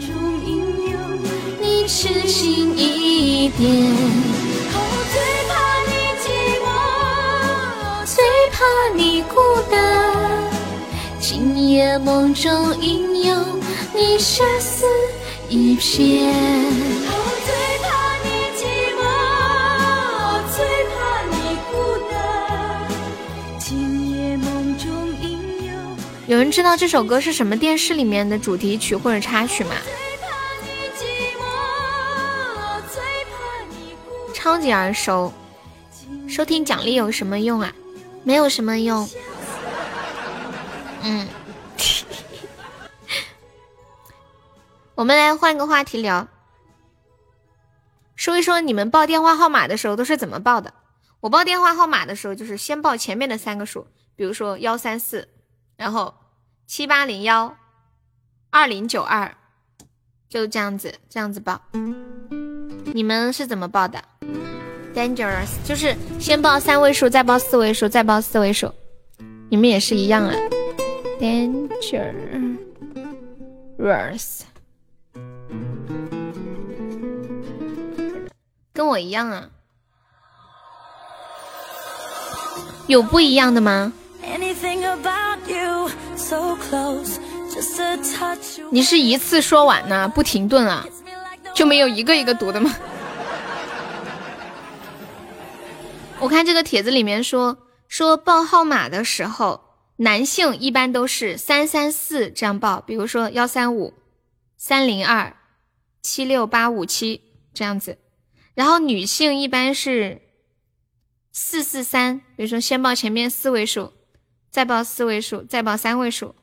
你痴心一点，最怕你寂寞，最怕你孤单，今夜夜梦中应有你相思一片。最怕你寂寞，最怕你孤单，今夜梦中应有。有人知道这首歌是什么电视里面的主题曲或者插曲吗？超级耳熟。收听奖励有什么用啊？没有什么用。我们来换个话题聊，说一说你们报电话号码的时候都是怎么报的。我报电话号码的时候就是先报前面的3个数，比如说134，然后7801 2092，就这样子报。你们是怎么报的？ Dangerous 就是先报3位数，再报4位数，再报4位数。你们也是一样啊。 Dangerous 跟我一样啊。有不一样的吗？你是一次说完呢，不停顿啊，就没有一个一个读的吗？我看这个帖子里面说报号码的时候，男性一般都是334这样报，比如说135 302 76857这样子，然后女性一般是443，比如说先报前面4位数，再报4位数，再报3位数。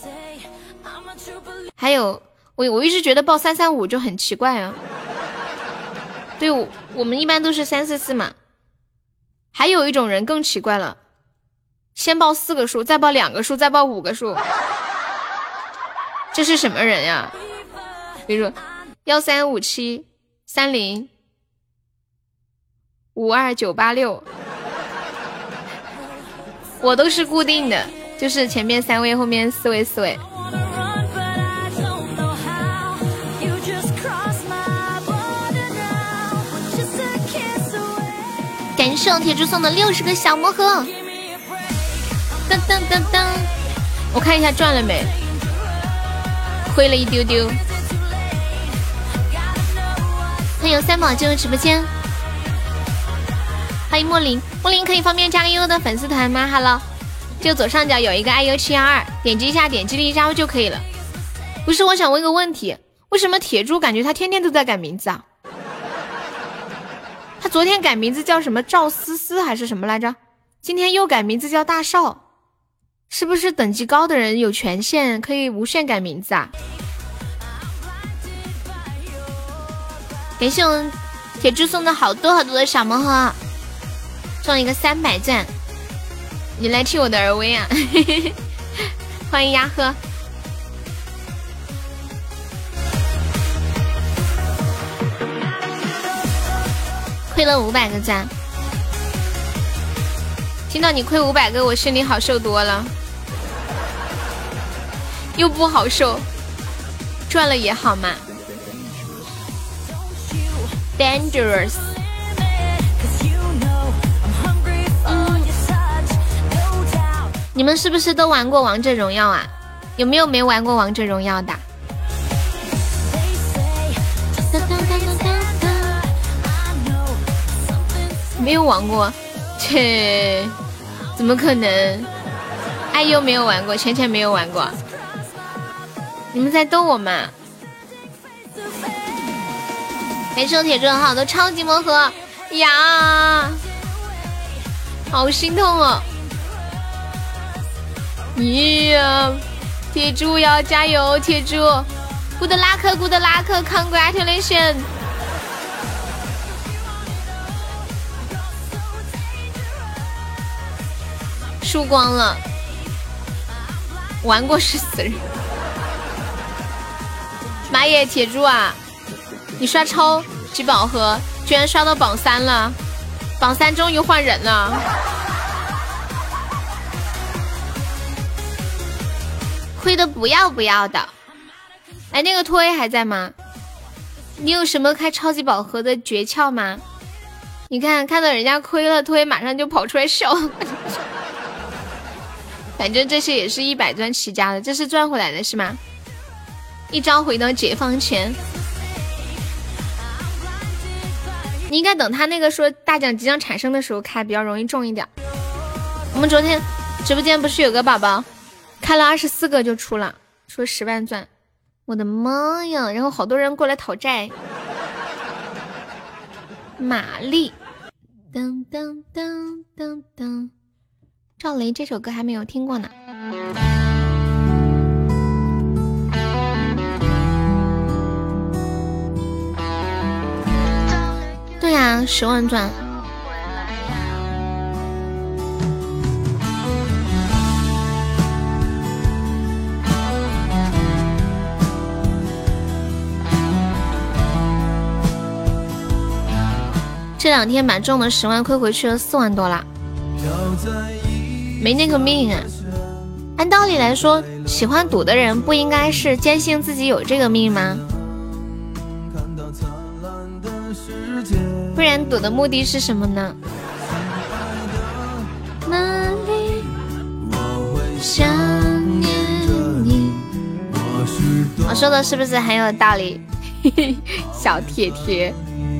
还有我一直觉得报335就很奇怪啊。对，我们一般都是344嘛。还有一种人更奇怪了，先报4个数，再报2个数，再报5个数，这是什么人呀？比如说13573052986，我都是固定的，就是前面3位，后面4位4位。感谢铁柱送的60个小魔盒，噔噔噔噔，我看一下赚了没，亏了一丢丢。欢迎三宝进入直播间，欢迎莫林，莫林可以方便加个悠悠的粉丝团吗 ？Hello， 就左上角有一个IU712，点击一下，点击立即加入就可以了。不是，我想问个问题，为什么铁柱感觉他天天都在改名字啊？他昨天改名字叫什么赵思思还是什么来着？今天又改名字叫大少，是不是等级高的人有权限可以无限改名字啊？感谢我铁柱送的好多好多的小魔盒，送一个300钻，你来替我的耳威啊！欢迎鸭喝。亏了500个赞，听到你亏500个，我心里好受多了，又不好受，赚了也好嘛。Dangerous，你们是不是都玩过王者荣耀啊？有没有没玩过王者荣耀的？没有玩过，切，怎么可能？爱优没有玩过，浅浅没有玩过，你们在逗我吗？感谢我铁柱的好多超级魔盒呀，好心痛哦！呀，铁柱要加油，铁柱 ，good luck，good luck，congratulations！输光了，玩过是死人。妈耶，铁柱啊，你刷超级宝盒居然刷到榜3了，榜3终于换人了。亏的不要不要的。哎，那个推还在吗？你有什么开超级宝盒的诀窍吗？你看到人家亏了推，马上就跑出来笑。 反正这些也是100钻起家的，这是赚回来的是吗？一朝回到解放前。你应该等他那个说大奖即将产生的时候开，比较容易中一点。我们昨天直播间不是有个宝宝开了24个就出了，说10万钻，我的妈呀！然后好多人过来讨债。玛丽，噔噔噔噔噔，赵雷这首歌还没有听过呢。对呀，10万钻。这2天把中的10万亏回去了4万多啦，没那个命啊！按道理来说，喜欢赌的人不应该是坚信自己有这个命吗？不然赌的目的是什么呢？哪里想念你？我说的是不是很有道理？小铁铁。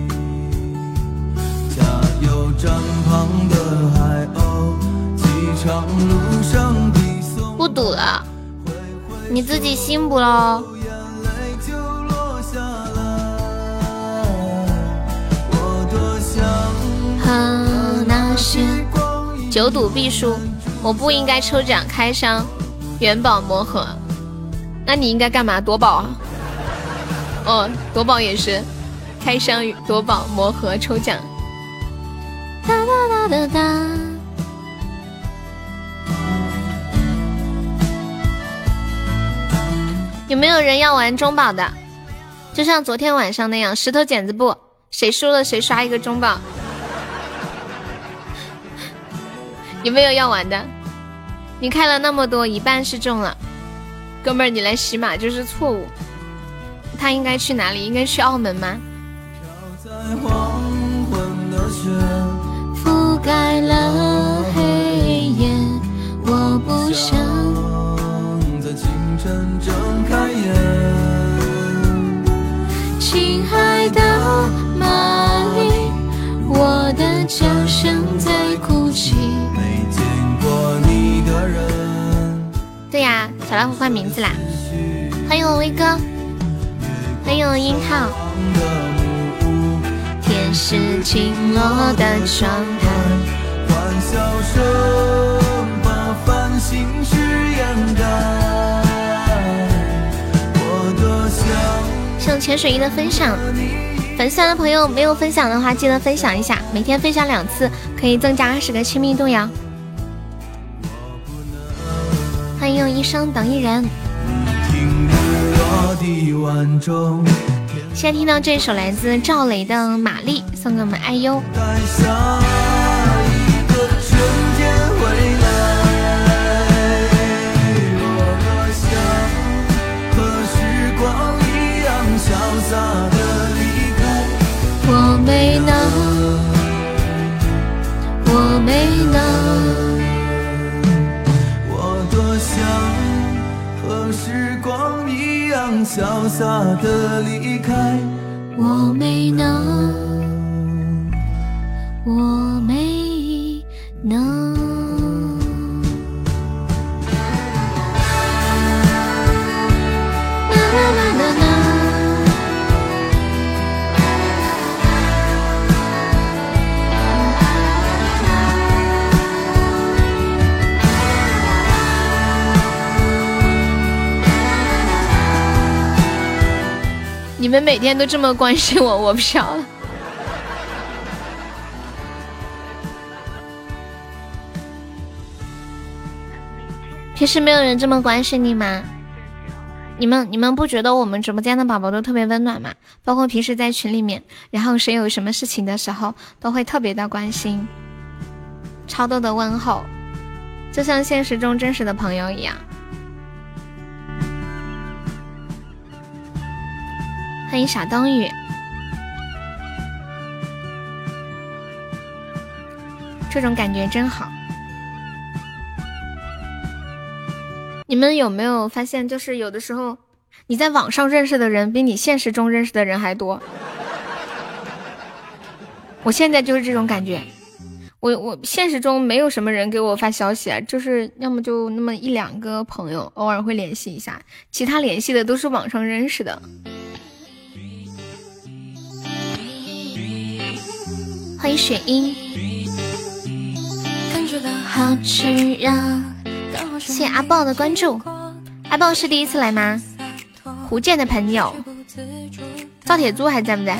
不赌了，你自己信不咯？和那些久赌必输，我不应该抽奖开箱元宝魔盒，那你应该干嘛？夺宝啊？哦，夺宝也是开箱夺宝魔盒抽奖。哒哒哒哒哒。有没有人要玩中宝的？就像昨天晚上那样，石头剪子布，谁输了谁刷一个中宝。有没有要玩的？你开了那么多，一半是中了，哥们儿，你来洗码就是错误。他应该去哪里？应该去澳门吗？覆盖了黑夜，我不想在清晨睁开眼。亲爱的玛丽，我的脚声在哭泣。没见过你的人。对呀，小老虎换名字啦！欢迎我威哥，欢迎我樱桃。天是晴落的窗台，欢笑声把繁星誓掩盖。我多想谢谢潜水衣的分享，粉丝团的朋友没有分享的话，记得分享一下，每天分享2次，可以增加20个亲密度呀。欢迎用一生等一人。现在听到这首来自赵雷的《玛丽》，送给我们爱优。我没能，我没能，我多想和时光一样潇洒的离开。我没能，我没能。你们每天都这么关心我，我飘了。平时没有人这么关心你吗？你们不觉得我们直播间的宝宝都特别温暖吗？包括平时在群里面，然后谁有什么事情的时候，都会特别的关心，超多的问候，就像现实中真实的朋友一样。欢迎小冬雨，这种感觉真好。 你们有没有发现，就是有的时候你在网上认识的人比你现实中认识的人还多？我现在就是这种感觉。我现实中没有什么人给我发消息啊，就是要么就那么一两个朋友偶尔会联系一下，其他联系的都是网上认识的。欢迎雪英，好吃呀！谢谢阿豹的关注。阿豹是第一次来吗？福建的朋友，赵铁柱还在不在？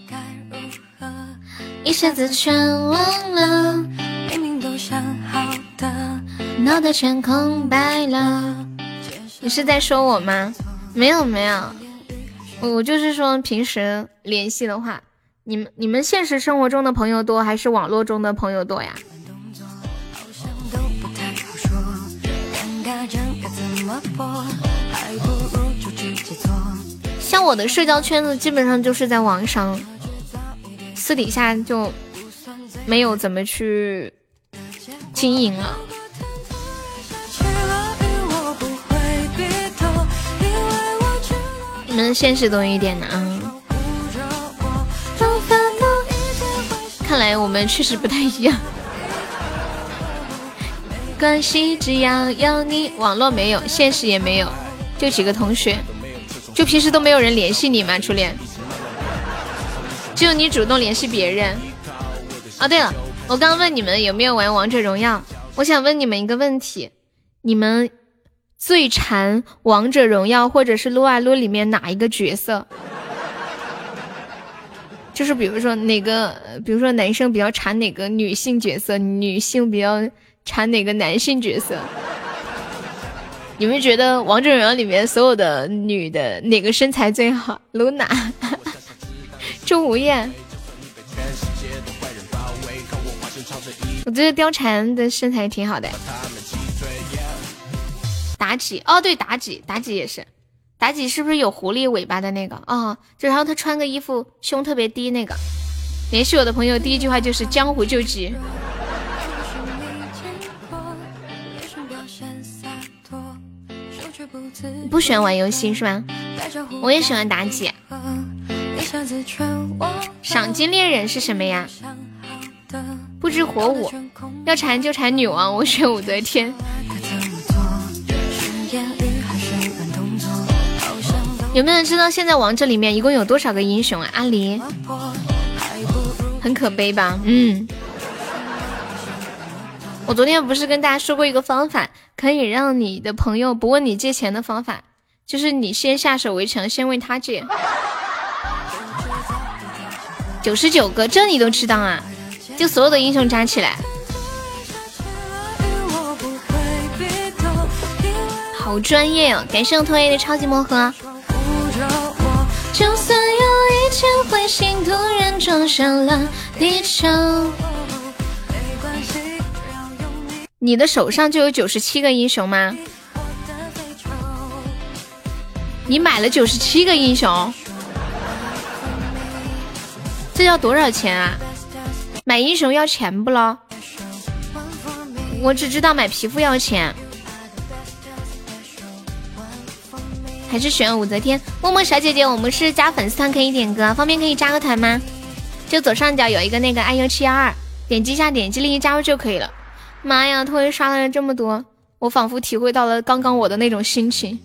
一下子全忘了，明明都想好的，脑袋全空白了。你是在说我吗？没有没有，我就是说平时联系的话，你们现实生活中的朋友多还是网络中的朋友多呀？像我的社交圈子基本上就是在网上，私底下就没有怎么去经营了。你们现实多一点呢啊！看来我们确实不太一样。关系只要有你，网络没有，现实也没有，就几个同学，就平时都没有人联系你吗？初恋，只有你主动联系别人。哦，对了，我刚刚问你们有没有玩王者荣耀，我想问你们一个问题，你们最馋王者荣耀或者是撸啊撸里面哪一个角色？就是比如说哪个，比如说男生比较馋哪个女性角色，女性比较馋哪个男性角色？你们觉得王者荣耀里面所有的女的哪个身材最好？露娜、钟无艳。我觉得貂蝉的身材挺好的。妲己，哦对，妲己也是。妲己是不是有狐狸尾巴的那个？哦，就然后她穿个衣服胸特别低那个。联系我的朋友第一句话就是江湖救急。你不喜欢玩游戏是吧？我也喜欢妲己。赏金猎人是什么呀？不知火舞，要馋就馋女王，我选武则天。有没有人知道现在王者里面一共有多少个英雄啊？阿离，很可悲吧？我昨天不是跟大家说过一个方法，可以让你的朋友不问你借钱的方法，就是你先下手为强，先问他借。99个，这你都知道啊？就所有的英雄加起来，好专业哦！感谢我托 A 的超级魔盒。就算有一天彗星突然撞上了地球，你的手上就有97个英雄吗？你买了97个英雄，这要多少钱啊？买英雄要钱不咯？我只知道买皮肤要钱。还是选武则天。默默小姐姐，我们是加粉丝团可以点歌，方便可以加个团吗？就左上角有一个那个IU712，点击一下，点击立即加入就可以了。妈呀，突然刷了这么多，我仿佛体会到了刚刚我的那种心情。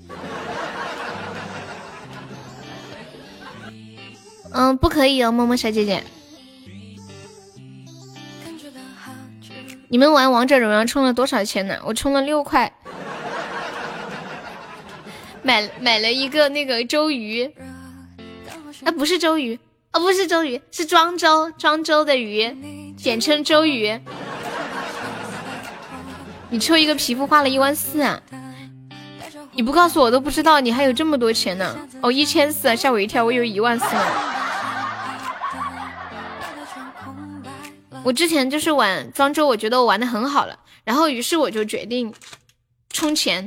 不可以哦，默默小姐姐。你们玩王者荣耀充了多少钱呢？我充了6块。买了一个那个周瑜，不是周瑜，不是周瑜，是庄周的鱼，简称周瑜。你抽一个皮肤花了14000啊！你不告诉我都不知道你还有这么多钱呢。1400啊，吓我一跳，我以为14000呢。我之前就是玩庄周，我觉得我玩的很好了，然后于是我就决定充钱。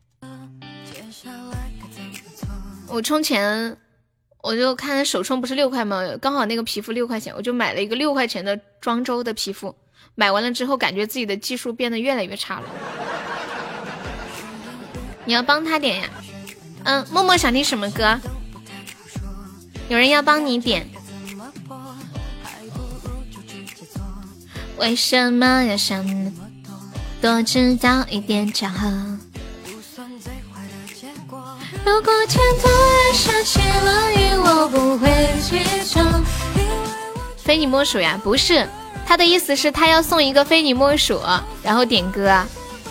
我充钱，我就看首充不是6块吗？刚好那个皮肤6块钱，我就买了一个6块钱的庄周的皮肤。买完了之后，感觉自己的技术变得越来越差了。 你要帮他点呀。默默想听什么歌？有人要帮你点。为什么要想多知道一点巧合？如果天突然下起了雨，我不会记住。非你莫属呀？不是，他的意思是他要送一个非你莫属，然后点歌。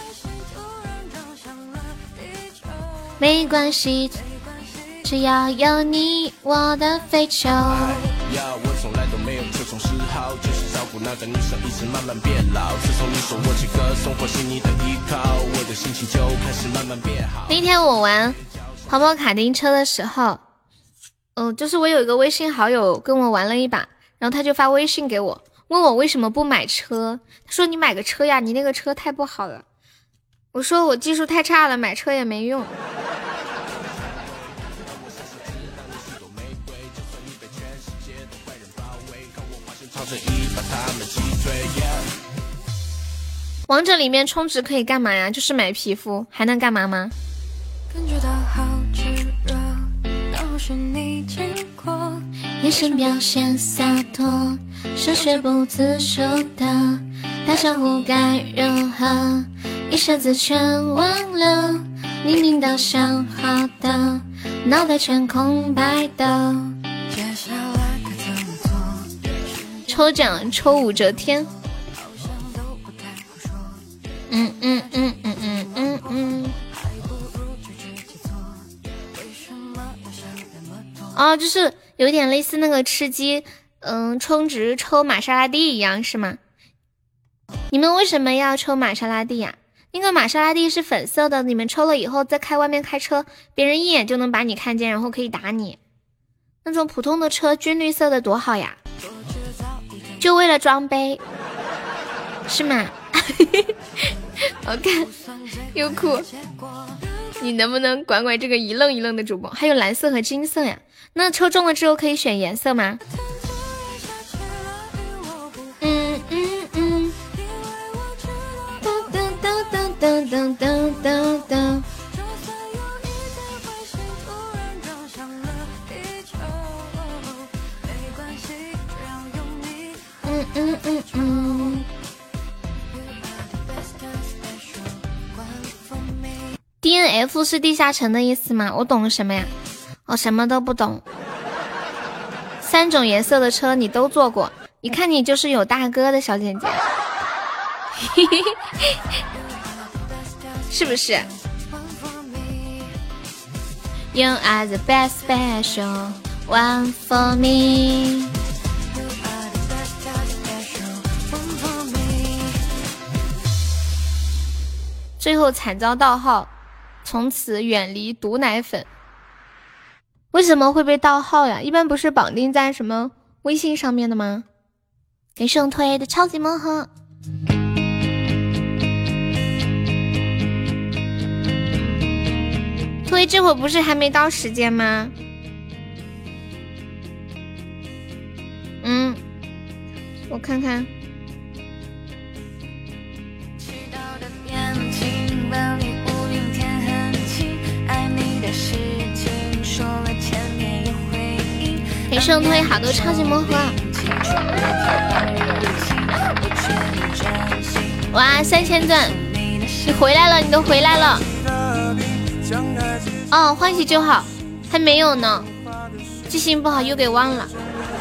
没关系，只要有你，我的非球。我从来都没有这种嗜好，就是照顾那个女生一直慢慢变老。自从你手握起歌，生活是你的依靠，我的心情就开始慢慢变好。那天我玩跑跑卡丁车的时候，就是我有一个微信好友跟我玩了一把，然后他就发微信给我，问我为什么不买车。他说你买个车呀，你那个车太不好了。我说我技术太差了，买车也没用。王者里面充值可以干嘛呀？就是买皮肤，还能干嘛吗？眼神表现洒脱，是学不自述的，大家互该如何？一下子全忘了，明明都想好的，脑袋全空白的。抽奖抽5折天。就是有点类似那个吃鸡，充值抽玛莎拉蒂一样是吗？你们为什么要抽玛莎拉蒂呀？那个玛莎拉蒂是粉色的，你们抽了以后在外面开车，别人一眼就能把你看见，然后可以打你。那种普通的车军绿色的多好呀，就为了装杯是吗？好看又酷。你能不能管管这个一愣一愣的主播？还有蓝色和金色呀，那抽中了之后可以选颜色吗？DNF 是地下城的意思吗？我懂什么呀？我什么都不懂。3种颜色的车你都坐过，一看你就是有大哥的小姐姐。是不是？ You are the best special one for me。 最后惨遭盗号，从此远离毒奶粉。为什么会被盗号呀？一般不是绑定在什么微信上面的吗？给圣推的超级魔盒。推这会儿不是还没到时间吗？我看看。给圣推好多超级魔盒。哇，3000钻！你回来了，你都回来了。哦，欢喜就好，还没有呢，记性不好又给忘了。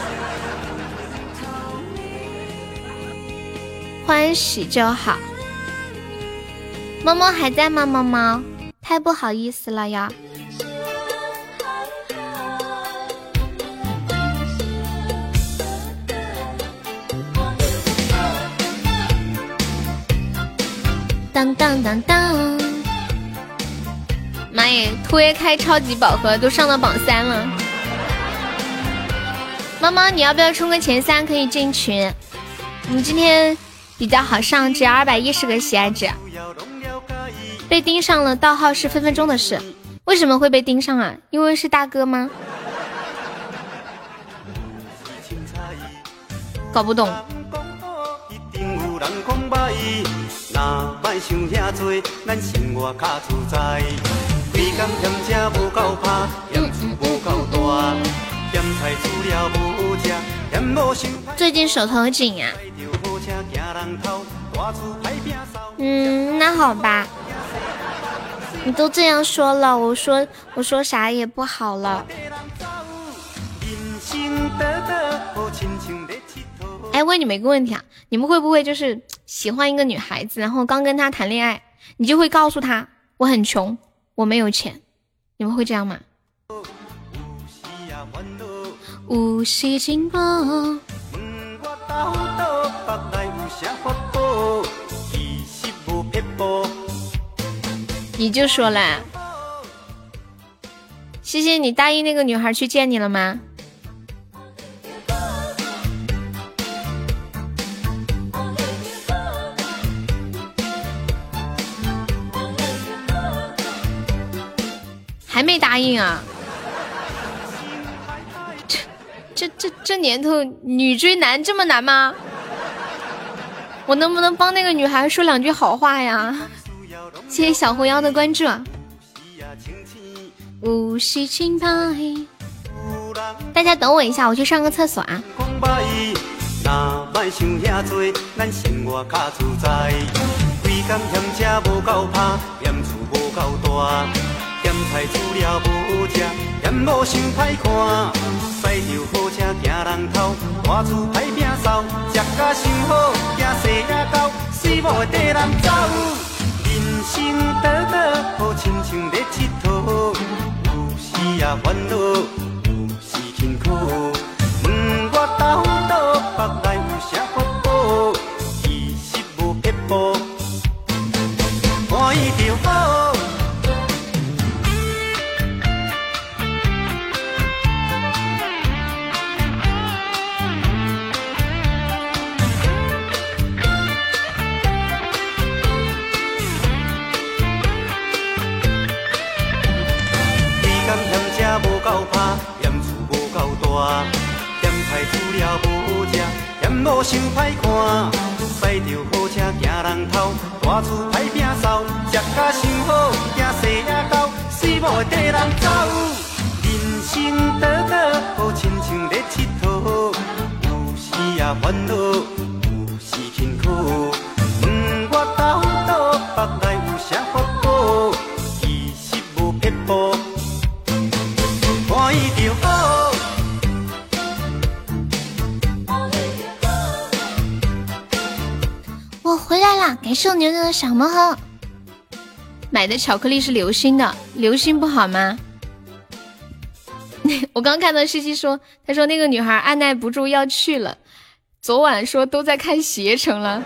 欢喜就好。猫猫还在吗？猫猫，太不好意思了呀。当当当当！妈耶，推开超级宝盒都上到榜3了。猫猫，你要不要冲个前3可以进群？你今天比较好上，只要210个喜爱值。被盯上了盗号是分分钟的事。为什么会被盯上啊？因为是大哥吗？搞不懂。若莫想遐多，咱生活较自在。 最近手头紧呀。那好吧，你都这样说了，我说啥也不好了。哎，问你们一个问题啊，你们会不会就是喜欢一个女孩子，然后刚跟她谈恋爱，你就会告诉她我很穷，我没有钱，你们会这样吗？无锡金波，你就说了，西西，你答应那个女孩去见你了吗？还没答应啊？这年头女追男这么难吗？我能不能帮那个女孩说两句好话呀？谢谢小狐妖的关注。无锡金牌，大家等我一下，我去上个厕所啊。咸菜煮了无食，咸某伤歹看。驶着好车行人头，大厝歹摒扫，食甲伤好，惊细也狗，水某会缀人走。人生短短，好亲像咧佚佗，有时也烦恼，有时辛苦。问我斗倒，腹内有啥福报？其实无撇步，欢喜就好。无够拍，盐厝无够大，咸菜煮了无食，咸某伤歹看。驶着好车行人头，大厝歹摒扫，食甲伤好，惊细也狗，水某会缀人走。人生短短，好亲像咧佚佗，有时也烦恼，有时辛苦。问我斗倒，腹内有啥福报？其实无撇步。我回来啦！感谢我牛牛的小魔盒。买的巧克力是流心的，流心不好吗？我刚看到西西说，他说那个女孩按耐不住要去了，昨晚说都在看携程了。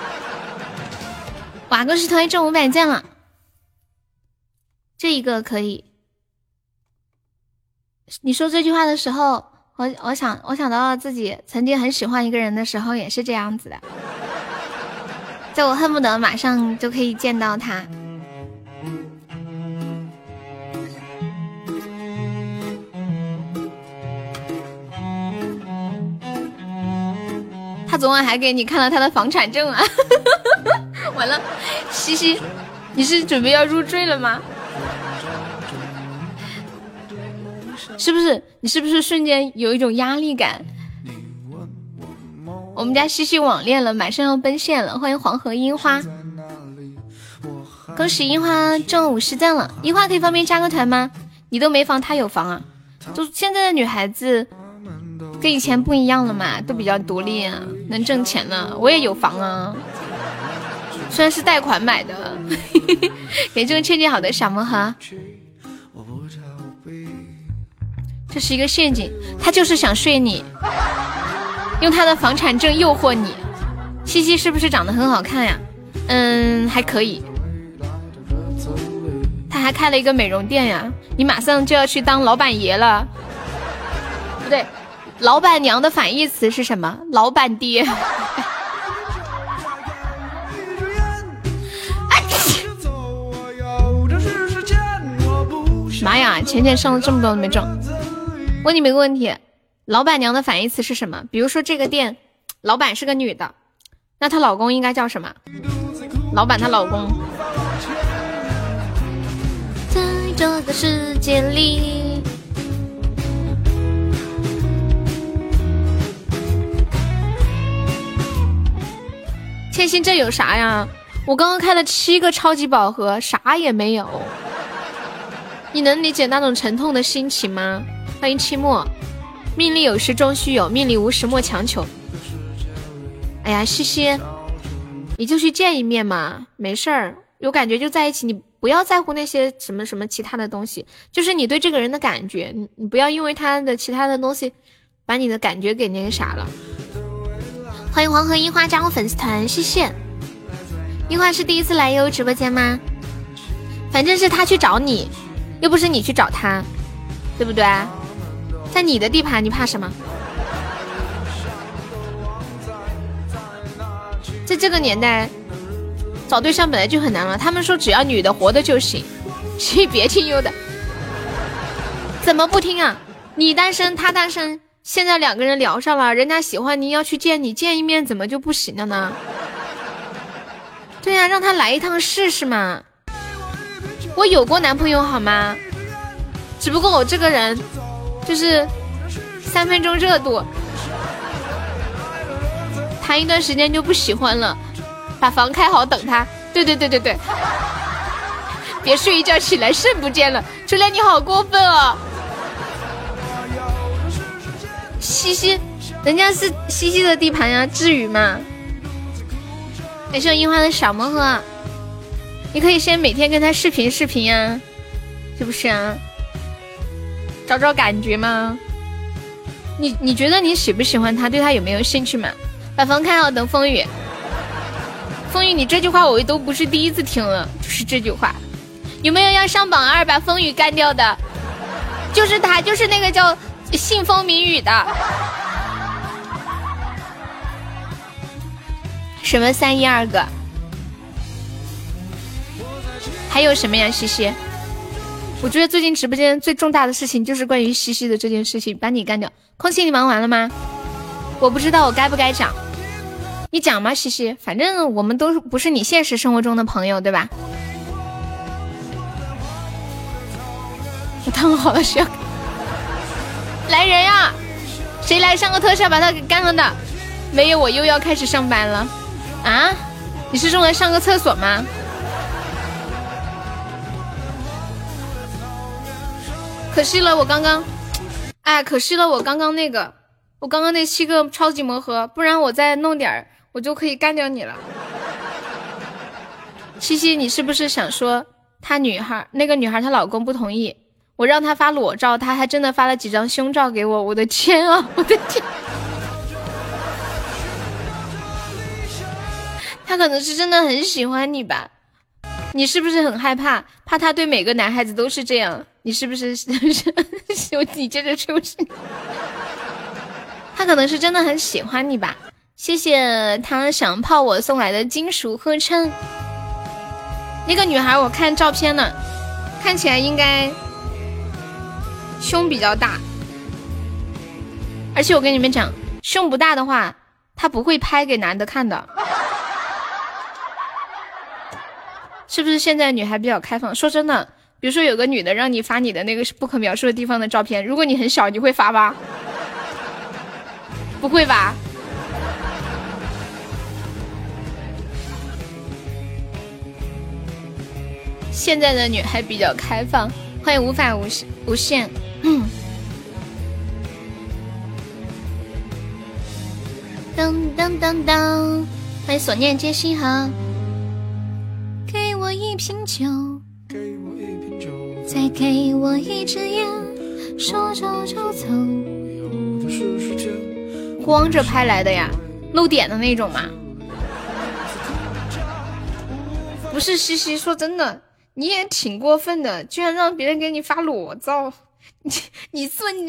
瓦哥是团中500赞了，这一个可以。你说这句话的时候，我想到了自己曾经很喜欢一个人的时候，也是这样子的，就我恨不得马上就可以见到他。他昨晚还给你看了他的房产证啊！完了，西西，你是准备要入赘了吗？是不是你是不是瞬间有一种压力感？我们家西西网恋了，马上要奔现了，欢迎黄河樱花，恭喜樱花中50赞了。樱花可以方便加个团吗？你都没房，他有房啊。就现在的女孩子跟以前不一样了嘛，都比较独立啊，能挣钱了。我也有房啊，虽然是贷款买的。给这个倩倩好的小魔盒，这是一个陷阱，他就是想睡你，用他的房产证诱惑你。西西是不是长得很好看呀？还可以。他还开了一个美容店呀，你马上就要去当老板爷了。不对，老板娘的反义词是什么？老板爹。妈呀，浅浅上了这么多都没中。问你们一个问题，老板娘的反义词是什么？比如说这个店老板是个女的，那她老公应该叫什么？老板她老公。再这个世界里。千心，这有啥呀？我刚刚开了7个超级宝盒，啥也没有。你能理解那种沉痛的心情吗？欢迎期末，命里有时终须有，命里无时莫强求。哎呀，西西，你就去见一面嘛，没事儿，有感觉就在一起，你不要在乎那些什么什么其他的东西，就是你对这个人的感觉，你不要因为他的其他的东西把你的感觉给那个啥了。欢迎黄河樱花加入粉丝团，谢谢。樱花是第一次来悠悠直播间吗？反正是他去找你，又不是你去找他，对不对？在你的地盘你怕什么？在这个年代找对象本来就很难了，他们说只要女的活的就行，所以别听优的。怎么不听啊？你单身他单身，现在2个人聊上了，人家喜欢你要去见你，见一面怎么就不行了呢？对呀，让他来一趟试试嘛。我有过男朋友好吗？只不过我这个人就是3分钟热度，谈一段时间就不喜欢了，把房开好等他。对，别睡一觉起来肾不见了，初恋你好过分哦。西西，人家是西西的地盘呀，至于吗？感谢樱花的小魔盒，你可以先每天跟他视频呀，是不是啊？找找感觉吗？你觉得你喜不喜欢他，对他有没有兴趣嘛？把房开好等风雨。风雨，你这句话我都不是第一次听了，就是这句话。有没有要上榜2把风雨干掉的？就是他，就是那个叫信风明雨的。什么312个？还有什么呀，西西？我觉得最近直播间最重大的事情就是关于西西的这件事情，把你干掉。空气，你忙完了吗？我不知道我该不该讲，你讲吗，西西？反正我们都不是你现实生活中的朋友，对吧？我烫好了，需要来人呀！谁来上个特效把他给干了的？没有，我又要开始上班了。啊？你是用来上个厕所吗？可惜了，我刚刚，哎，可惜了，我刚刚那7个超级魔盒，不然我再弄点儿，我就可以干掉你了。西西，你是不是想说那个女孩她老公不同意，我让她发裸照，她还真的发了几张胸照给我？我的天啊，我的天！他可能是真的很喜欢你吧？你是不是很害怕他对每个男孩子都是这样？你是不是你接着吹不是？他可能是真的很喜欢你吧？谢谢他想泡我送来的金属合成。那个女孩我看照片了，看起来应该胸比较大，而且我跟你们讲，胸不大的话她不会拍给男的看的。是不是现在女孩比较开放？说真的，比如说有个女的让你发你的那个不可描述的地方的照片，如果你很小，你会发吗？不会吧？现在的女孩比较开放，欢迎无法无限。噔噔噔噔，欢迎所念皆星河。给我一瓶酒，再给我一支烟，说走就走。光着拍来的呀，露点的那种吗？不是西西，说真的，你也挺过分的，居然让别人给你发裸照，你瞬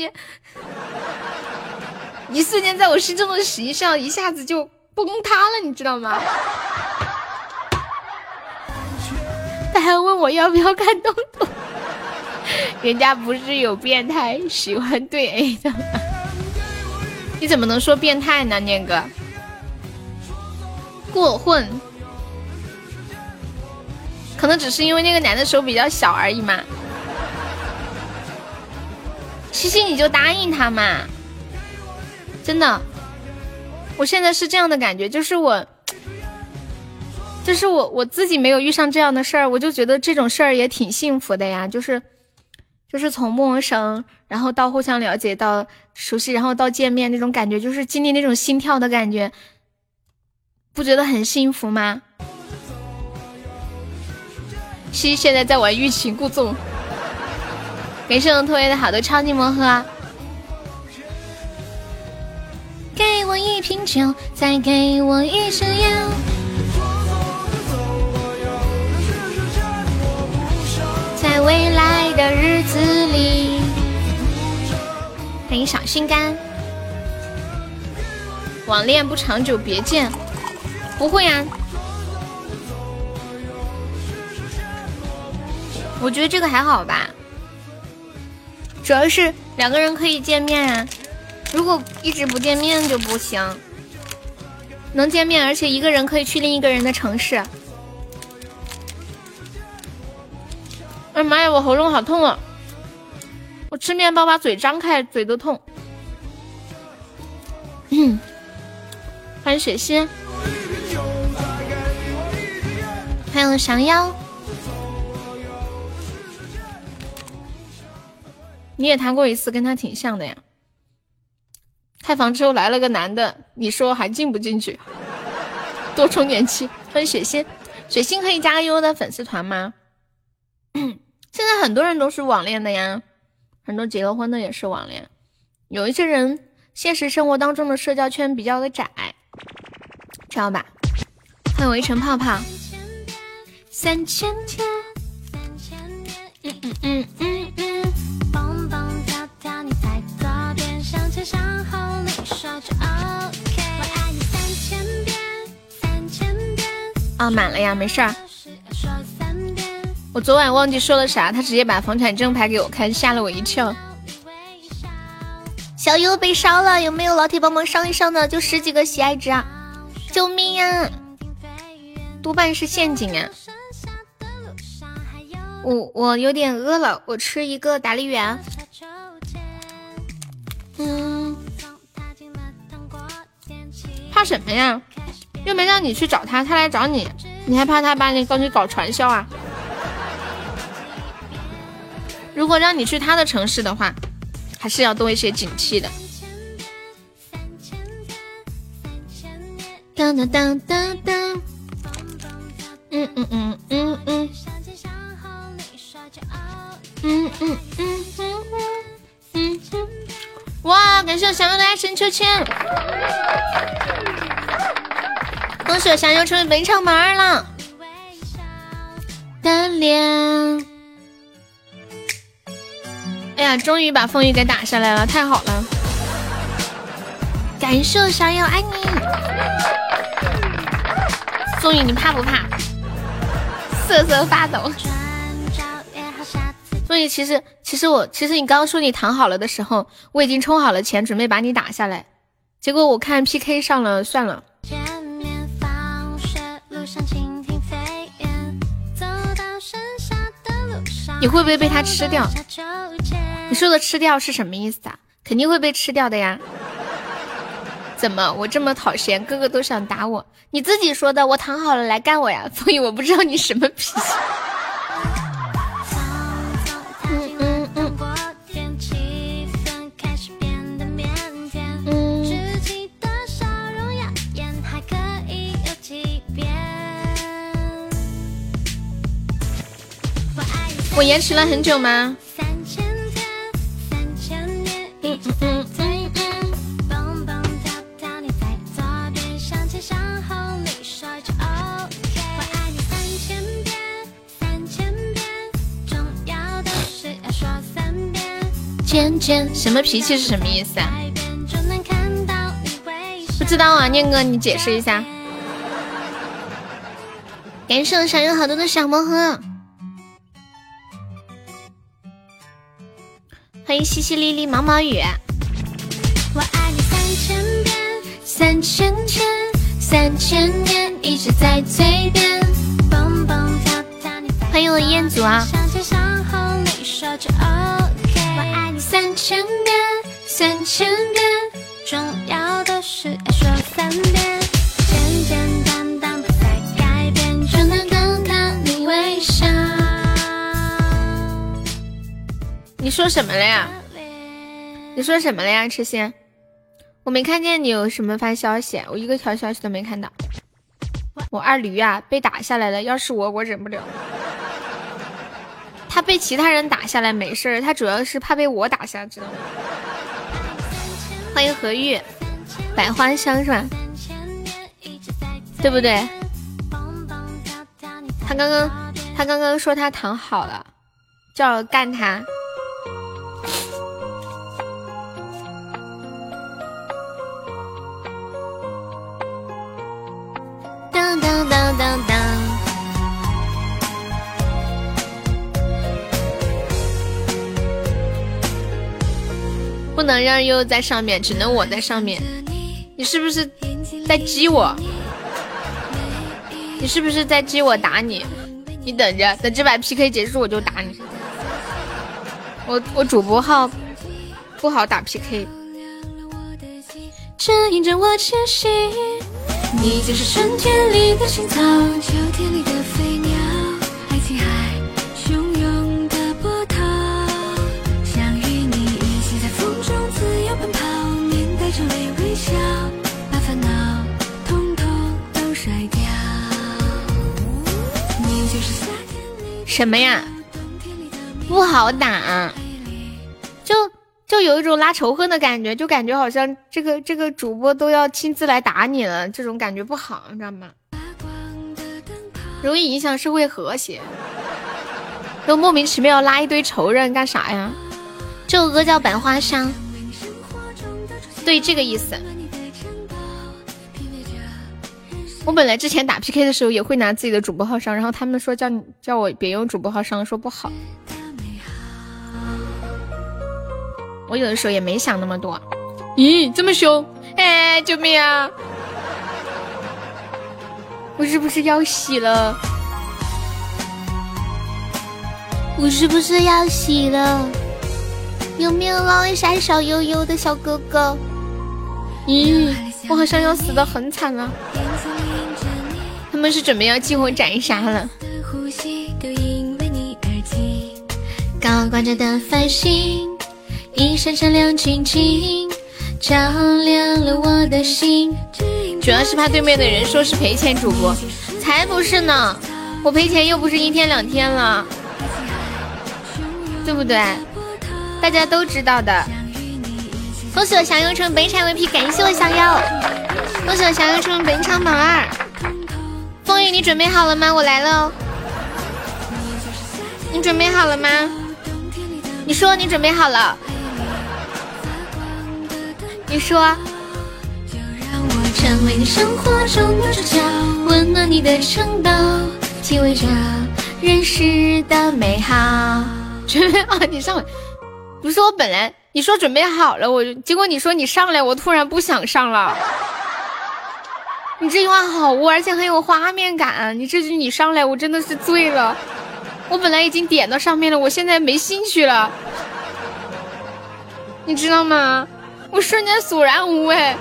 间在我心中的形象一下子就崩塌了，你知道吗？他还问我要不要看东东，人家不是有变态喜欢对 A 的吗？你怎么能说变态呢？念哥过混，可能只是因为那个男的手比较小而已嘛。 西西你就答应他嘛，真的，我现在是这样的感觉，就是我自己没有遇上这样的事儿，我就觉得这种事儿也挺幸福的呀，就是从陌生，然后到互相了解，到熟悉，然后到见面，那种感觉就是经历那种心跳的感觉，不觉得很幸福吗？西现在在玩欲擒故纵，给这种特别的好的超级魔盒。给我一瓶酒，再给我一支烟。在未来的日子里，欢迎小心肝。网恋不长久，别见。不会啊，我觉得这个还好吧，主要是两个人可以见面啊。如果一直不见面就不行，能见面，而且一个人可以去另一个人的城市。哎妈呀，我喉咙好痛啊！我吃面包把嘴张开，嘴都痛。欢迎雪心，还有降妖。你也谈过一次，跟他挺像的呀。开房之后来了个男的，你说还进不进去？多充点气。欢迎雪心，雪心可以加个悠悠的粉丝团吗？现在很多人都是网恋的呀，很多结了婚的也是网恋。有一些人现实生活当中的社交圈比较的窄，知道吧？欢迎围城泡泡。3000天。啊，满了呀，没事儿。我昨晚忘记说了啥，他直接把房产证拍给我看，吓了我一跳。小优被烧了，有没有老铁帮忙上一上的？就10几个喜爱值啊！救命呀！多半是陷阱啊！我有点饿了，我吃一个达利园。怕什么呀？又没让你去找他，他来找你，你还怕他把你搞传销啊？如果让你去他的城市的话，还是要多一些警惕的。当当当当当，哇！感谢我降妖的爱神秋千，恭喜我降妖成为本场榜2了。的脸，哎呀，终于把风雨给打下来了，太好了！感谢我降妖，爱你。风雨，你怕不怕？瑟瑟发抖。风雨，其实你刚刚说你躺好了的时候，我已经充好了钱，准备把你打下来。结果我看 PK 上了，算了。你会不会被他吃掉？你说的吃掉是什么意思啊？肯定会被吃掉的呀。怎么我这么讨嫌，个个都想打我？你自己说的，我躺好了来干我呀。所以我不知道你什么脾气。我延迟了很久吗？渐渐什么脾气是什么意思啊？不知道啊，念哥你解释一下。感谢我想有好多的小魔盒。欢迎淅淅沥沥毛毛雨。我爱你3000遍，3000天，3000年，一直在嘴边。欢迎我彦祖啊！我爱你3000 3000遍3000遍，重要的事要说3遍，简简单单不再改变，就能等到你微笑。你说什么了呀？你说什么了呀，痴心？我没看见你有什么发消息，我一个条消息都没看到。我二驴啊，被打下来了，要是我忍不了。他被其他人打下来没事，他主要是怕被我打下，知道吗？欢迎何玉，百花香是吧？对不对？他刚刚说他躺好了，叫我干他。当当当当当。不能让悠悠在上面，只能我在上面。你是不是在激我？你是不是在激我打你？你等着，等这把 PK 结束我就打你。我主播号不好打 PK。指引着我前行，你就是春天里的青草，秋天里的飞鸟，爱情海汹涌的波涛，想与你一起在风中自由奔跑，面带着微笑，把烦恼统统都甩掉。你就是夏天里什么呀？不好打，就有一种拉仇恨的感觉，就感觉好像这个主播都要亲自来打你了，这种感觉不好，你知道吗？容易影响社会和谐。都莫名其妙拉一堆仇人干啥呀？这首歌叫《百花香》，对，这个意思。我本来之前打 PK 的时候也会拿自己的主播号上，然后他们说叫我别用主播号上，说不好。我有的时候也没想那么多。咦，这么凶！哎，救命啊！我是不是要洗了？我是不是要洗了？有没有捞一下小悠悠的小哥哥？咦，我好像要死得很惨了。他们是准备要进我斩杀了。高挂着的繁星，一闪闪亮晶晶，照亮了我的心。主要是怕对面的人说是赔钱主播，才不是呢，我赔钱又不是1天2天了，对不对？大家都知道的。恭喜我降妖成本场 VP， 感谢我降妖。恭喜我降妖成本场榜2。风雨，你准备好了吗？我来了哦。你准备好了吗？你说你准备好了。你说。就让我成为你生活中的主角，温暖你的城堡，体味着人世的美好。准备好，你上来。不是我本来你说准备好了，结果你说你上来，我突然不想上了。你这句话好污，而且很有画面感。你这句你上来，我真的是醉了。我本来已经点到上面了，我现在没兴趣了，你知道吗？我瞬间索然无味。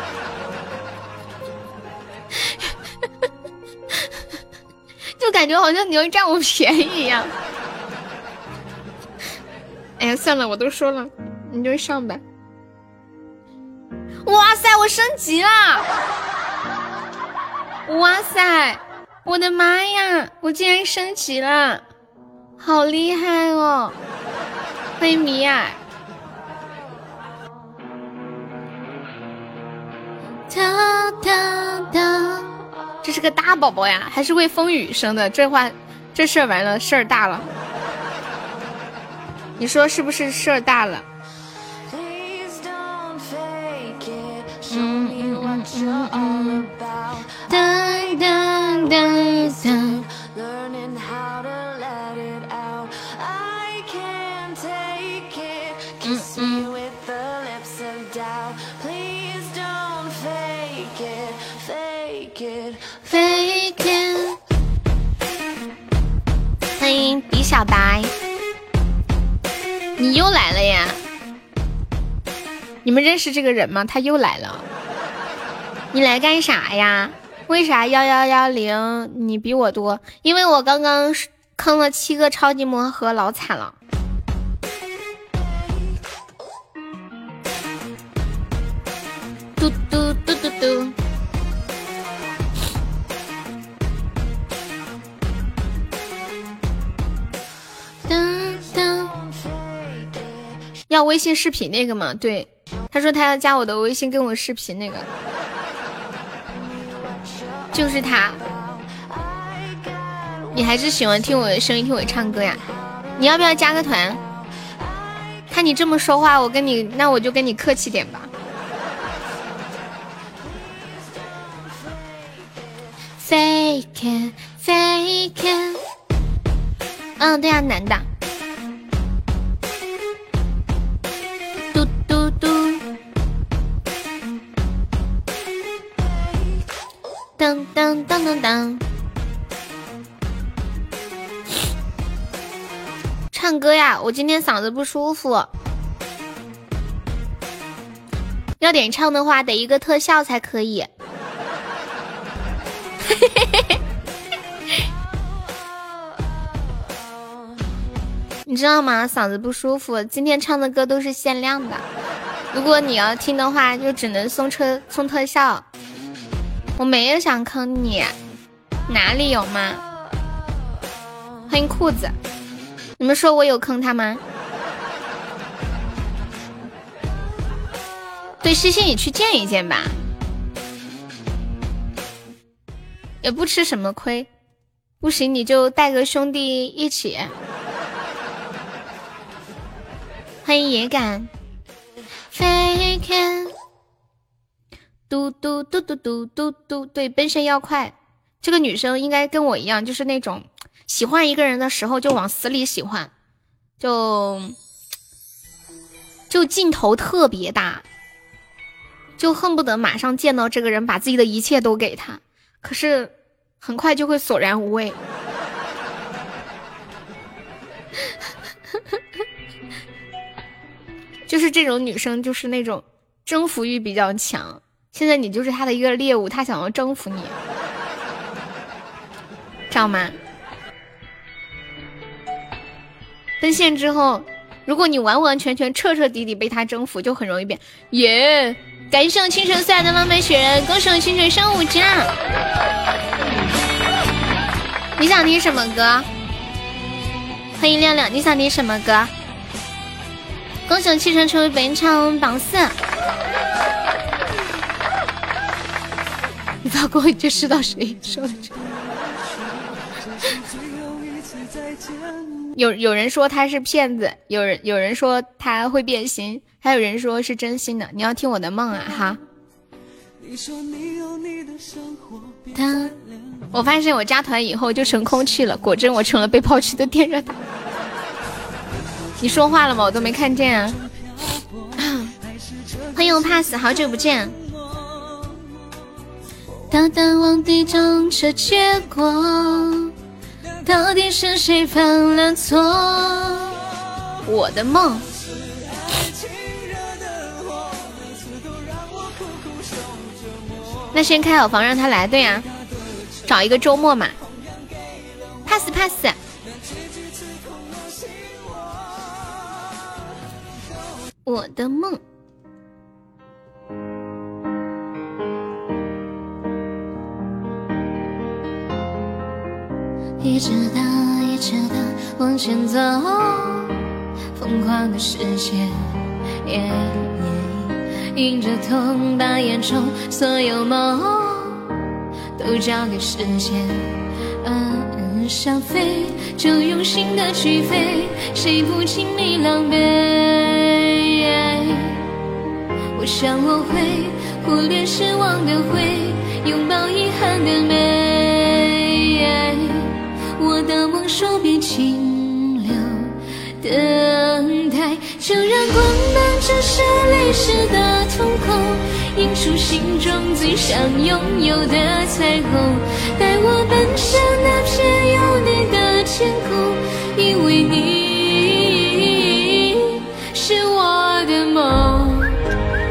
就感觉好像你要占我便宜一样。哎呀，算了，我都说了，你就上吧。哇塞，我升级了！哇塞，我的妈呀，我竟然升级了，好厉害哦！欢迎米娅。哒哒哒，这是个大宝宝呀，还是为风雨生的？这事儿完了，事儿大了。你说是不是事儿大了？噔噔噔噔。欢迎比小白，你又来了呀！ 你们认识这个人吗？他又来了。你来干啥呀？为啥1110你比我多？因为我刚刚坑了7个超级魔盒，老惨了。嘟嘟嘟嘟嘟。要微信视频那个吗？对，他说他要加我的微信跟我视频那个，就是他。你还是喜欢听我的声音，听我唱歌呀？你要不要加个团？看你这么说话，那我就跟你客气点吧。Fake it, fake it。嗯，对呀，男的。嘟嘟嘟。当当当当当。唱歌呀，我今天嗓子不舒服，要点唱的话得一个特效才可以。你知道吗？嗓子不舒服，今天唱的歌都是限量的，如果你要听的话就只能送特效。我没有想坑你，哪里有吗？欢迎裤子，你们说我有坑他吗？对，西西你去见一见吧，也不吃什么亏，不行你就带个兄弟一起。欢迎野感 Fake 嘟嘟嘟嘟嘟嘟嘟，对，奔现要快。这个女生应该跟我一样，就是那种喜欢一个人的时候就往死里喜欢，就劲头特别大，就恨不得马上见到这个人把自己的一切都给他，可是很快就会索然无味。就是这种女生就是那种征服欲比较强，现在你就是她的一个猎物，她想要征服你，知道吗？奔现之后，如果你完完全全彻彻底底被她征服，就很容易变耶。感谢我清晨送来的浪漫雪人，恭喜我清晨升5级啦！你想听什么歌？欢迎亮亮，你想听什么歌？恭喜七成成为本场榜4。你发过就知道谁说的这。有人说他是骗子，有人说他会变心，还有人说是真心的。你要听我的梦啊哈！我发现我加团以后就成空气了，果真我成了被抛弃的电热塔。你说话了吗？我都没看见啊！欢迎我 pass， 好久不见。大胆往地中这结果，到底是谁犯了错？我的梦。那先开好房让他来，对呀、找一个周末嘛。pass。我的梦。一直的往前走，疯狂的世界，迎着痛把眼中所有梦都交给时间，想飞就用心的去飞，谁不经历狼狈？我想我会忽略失望的灰，拥抱遗憾的美，我的梦手边停留等待，就让光芒折射泪湿的瞳孔，映出心中最想拥有的彩虹，带我奔向那片有你的天空，因为你是我的梦。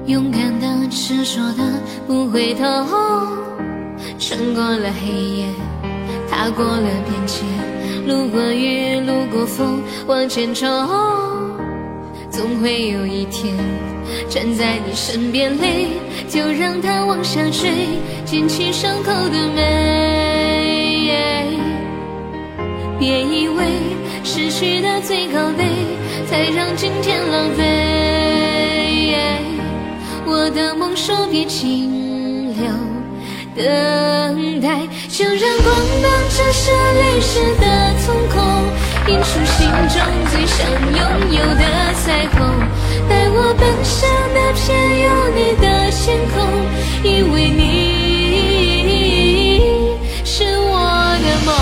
勇敢的执着的不回头，穿过了黑夜，踏过了边界，路过雨，路过风，往前冲，总会有一天站在你身边，泪就让它往下坠，捡起伤口的美。别以为失去的最高杯，才让今天浪费。我的梦说别停留等待，就让光芒折射泪湿的瞳孔，映出心中最想拥有的彩虹，带我奔向那片有你的天空，因为你是我的梦，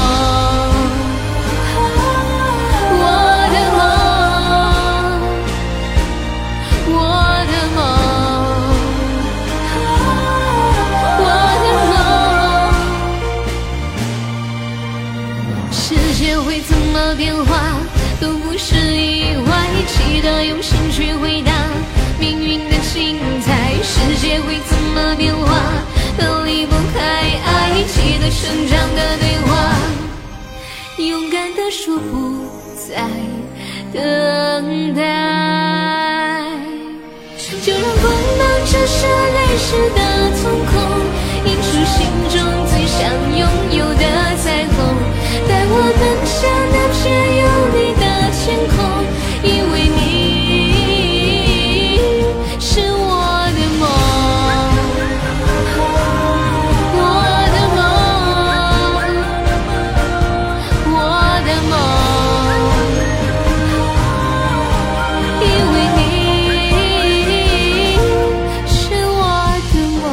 我的梦，我的梦，我的梦。世界会怎么变化都不是意外，记得用心去回答命运的精彩。世界会怎么变化都离不开爱，记得成长的对话，勇敢地说不再等待。就让光芒折射泪湿的瞳孔，映出心中最想拥有的彩虹，带我奔向那片有你的天空，因为你是我的梦，我的梦，我的梦，因为你是我的梦。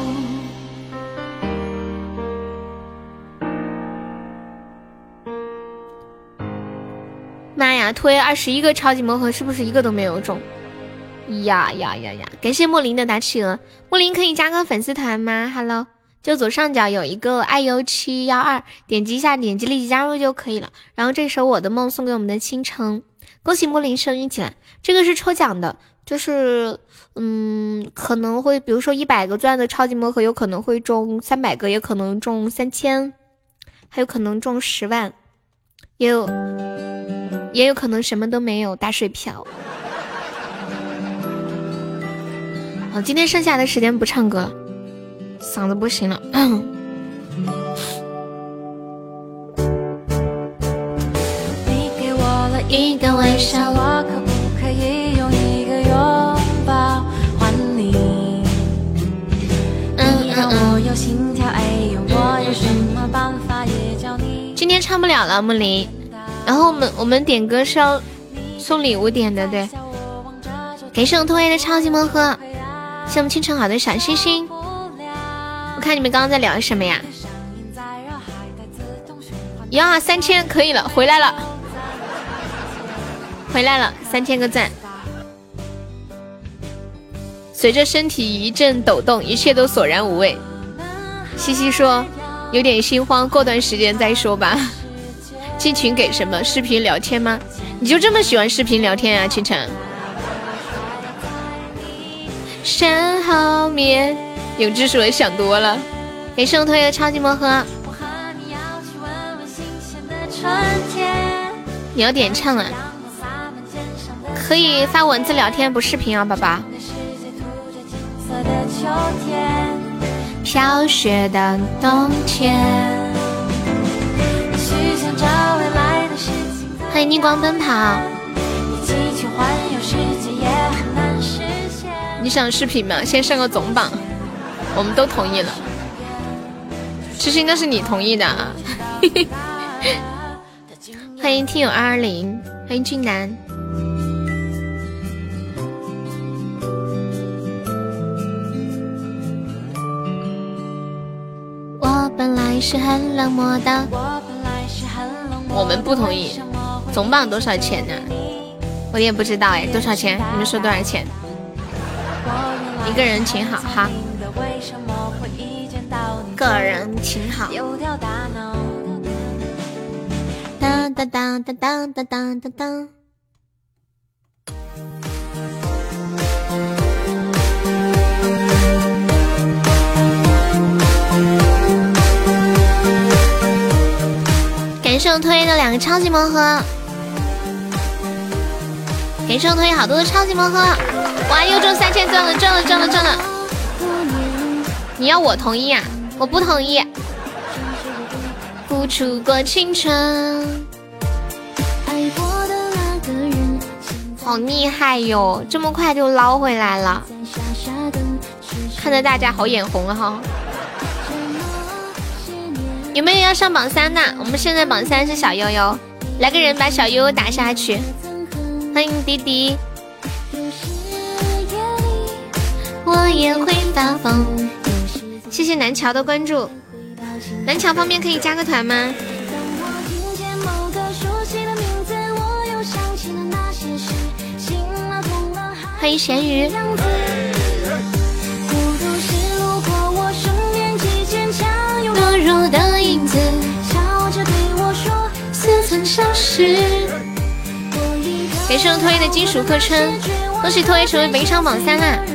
妈呀，推21个超级魔盒，是不是一个都没有中？呀！感谢莫林的打企鹅，莫林可以加个粉丝团吗 ？Hello， 就左上角有一个IU712，点击一下，点击立即加入就可以了。然后这首我的梦送给我们的倾城，恭喜莫林生日起来。这个是抽奖的，就是可能会比如说100个钻的超级魔盒，有可能会中300个，也可能中3000，还有可能中10万，也有可能什么都没有，打水漂。好，今天剩下的时间不唱歌了，嗓子不行了。 你给我了一个微笑，我可不可以用一个拥抱还你？你让我有心跳，哎呦，我有什么办法也叫你。 今天唱不了了，木林。然后我们点歌是要送礼物点的，对。给我拖爷的超级魔盒，谢我们清晨好的小星星。我看你们刚刚在聊什么呀？呀，3000可以了，回来了，3000个赞。随着身体一阵抖动，一切都索然无味。西西说有点心慌，过段时间再说吧。进群给什么？视频聊天吗？你就这么喜欢视频聊天啊，清晨？山后面永志说想多了。给圣推的超级魔盒，你要点唱啊？可以发文字聊天，不视频啊，宝宝。飘雪的冬天，欢迎逆光奔跑。你想视频吗？先上个总榜，我们都同意了。其实应该是你同意的啊。欢迎听友220，欢迎俊男。我本来是很冷漠的，我们不同意。总榜多少钱呢？我也不知道哎，多少钱？你们说多少钱？一个人请好哈，个人请好。当当当当当当当当当。 我推的2个超级魔盒，给我推好多的超级魔盒，哇，又中3000钻了，挣了！你要我同意啊？我不同意。付出过青春，好厉害哟，这么快就捞回来了，看得大家好眼红啊哈。有没有要上榜3的？我们现在榜3是小悠悠，来个人把小悠悠打下去。欢迎迪迪。我也会发疯。谢谢南桥的关注，南桥方面可以加个团吗？欢迎咸鱼。懦弱的影子笑着对我说似曾相识。给上拖延的金属课程，恭喜拖延成为本场榜3啦！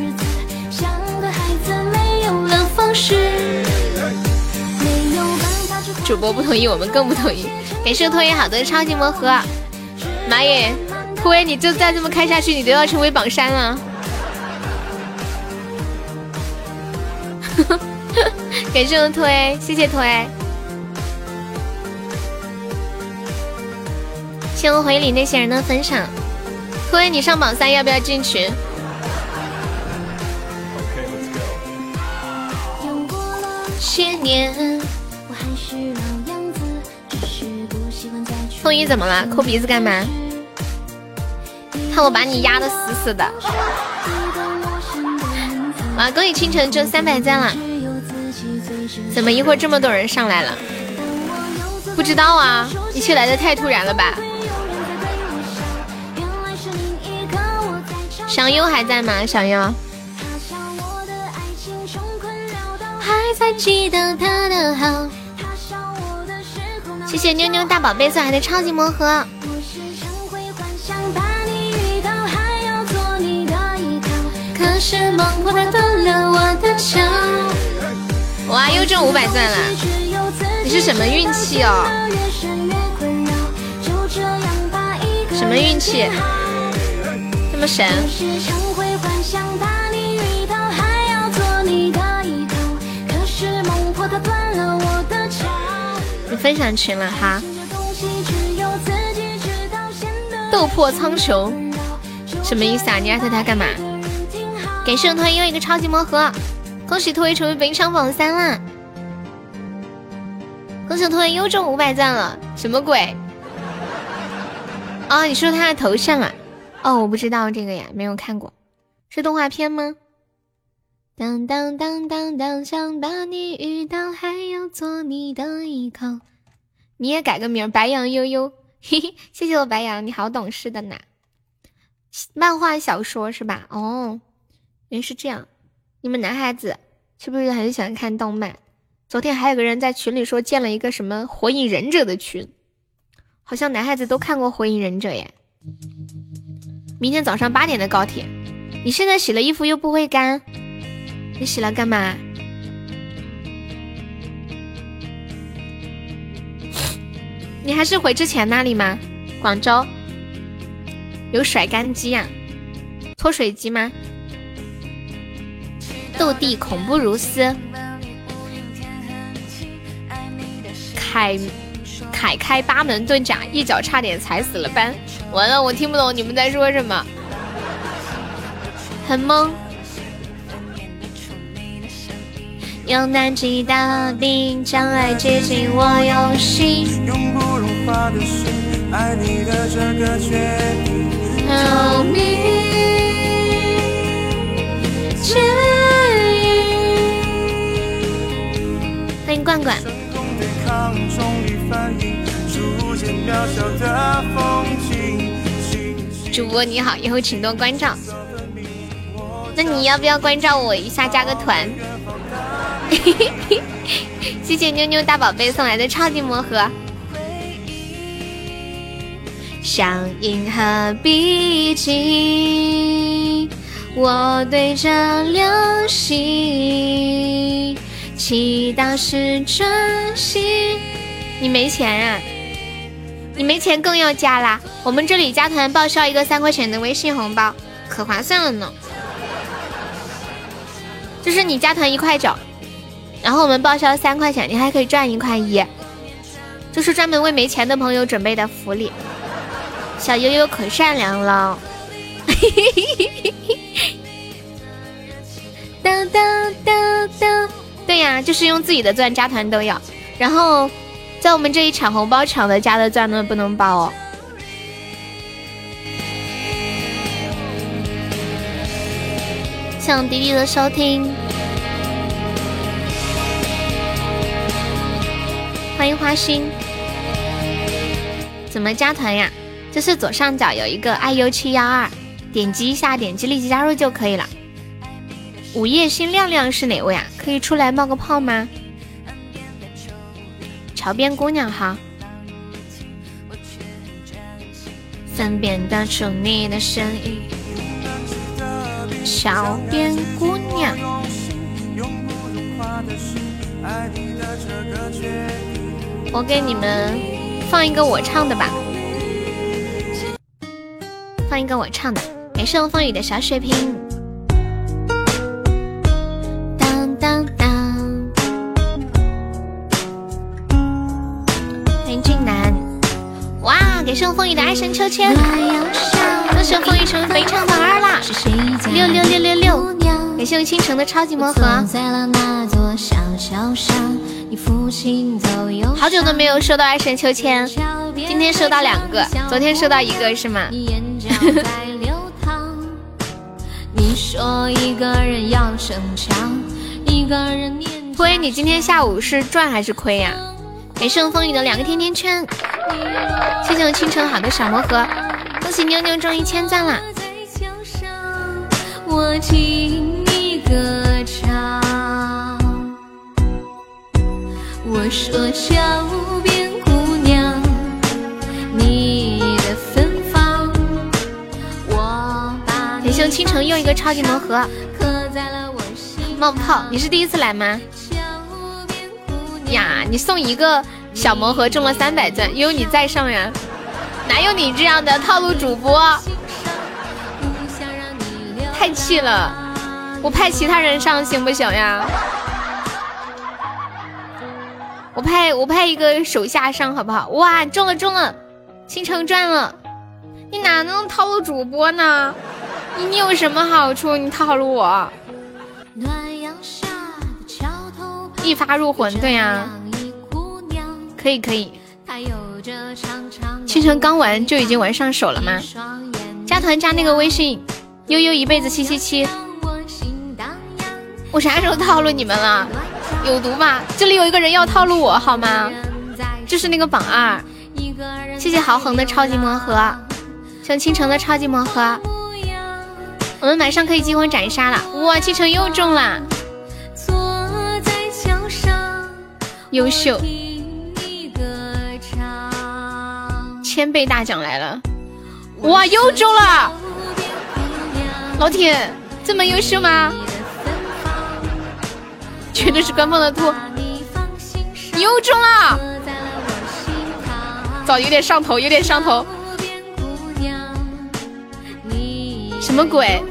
主播不同意，我们更不同意。给上拖延好的超级魔盒，妈耶！拖延你就再这么开下去，你都要成为榜3了。给上推，谢谢推。谢我回礼那些人的分享。推你上榜3，要不要进群？些年，风衣怎么了？抠鼻子干嘛？看我把你压得死死的！哇，恭喜清晨中300赞了！怎么一会儿这么多人上来了？不知道啊，一切来得太突然了吧？小优还在吗？小优还在记得他的好。谢谢妞妞大宝贝送来的超级魔盒。可是梦破它断了我的桥。哇，又中500钻了！你是什么运气哦？什么运气？这么神？你分享群了哈？斗破苍穹什么意思啊？你艾特他干嘛？给圣推又一个超级魔盒，恭喜推成为本场榜3啦！恭喜推又中500赞了，什么鬼？哦，你说他的头像啊？哦，我不知道这个呀，没有看过，是动画片吗？当当当当当，想把你遇到，还要做你的依靠。你也改个名，白羊悠悠，嘿嘿，谢谢我白羊，你好懂事的呢。漫画小说是吧？哦，原来是这样。你们男孩子是不是很喜欢看动漫？昨天还有个人在群里说建了一个什么火影忍者的群，好像男孩子都看过火影忍者耶。明天早上8点的高铁，你现在洗了衣服又不会干，你洗了干嘛？你还是回之前那里吗？广州有甩干机啊？搓水机吗？斗地恐怖如斯，凯开8门遁甲，一脚差点踩死了班。完了，我听不懂你们在说什么，很懵。由南极到冰，将来接近我有心。永不融化的水，爱你的这个决定。Help me， 欢迎罐罐。主播你好，以后请多关照。那你要不要关照我一下，加个团？谢谢妞妞大宝贝送来的超级魔盒。像银河笔记，我对着流星祈祷是专心。你没钱啊？ 你没钱更要加啦。我们这里加团报销一个3块钱的微信红包，可划算了呢。就是你加团1块9，然后我们报销3块钱，你还可以赚1块1，就是专门为没钱的朋友准备的福利。小悠悠可善良了。哒哒哒哒，对呀，就是用自己的钻加团都要，然后在我们这一抢红包抢的加的钻呢不能报哦。向迪迪的收听，欢迎花心。怎么加团呀？就是左上角有一个IU712，点击一下，点击立即加入就可以了。午夜星亮亮是哪位啊？可以出来冒个泡吗？桥边姑娘好，分辨得出你的身影。桥边姑娘，我给你们放一个我唱的吧，放一个我唱的。感谢风雨的小水瓶。当当当，欢迎俊男。哇，感谢风雨的爱神秋千。恭喜风雨成肥肠榜2啦！666666，感谢倾城的超级魔盒。好久都没有收到爱神秋千，今天收到2个，昨天收到1个是吗？推你今天下午是赚还是亏呀？感谢风雨的2个甜甜圈，谢谢我倾城好的小魔盒。恭喜妞妞中1000赞啦！我听你歌唱，我说桥边姑娘，你的芬芳，我把感谢倾城又一个超级魔盒。冒泡，你是第一次来吗？呀，你送一个小魔盒中了300钻，有你在上呀！哪有你这样的套路主播？太气了！我派其他人上行不行呀？我派一个手下上好不好？哇，中了，倾城赚了！你哪能套路主播呢？你有什么好处？你套路我？一发入魂，对呀，可以。倾城刚玩就已经玩上手了吗？加团加那个微信悠悠一辈子777。我啥时候套路你们了？有毒吧？这里有一个人要套路我好吗？就是那个榜2。谢谢豪横的超级魔盒，像倾城的超级魔盒。我们马上可以激活斩杀了。哇，倾城又中了，优秀，1000倍大奖来了！哇，又中了！老铁，这么优秀吗？绝对是官方的兔，你又中了！早有点上头，什么鬼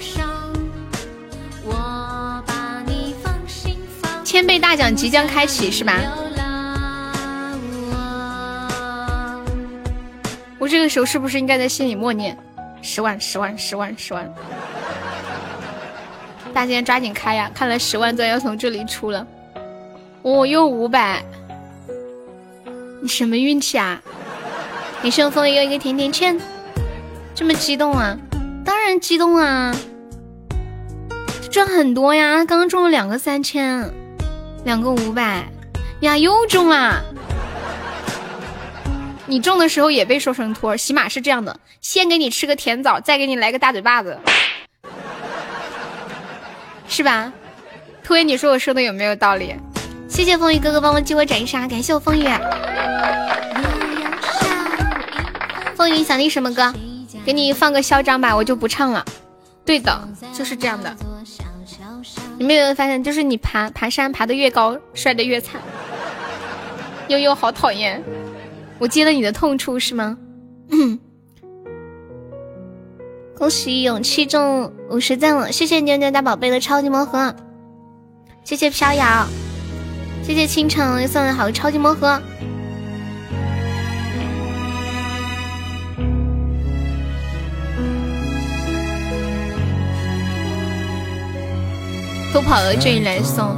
？1000倍大奖即将开启是吧？我这个时候是不是应该在心里默念10万10万10万10万？大家抓紧开呀！看来10万钻要从这里出了。哦，又500，你什么运气啊？你顺风也有一个甜甜圈，这么激动啊？当然激动啊！赚很多呀！刚刚中了2个3000，2个500，呀，又中了！你中的时候也被说成托，起码是这样的，先给你吃个甜枣，再给你来个大嘴巴子，是吧？托爷，你说我说的有没有道理？谢谢风雨哥哥帮我激活斩杀，感谢我风雨。风雨，你想听什么歌？给你放个嚣张吧，我就不唱了。对的，就是这样的。你没有发现，就是你爬山爬得越高，摔得越惨。悠悠好讨厌。 我接了你的痛处是吗？恭喜勇气中50赞了，谢谢妞妞大宝贝的超级魔盒，谢谢飘摇，谢谢倾城又送了好个超级魔盒。都跑到这里来送，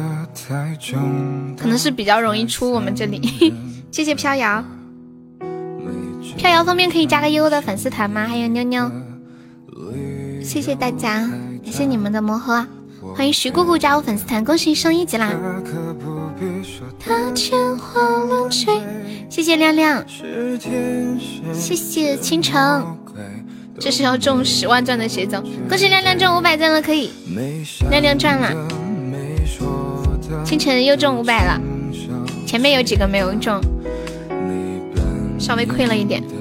可能是比较容易出我们这里。谢谢飘摇，飘摇方面可以加个悠悠的粉丝团吗？还有妞妞，谢谢大家，感谢你们的魔盒，欢迎徐姑姑加入粉丝团，恭喜升1级啦！谢谢亮亮，谢谢倾城。这是要中10万钻的节奏，恭喜亮亮中500赞了，可以，亮亮赚了，清晨又中500了，前面有几个没有中，稍微亏了一点。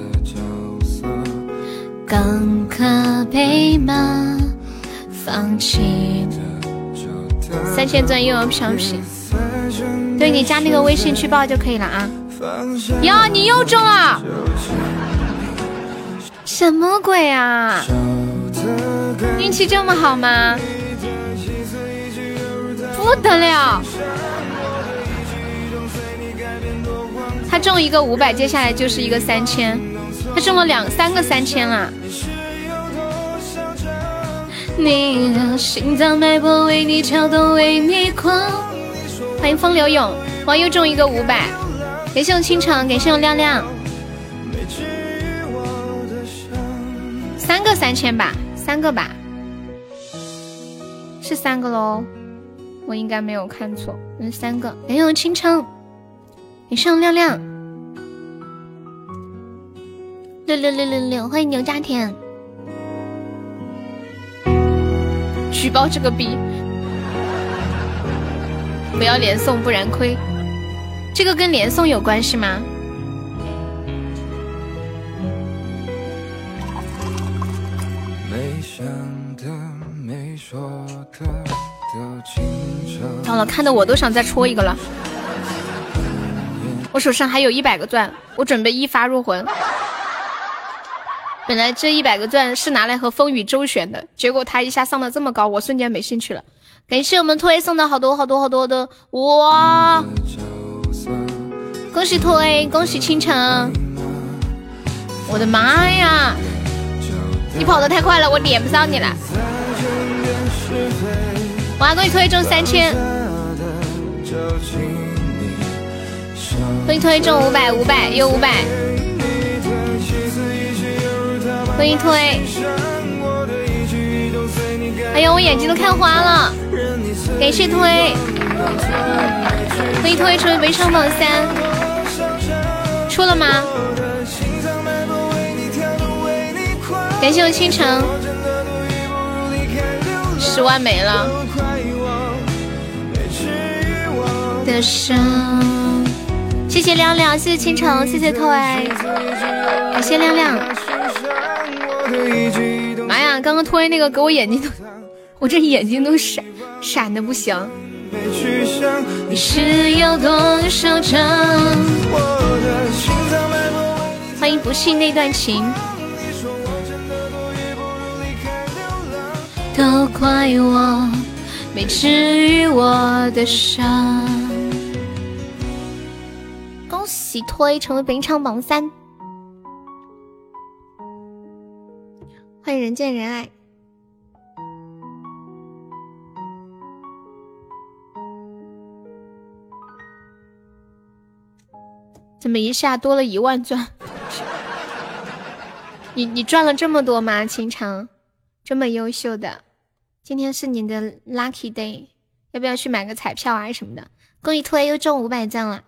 更可悲吗？放弃3000钻又要飘皮，对，你加那个微信去报就可以了啊。哟，你又中了。什么鬼啊，运气这么好吗？不得了，他中一个500，接下来就是一个3000，他中了3个3000了。你的心脏脉搏为你跳动，为你狂。欢迎风流勇，我又中一个500，感谢我倾城，感谢我亮亮。3个3000吧，3个吧，是3个咯，我应该没有看错，3个。感谢我倾城，感谢我亮亮，6666，欢迎牛家田。举报这个逼，不要连送不然亏。这个跟连送有关系吗？到了，看得我都想再戳一个了。我手上还有100个钻，我准备一发入魂。本来这100个钻是拿来和风雨周旋的，结果他一下上的这么高，我瞬间没兴趣了。感谢我们托 A 送的好多的，哇！恭喜托 A， 恭喜倾城！我的妈呀！你跑得太快了，我点不上你了。哇，恭喜托 A 中3000，恭喜托 A 中500又500，恭喜托 A。哎呀，我眼睛都看花了，感谢托 A， 恭喜托 A 成为悲伤榜3，出了吗？感谢我倾城，10万没了的伤。谢谢亮亮，谢谢倾城，谢谢托 A， 感谢亮亮。妈呀，刚刚托 A 那个给我眼睛都，我这眼睛都闪的不行。你是有多少张？欢迎不信那段情。都怪我没治愈我的伤。恭喜托 A 成为本场榜3，欢迎人见人爱。怎么一下多了1万钻？你赚了这么多吗？倾城这么优秀的，今天是你的 lucky day， 要不要去买个彩票啊什么的？恭喜托 A 又中500赞了，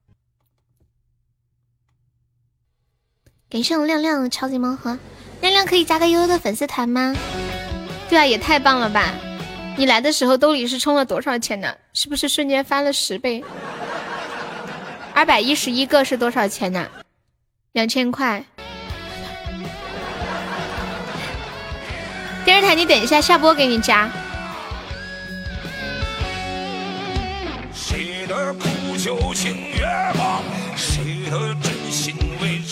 感谢我亮亮的超级盲盒。亮亮可以加个悠悠的粉丝团吗？对啊，也太棒了吧！你来的时候兜里是充了多少钱呢？是不是瞬间翻了10倍？211个是多少钱呢？2000块。电视台，你等一下，下播给你加。谁的苦酒情月光，谁的真心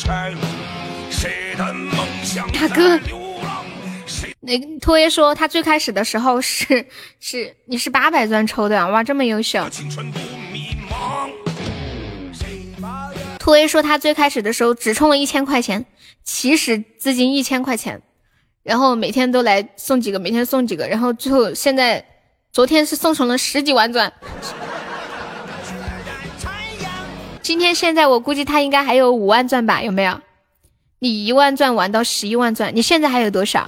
大哥，那个托爷说他最开始的时候你是800钻抽的，哇，这么优秀。托爷说他最开始的时候只充了1000块钱，起始资金1000块钱，然后每天都来送几个，每天送几个，然后最后昨天是送成了10几万钻。今天现在我估计他应该还有5万钻吧，有没有？你1万钻玩到11万钻，你现在还有多少？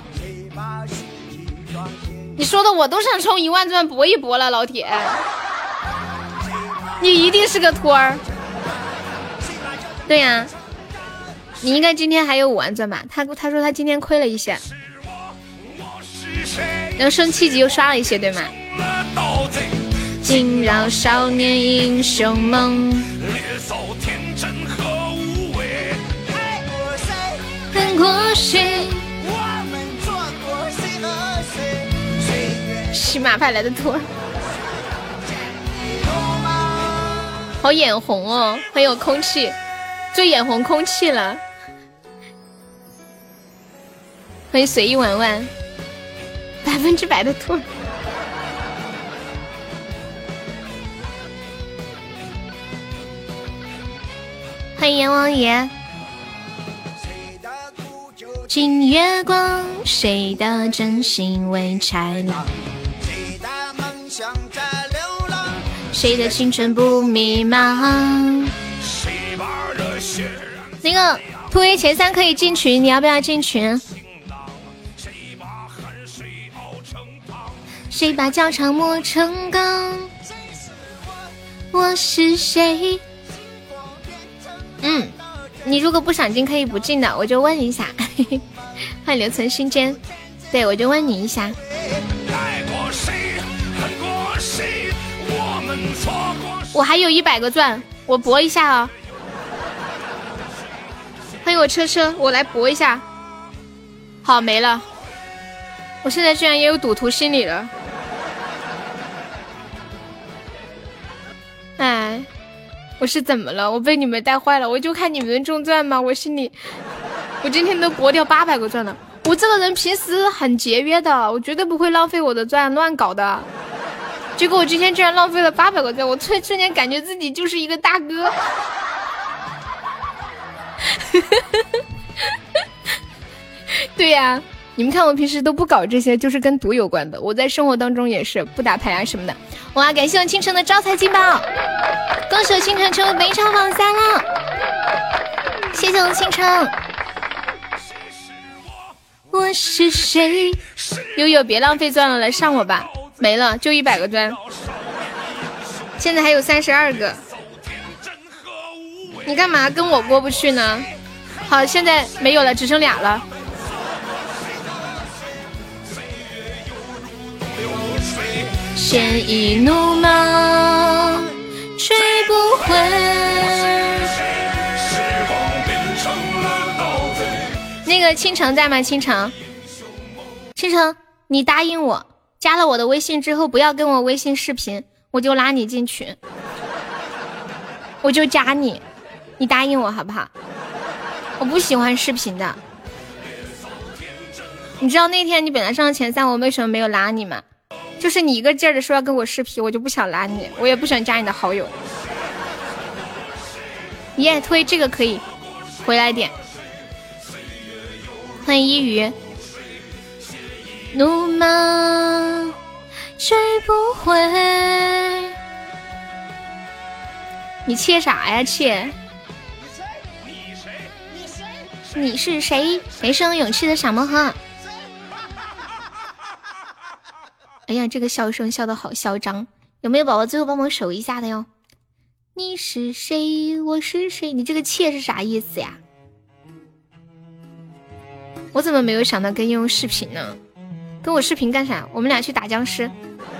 你说的我都想充1万钻搏一搏了，老铁，你一定是个托儿。对呀，你应该今天还有5万钻吧？他说他今天亏了一些，然后升7级又刷了一些，对吗？惊扰少年英雄梦，恨过谁？喜马派来的托儿，好眼红哦，很有空气，最眼红空气了。欢迎随意玩玩，100%的托儿。欢迎阎王爷。今月光，谁的真心为豺狼？谁的青春不迷茫？那个突围前3可以进群，你要不要进群？谁把教场磨成钢？我是谁？你如果不想进可以不进的，我就问一下。欢迎留存心间，对，我就问你一下。我还有100个钻，我搏一下哦。欢迎我车车，我来搏一下。好，没了。我现在居然也有赌徒心理了。哎，我是怎么了？我被你们带坏了。我就看你们中钻嘛，我心里，我今天都搏掉800个钻了。我这个人平时很节约的，我绝对不会浪费我的钻乱搞的。结果我今天居然浪费了800个钻，我瞬间感觉自己就是一个大哥。对呀，你们看我平时都不搞这些，就是跟赌有关的。我在生活当中也是不打牌啊什么的。哇，感谢我倾城的招财进宝，恭喜我倾城成为本场榜3了，谢谢我倾城。我是谁？悠悠别浪费钻了，来上我吧。没了，就100个钻，现在还有32个。你干嘛跟我过不去呢？好，现在没有了，只剩2了。鲜衣怒马吹不回。那个倾城在吗？倾城，你答应我，加了我的微信之后不要跟我微信视频，我就拉你进群，我就加你，你答应我好不好？我不喜欢视频的。你知道那天你本来上前3，我为什么没有拉你吗？就是你一个劲儿的说要跟我视频，我就不想拉你，我也不想加你的好友。耶，推这个可以回来点。欢迎一鱼。怒马追不回。你切啥呀切？你是谁？没生勇气的傻萌呵。哎呀，这个笑声笑得好嚣张，有没有宝宝最后帮忙守一下的哟？你是谁？我是谁？你这个切是啥意思呀？我怎么没有想到跟用视频呢？跟我视频干啥？我们俩去打僵尸。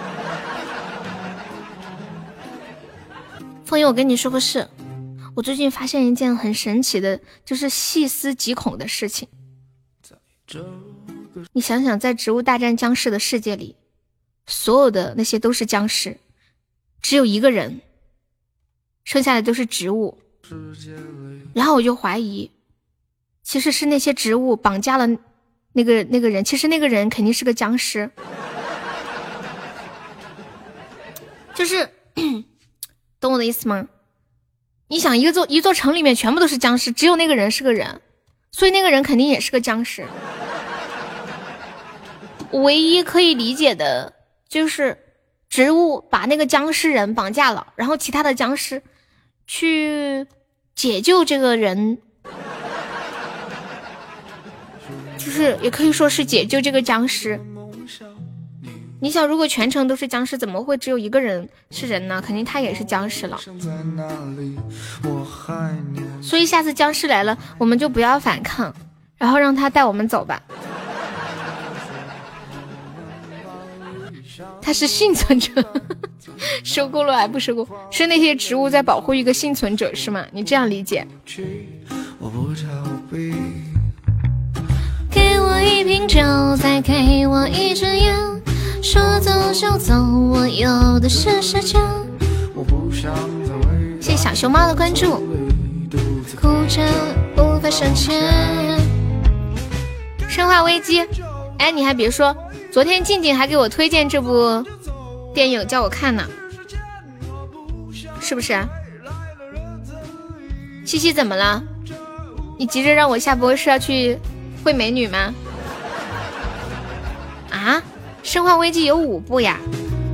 风云，我跟你说个事，我最近发现一件很神奇的，就是细思极恐的事情。你想想，在植物大战僵尸的世界里，所有的那些都是僵尸，只有一个人，剩下的都是植物。然后我就怀疑， 其实是那些植物绑架了那个人，其实那个人肯定是个僵尸。就是懂我的意思吗？你想一座城里面全部都是僵尸，只有那个人是个人，所以那个人肯定也是个僵尸。唯一可以理解的就是植物把那个僵尸人绑架了，然后其他的僵尸去解救这个人，就是也可以说是解救这个僵尸。你想如果全程都是僵尸，怎么会只有一个人是人呢？肯定他也是僵尸了。所以下次僵尸来了，我们就不要反抗，然后让他带我们走吧。他是幸存者。收购了还不收购，是那些植物在保护一个幸存者是吗？你这样理解。给我一瓶酒，再给我一支烟，说走就走，我有的是时间。谢谢小熊猫的关注。哭着无法省钱。生化危机，哎，你还别说，昨天静静还给我推荐这部电影叫我看呢，是不是啊？七七怎么了？你急着让我下播是要去会美女吗？啊，生化危机有5部呀。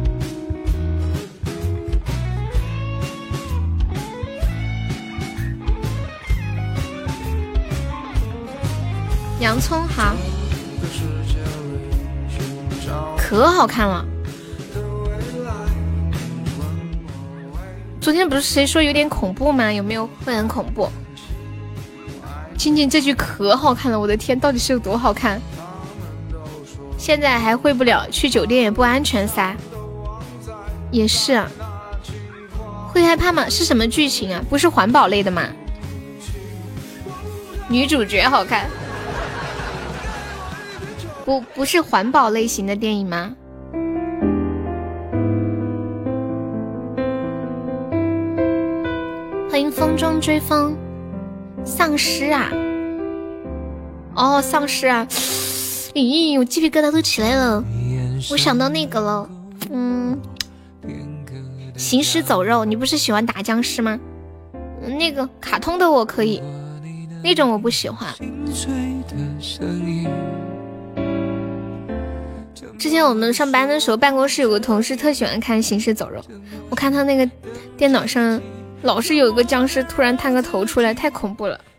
洋葱好，可好看了。昨天不是谁说有点恐怖吗？有没有会很恐怖？静静这句可好看了，我的天，到底是有多好看？现在还会不了，去酒店也不安全噻。也是啊，会害怕吗？是什么剧情啊？不是环保类的吗？女主角好看，不是环保类型的电影吗？欢迎风中追风。丧尸啊，哦，丧尸啊，咦，我鸡皮疙瘩都起来了。我想到那个了，行尸走肉，你不是喜欢打僵尸吗？那个卡通的我可以，那种我不喜欢。之前我们上班的时候，办公室有个同事特喜欢看行尸走肉，我看他那个电脑上老是有个僵尸突然探个头出来，太恐怖了。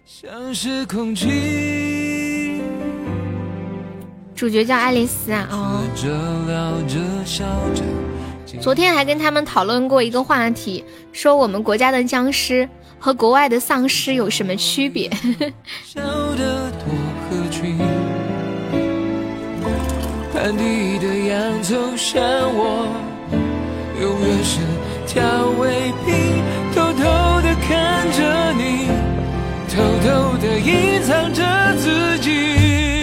主角叫爱丽丝啊，哦。昨天还跟他们讨论过一个话题，说我们国家的僵尸和国外的丧尸有什么区别？盘底的洋葱像我，永远是调味品，偷偷的看着你，偷偷的隐藏着自己。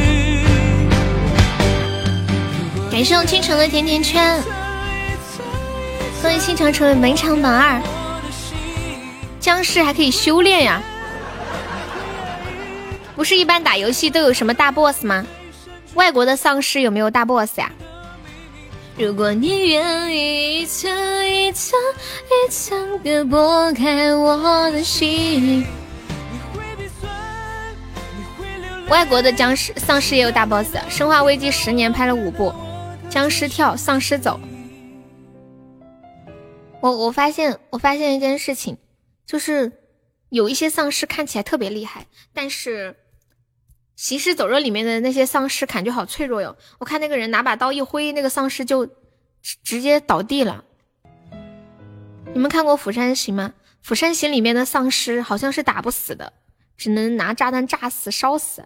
感谢我倾城的甜甜圈，欢迎倾城成为本场榜2。僵尸还可以修炼呀？不是一般打游戏都有什么大 boss 吗？外国的丧尸有没有大 boss 呀？如果你愿意一层一层一层地剥开我的心。外国的僵尸丧尸也有大 boss， 生化危机10年拍了5部，僵尸跳丧尸走。我发现一件事情，就是有一些丧尸看起来特别厉害，但是行尸走肉里面的那些丧尸感觉好脆弱哟。我看那个人拿把刀一挥，那个丧尸就直接倒地了。你们看过《釜山行》吗？《釜山行》里面的丧尸好像是打不死的，只能拿炸弹炸死烧死，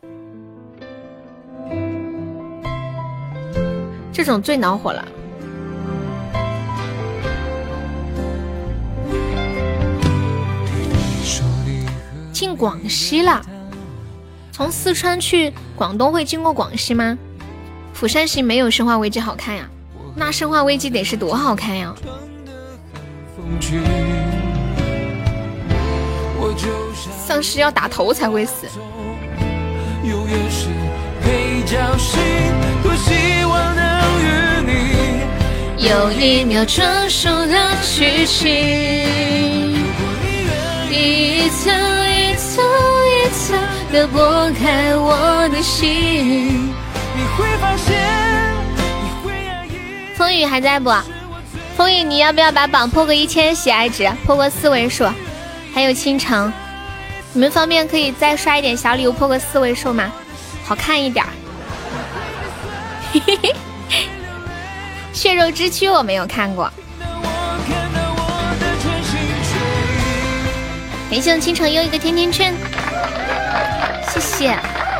这种最恼火了。进广西了，从四川去广东会经过广西吗？釜山行没有生化危机好看呀，那生化危机得是多好看呀。丧尸要打头才会死。 侥幸，多希望能与你有一秒专属的剧情，一层一层一层的剥开我的心。 你会发现你会爱意。 风雨还在不？风雨你要不要把榜破个1000喜爱值，破个4位数？还有倾城，你们方便可以再刷一点小礼物，破个4位数吗？好看一点。血肉之躯我没有看过。感谢倾城又一个甜甜圈，谢谢。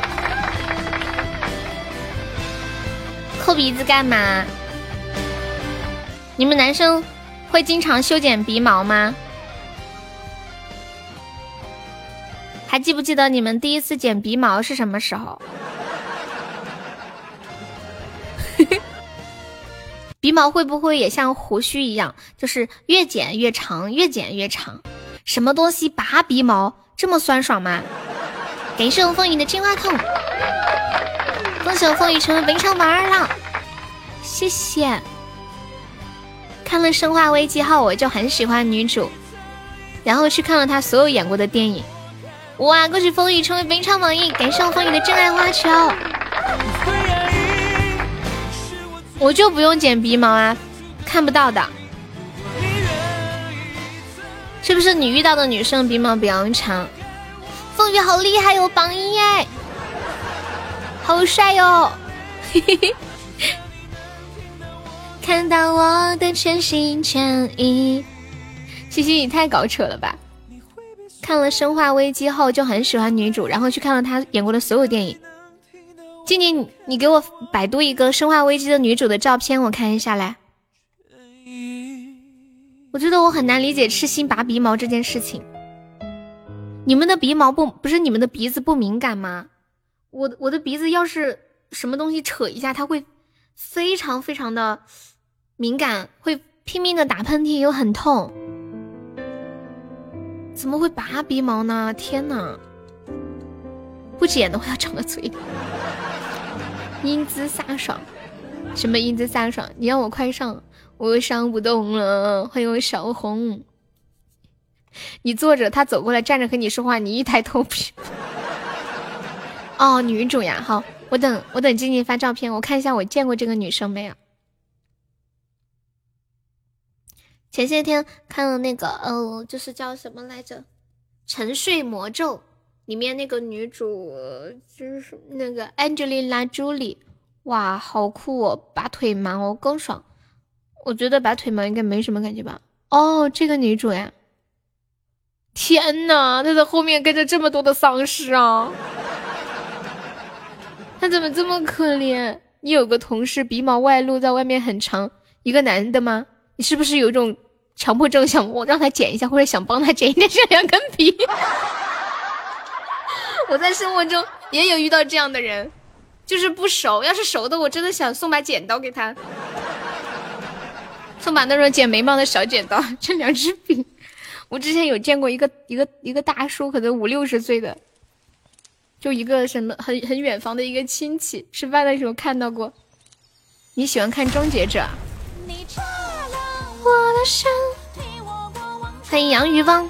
抠鼻子干嘛？你们男生会经常修剪鼻毛吗？还记不记得你们第一次剪鼻毛是什么时候？鼻毛会不会也像胡须一样，就是越剪越长，越剪越长？什么东西拔鼻毛这么酸爽吗？感谢我风雨的金话筒，恭喜我风雨成为本场榜2了，谢谢。看了《生化危机》后，我就很喜欢女主，然后去看了她所有演过的电影。哇！恭喜风雨成为本场榜1，感谢我风雨的真爱花球。我就不用剪鼻毛啊，看不到的。是不是你遇到的女生鼻毛比较长？风雨好厉害哟，榜1耶，好帅哟！看到我的全心全意，西西你太搞扯了吧！看了《生化危机》后就很喜欢女主，然后去看了她演过的所有电影。静静，你给我百度一个《生化危机》的女主的照片，我看一下来。我觉得我很难理解痴心拔鼻毛这件事情。你们的鼻毛不是你们的鼻子不敏感吗？我的鼻子要是什么东西扯一下，它会非常非常的敏感，会拼命的打喷嚏，又很痛。怎么会拔鼻毛呢？天哪！不剪的话要长到嘴里。英姿飒爽，什么英姿飒爽？你让我快上，我又上不动了。欢迎我小红，你坐着，他走过来站着和你说话，你一抬头皮。哦，女主呀，好，我等静静发照片，我看一下我见过这个女生没有。前些天看了那个就是叫什么来着，《沉睡魔咒》里面那个女主就是那个 Angelina Jolie， 哇，好酷哦！拔腿毛更爽，我觉得拔腿毛应该没什么感觉吧。哦，这个女主呀，天哪，她的后面跟着这么多的丧尸啊！她怎么这么可怜？你有个同事鼻毛外露，在外面很长，一个男的吗？你是不是有一种强迫症，想我让他剪一下，或者想帮他剪一点这两根皮？我在生活中也有遇到这样的人，就是不熟，要是熟的，我真的想送把剪刀给他，送把那种剪眉毛的小剪刀，这两支笔。我之前有见过一个大叔，可能50-60岁的，就一个什么很远房的一个亲戚，吃饭的时候看到过。你喜欢看终结者？我的伤。欢迎杨鱼汪。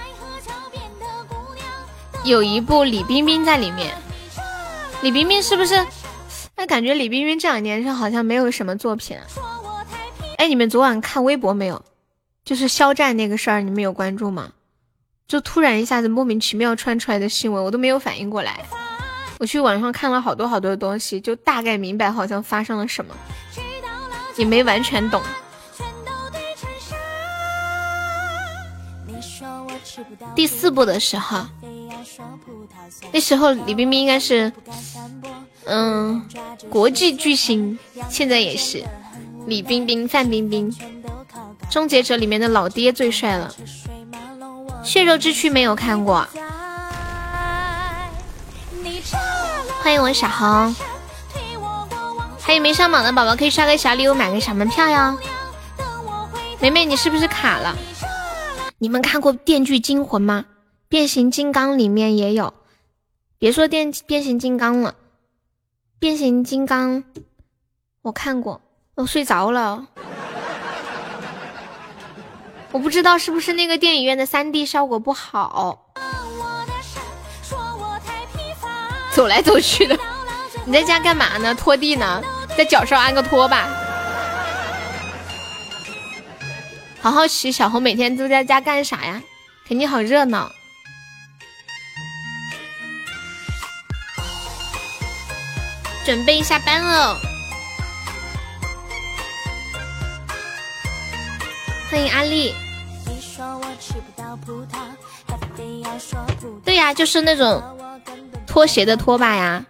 有一部李冰冰在里面，李冰冰是不是？那感觉李冰冰这2年好像没有什么作品啊。哎，你们昨晚看微博没有？就是肖战那个事儿，你们有关注吗？就突然一下子莫名其妙窜出来的新闻，我都没有反应过来。我去网上看了好多东西，就大概明白好像发生了什么，也没完全懂。第4部的时候，那时候李冰冰应该是国际巨星，现在也是李冰冰、范冰冰。终结者里面的老爹最帅了。血肉之躯没有看过。欢迎我小红。还有没上榜的宝宝可以刷个小礼物，买个小门票呀。梅梅你是不是卡了？你们看过电锯惊魂吗？变形金刚里面也有。别说变形金刚了， 变形金刚我看过，我睡着了。我不知道是不是那个电影院的 3D 效果不好。走来走去的。你在家干嘛呢？拖地呢？在脚上安个拖把。好好奇小红每天都在家干啥呀？肯定好热闹。准备下班了，欢迎阿丽。对呀，就是那种拖鞋的拖把呀。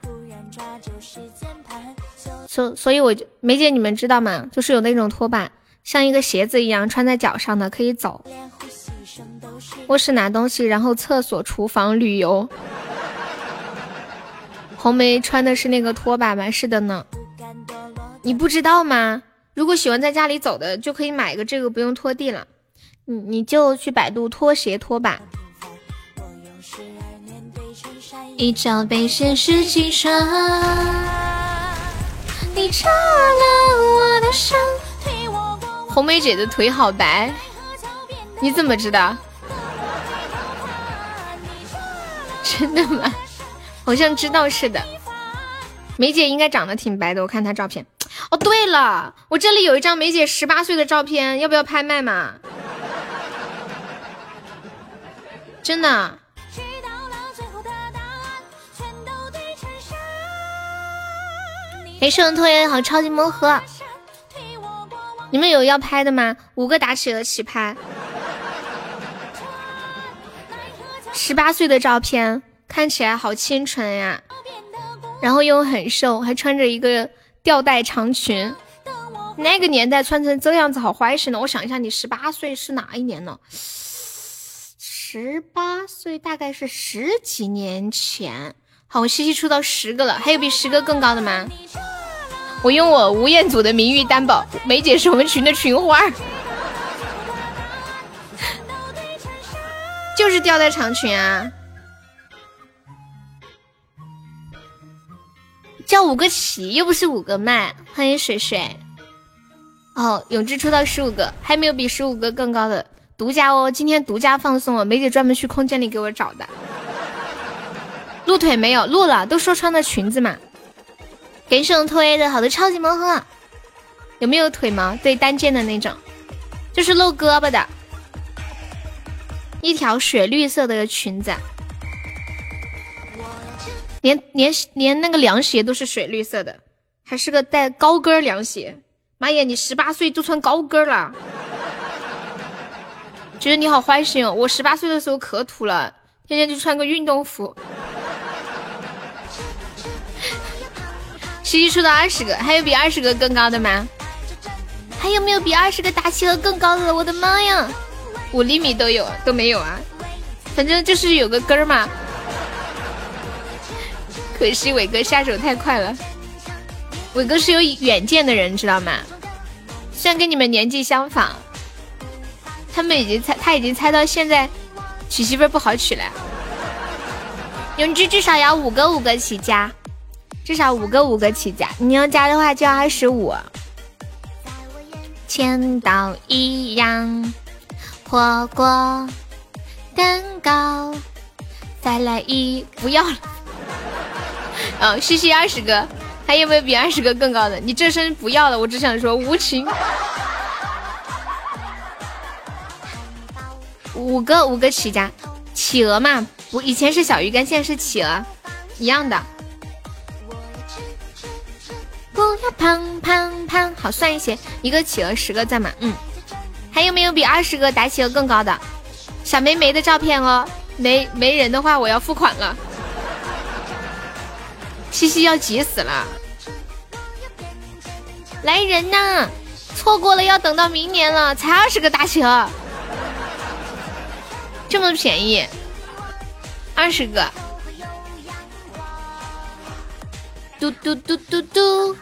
所以我梅姐你们知道吗？就是有那种拖把像一个鞋子一样穿在脚上的，可以走卧室拿东西，然后厕所厨房旅游。红梅穿的是那个拖把吗？是的呢。你不知道吗？如果喜欢在家里走的就可以买个这个，不用拖地了。你就去百度拖鞋拖把。一朝被现实击穿，你插了我的伤。红梅姐的腿好白，你怎么知道？真的吗？好像知道似的。梅姐应该长得挺白的，我看她照片。哦，对了，我这里有一张梅姐18岁的照片，要不要拍卖嘛？真的。没事，拖延好，超级魔盒。你们有要拍的吗？5个打起了起拍。18岁的照片，看起来好清纯呀。然后又很瘦，还穿着一个吊带长裙。那个年代穿成这样子好坏事呢。我想一下，你18岁是哪一年呢？18岁大概是10几年前。好，我西西出到10个了，还有比10个更高的吗？我用我吴彦祖的名誉担保，梅姐是我们群的群花。就是吊带长裙啊。叫5个起，又不是5个卖。欢迎水水。哦，永志出到15个，还没有比15个更高的。独家哦，今天独家放送了，梅姐专门去空间里给我找的。露腿没有？露了，都说穿的裙子嘛。给手推的好的超级魔盒，有没有腿毛？对，单肩的那种，就是露胳膊的，一条水绿色的裙子，连那个凉鞋都是水绿色的，还是个带高跟凉鞋。妈呀，你18岁就穿高跟了，觉得你好坏心哦！我18岁的时候可土了，天天就穿个运动服。西西出到20个，还有比20个更高的吗？还有没有比20个打起了更高的？我的妈呀，5厘米都有，都没有啊！反正就是有个根儿嘛。可惜伟哥下手太快了，伟哥是有远见的人，知道吗？虽然跟你们年纪相仿，他已经猜到现在娶媳妇不好娶了。永志至少要5个起家。至少5个起价，你要加的话就要25。签到一样，火锅蛋糕，再来一不要了。哦，西西20个，还有没有比20个更高的？你这身不要了，我只想说无情。5个起价，企鹅嘛，不，以前是小鱼干，现在是企鹅，一样的。不要胖胖胖，好算一些，一个企鹅10个赞嘛，还有没有比20个打企鹅更高的？小梅梅的照片哦，没人的话我要付款了。西西要急死了，来人呐！错过了要等到明年了，才20个打企鹅，这么便宜，20个。嘟嘟嘟嘟嘟，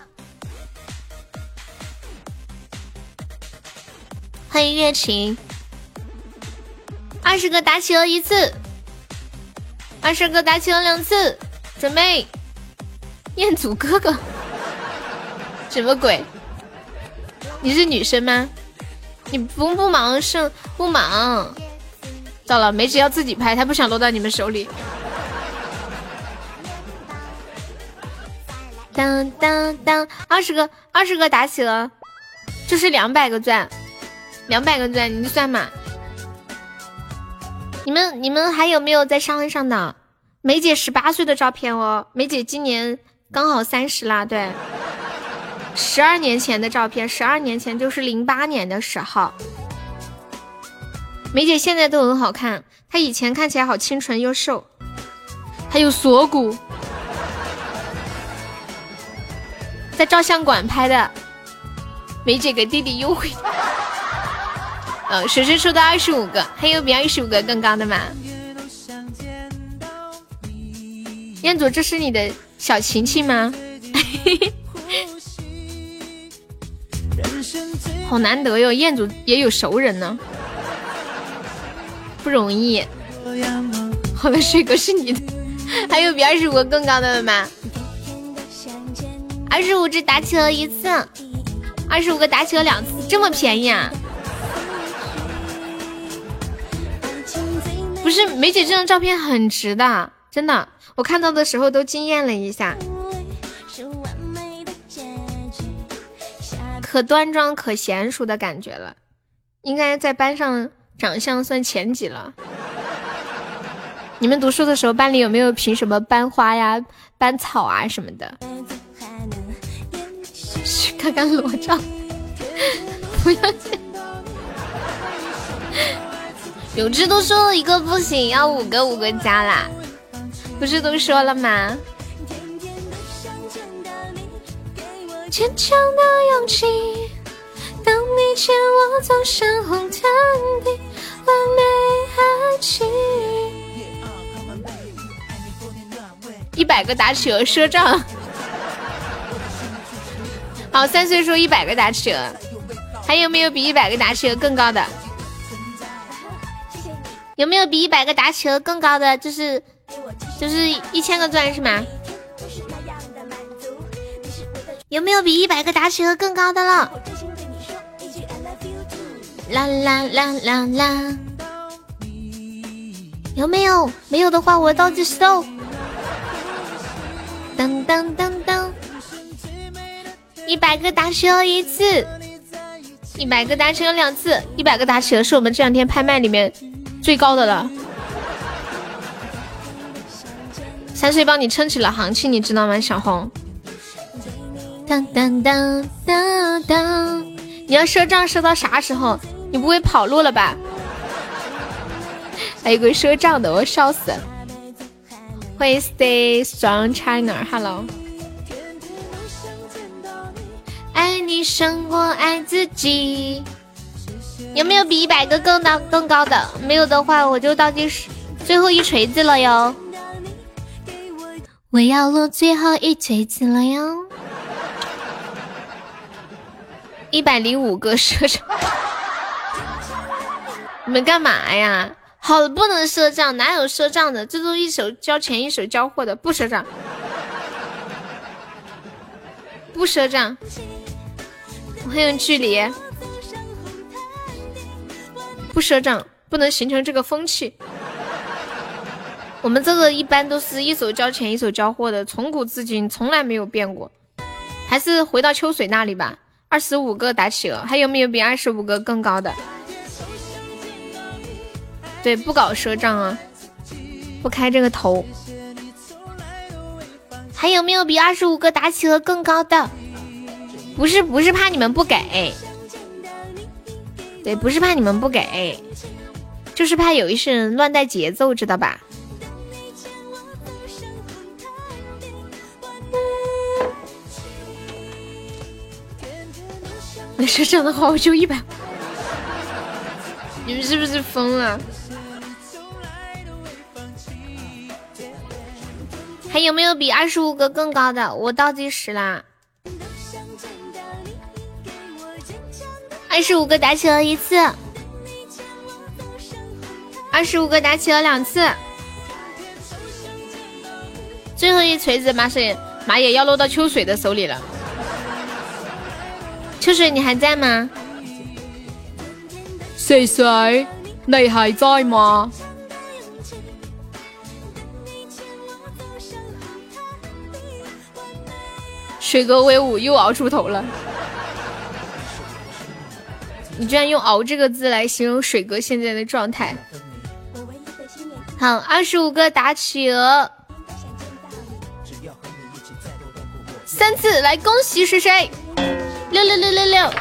欢迎月晴。20个打企鹅1次，20个打企鹅2次，准备彦祖哥哥，什么鬼？你是女生吗？你不忙是不忙？糟了，梅姐要自己拍，她不想落到你们手里。当当当，20个打起了，这是200个钻，200个钻，你算嘛？你们还有没有在上上的？梅姐18岁的照片哦，梅姐今年刚好30啦，对，12年前的照片，12年前就是08年的时候。梅姐现在都很好看，她以前看起来好清纯又瘦，还有锁骨。在照相馆拍的，梅姐给弟弟优惠。水水抽到25个，还有比25个更高的吗？彦祖，这是你的小晴晴吗？好难得哟，彦祖也有熟人呢，不容易。好了，水哥是你的，还有比25个更高的了吗？25只打起了1次，25个打起了2次，这么便宜啊？不是，梅姐这张照片很值的，真的，我看到的时候都惊艳了一下，可端庄可娴熟的感觉了，应该在班上长相算前几了。你们读书的时候班里有没有评什么班花呀班草啊什么的？看看裸照，不要紧。有只都说了1个不行，要5个加啦，不是都说了吗？坚强的勇气，当你牵我走上红毯的完美爱情。100个打企鹅赊账。好，3岁说100个打企鹅，还有没有比100个打企鹅更高的？有没有比100个打企鹅更高的？就是1000个钻是吗？有没有比100个打企鹅更高的了？啦啦啦啦啦！有没有？没有的话我倒计时喽！噔噔噔噔！100个打企鹅1次，100个打企鹅2次，100个打企鹅是我们这2天拍卖里面最高的了。3岁帮你撑起了行情，你知道吗，小红？当当当当当！你要赊账赊到啥时候？你不会跑路了吧？还有个赊账的，我笑死！欢迎 Stay Strong China，Hello。爱你胜过爱自己。有没有比100个更高的？没有的话我就倒计时最后一锤子了哟。我要落最后一锤子了哟。105个赊账。你们干嘛呀？好了，不能赊账，哪有赊账的？这都一手交钱一手交货的，不赊账，不赊账。很有距离，不赊账，不能形成这个风气。我们这个一般都是一手交钱一手交货的，从古至今从来没有变过。还是回到秋水那里吧。25个打企鹅，还有没有比25个更高的？对，不搞赊账啊，不开这个头。还有没有比25个打企鹅更高的？不是怕你们不给，对，不是怕你们不给，就是怕有一些人乱带节奏，知道吧？那赊账的话我就100，你们是不是疯了？还有没有比25个更高的？我倒计时啦。25个打企鹅1次，25个打企鹅2次，最后一锤子马上妈也要落到秋水的手里了。秋水，你还在吗？水水，你还在吗？水哥威武，又熬出头了。你居然用熬这个字来形容水哥现在的状态。好，25个打企鹅，3次来恭喜水水，66666。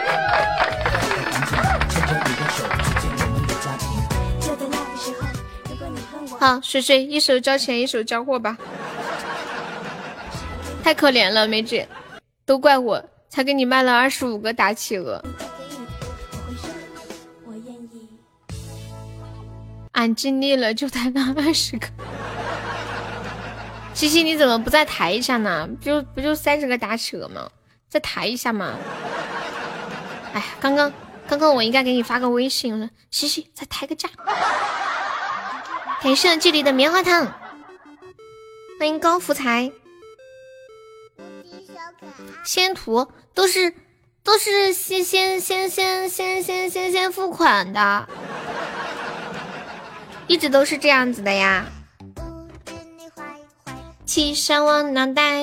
好，水水一手交钱一手交货吧。太可怜了，梅姐，都怪我才给你卖了25个打企鹅。俺尽力了，就才那20个。西西，你怎么不再抬一下呢？不就30个打企鹅吗？再抬一下嘛。哎呀，刚刚我应该给你发个微信了，西西再抬个价。感谢这里的棉花糖，欢迎高福财。先图都是先付款的，一直都是这样子的呀。骑上我脑袋，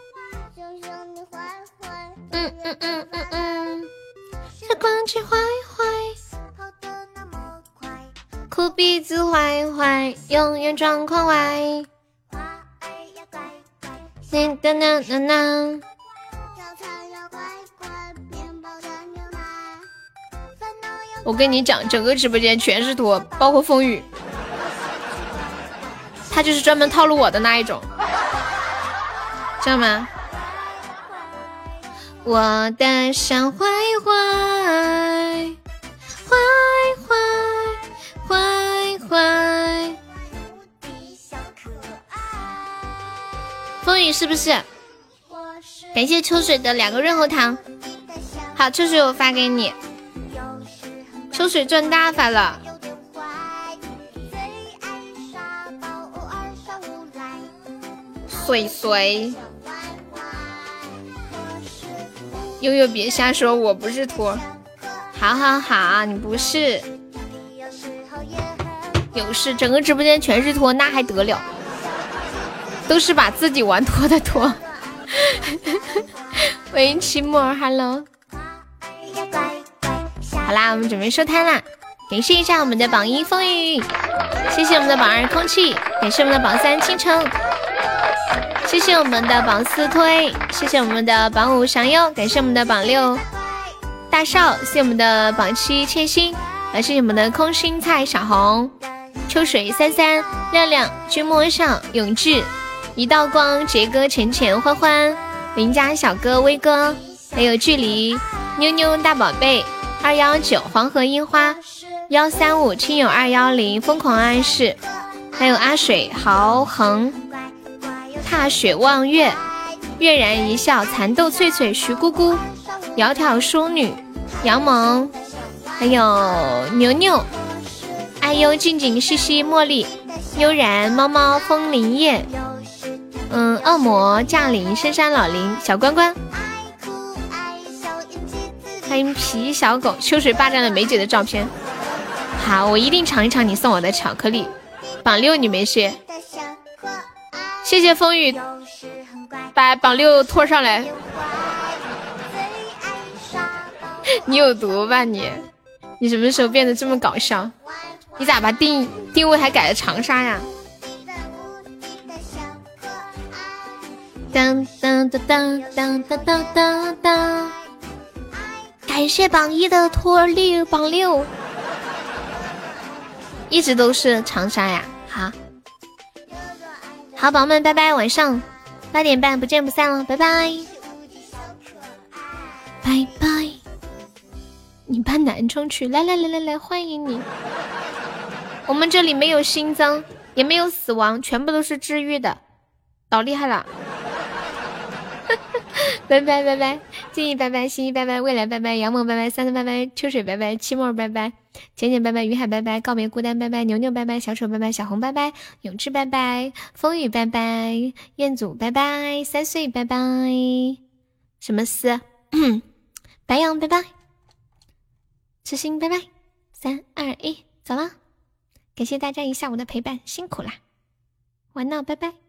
这光气坏坏，哭鼻子坏坏，永远状况外。我跟你讲，整个直播间全是托，包括风雨，他就是专门套路我的那一种，知道吗？我的小坏坏，坏坏，风雨是不是？感谢秋水的2个润喉糖。好，秋水我发给你。秋水赚大发了。水水，悠悠别瞎说，我不是托。好，你不是。有事，整个直播间全是托，那还得了？都是把自己玩脱的脱。欢迎期末 ，Hello。好啦，我们准备收摊啦！感谢一下我们的榜1风雨，谢谢我们的榜2空气，感谢我们的榜3倾城，谢谢我们的榜4推，谢谢我们的榜5祥优，感谢我们的榜6大少，谢谢我们的榜7千心，谢谢我们的空心菜小红、秋水33、亮亮、君莫上、永志、一道光、杰哥、浅浅、欢欢、邻家小哥、威哥，还有距离、妞妞、大宝贝、219、黄河樱花、135、亲友210、疯狂暗示，还有阿水、豪恒、踏雪望月、月然一笑、蚕豆翠翠、徐姑姑、窈窕淑女、杨萌，还有牛牛、爱优、静静、西西、茉莉、悠然、猫猫、风铃叶、恶魔降临、深山老林、小关关，欢迎皮小狗。秋水霸占了梅姐的照片，好，我一定尝一尝你送我的巧克力。榜6你没事，谢谢风雨把榜6拖上来。你有毒吧你？你什么时候变得这么搞笑？你咋把定位还改了长沙呀？当当当当当当当当当！感谢榜1的托力，榜6一直都是长沙呀。好，宝宝们，拜拜，晚上8点半不见不散了，拜拜，拜拜。你搬男装去，来，欢迎你。我们这里没有新增，也没有死亡，全部都是治愈的，老厉害了。 拜拜拜拜，静怡拜拜，心怡拜拜，未来拜拜，杨萌拜拜，三三拜拜，秋水拜拜，期末拜拜，简简拜拜，于海拜拜，告别孤单拜拜，牛牛拜拜，小丑拜拜，小红拜拜，永志拜拜，风雨拜拜，彦祖拜拜，3岁拜拜，什么思白羊拜拜，痴心拜拜，3、2、1，走了，感谢大家一下午的陪伴，辛苦啦，晚安，拜拜。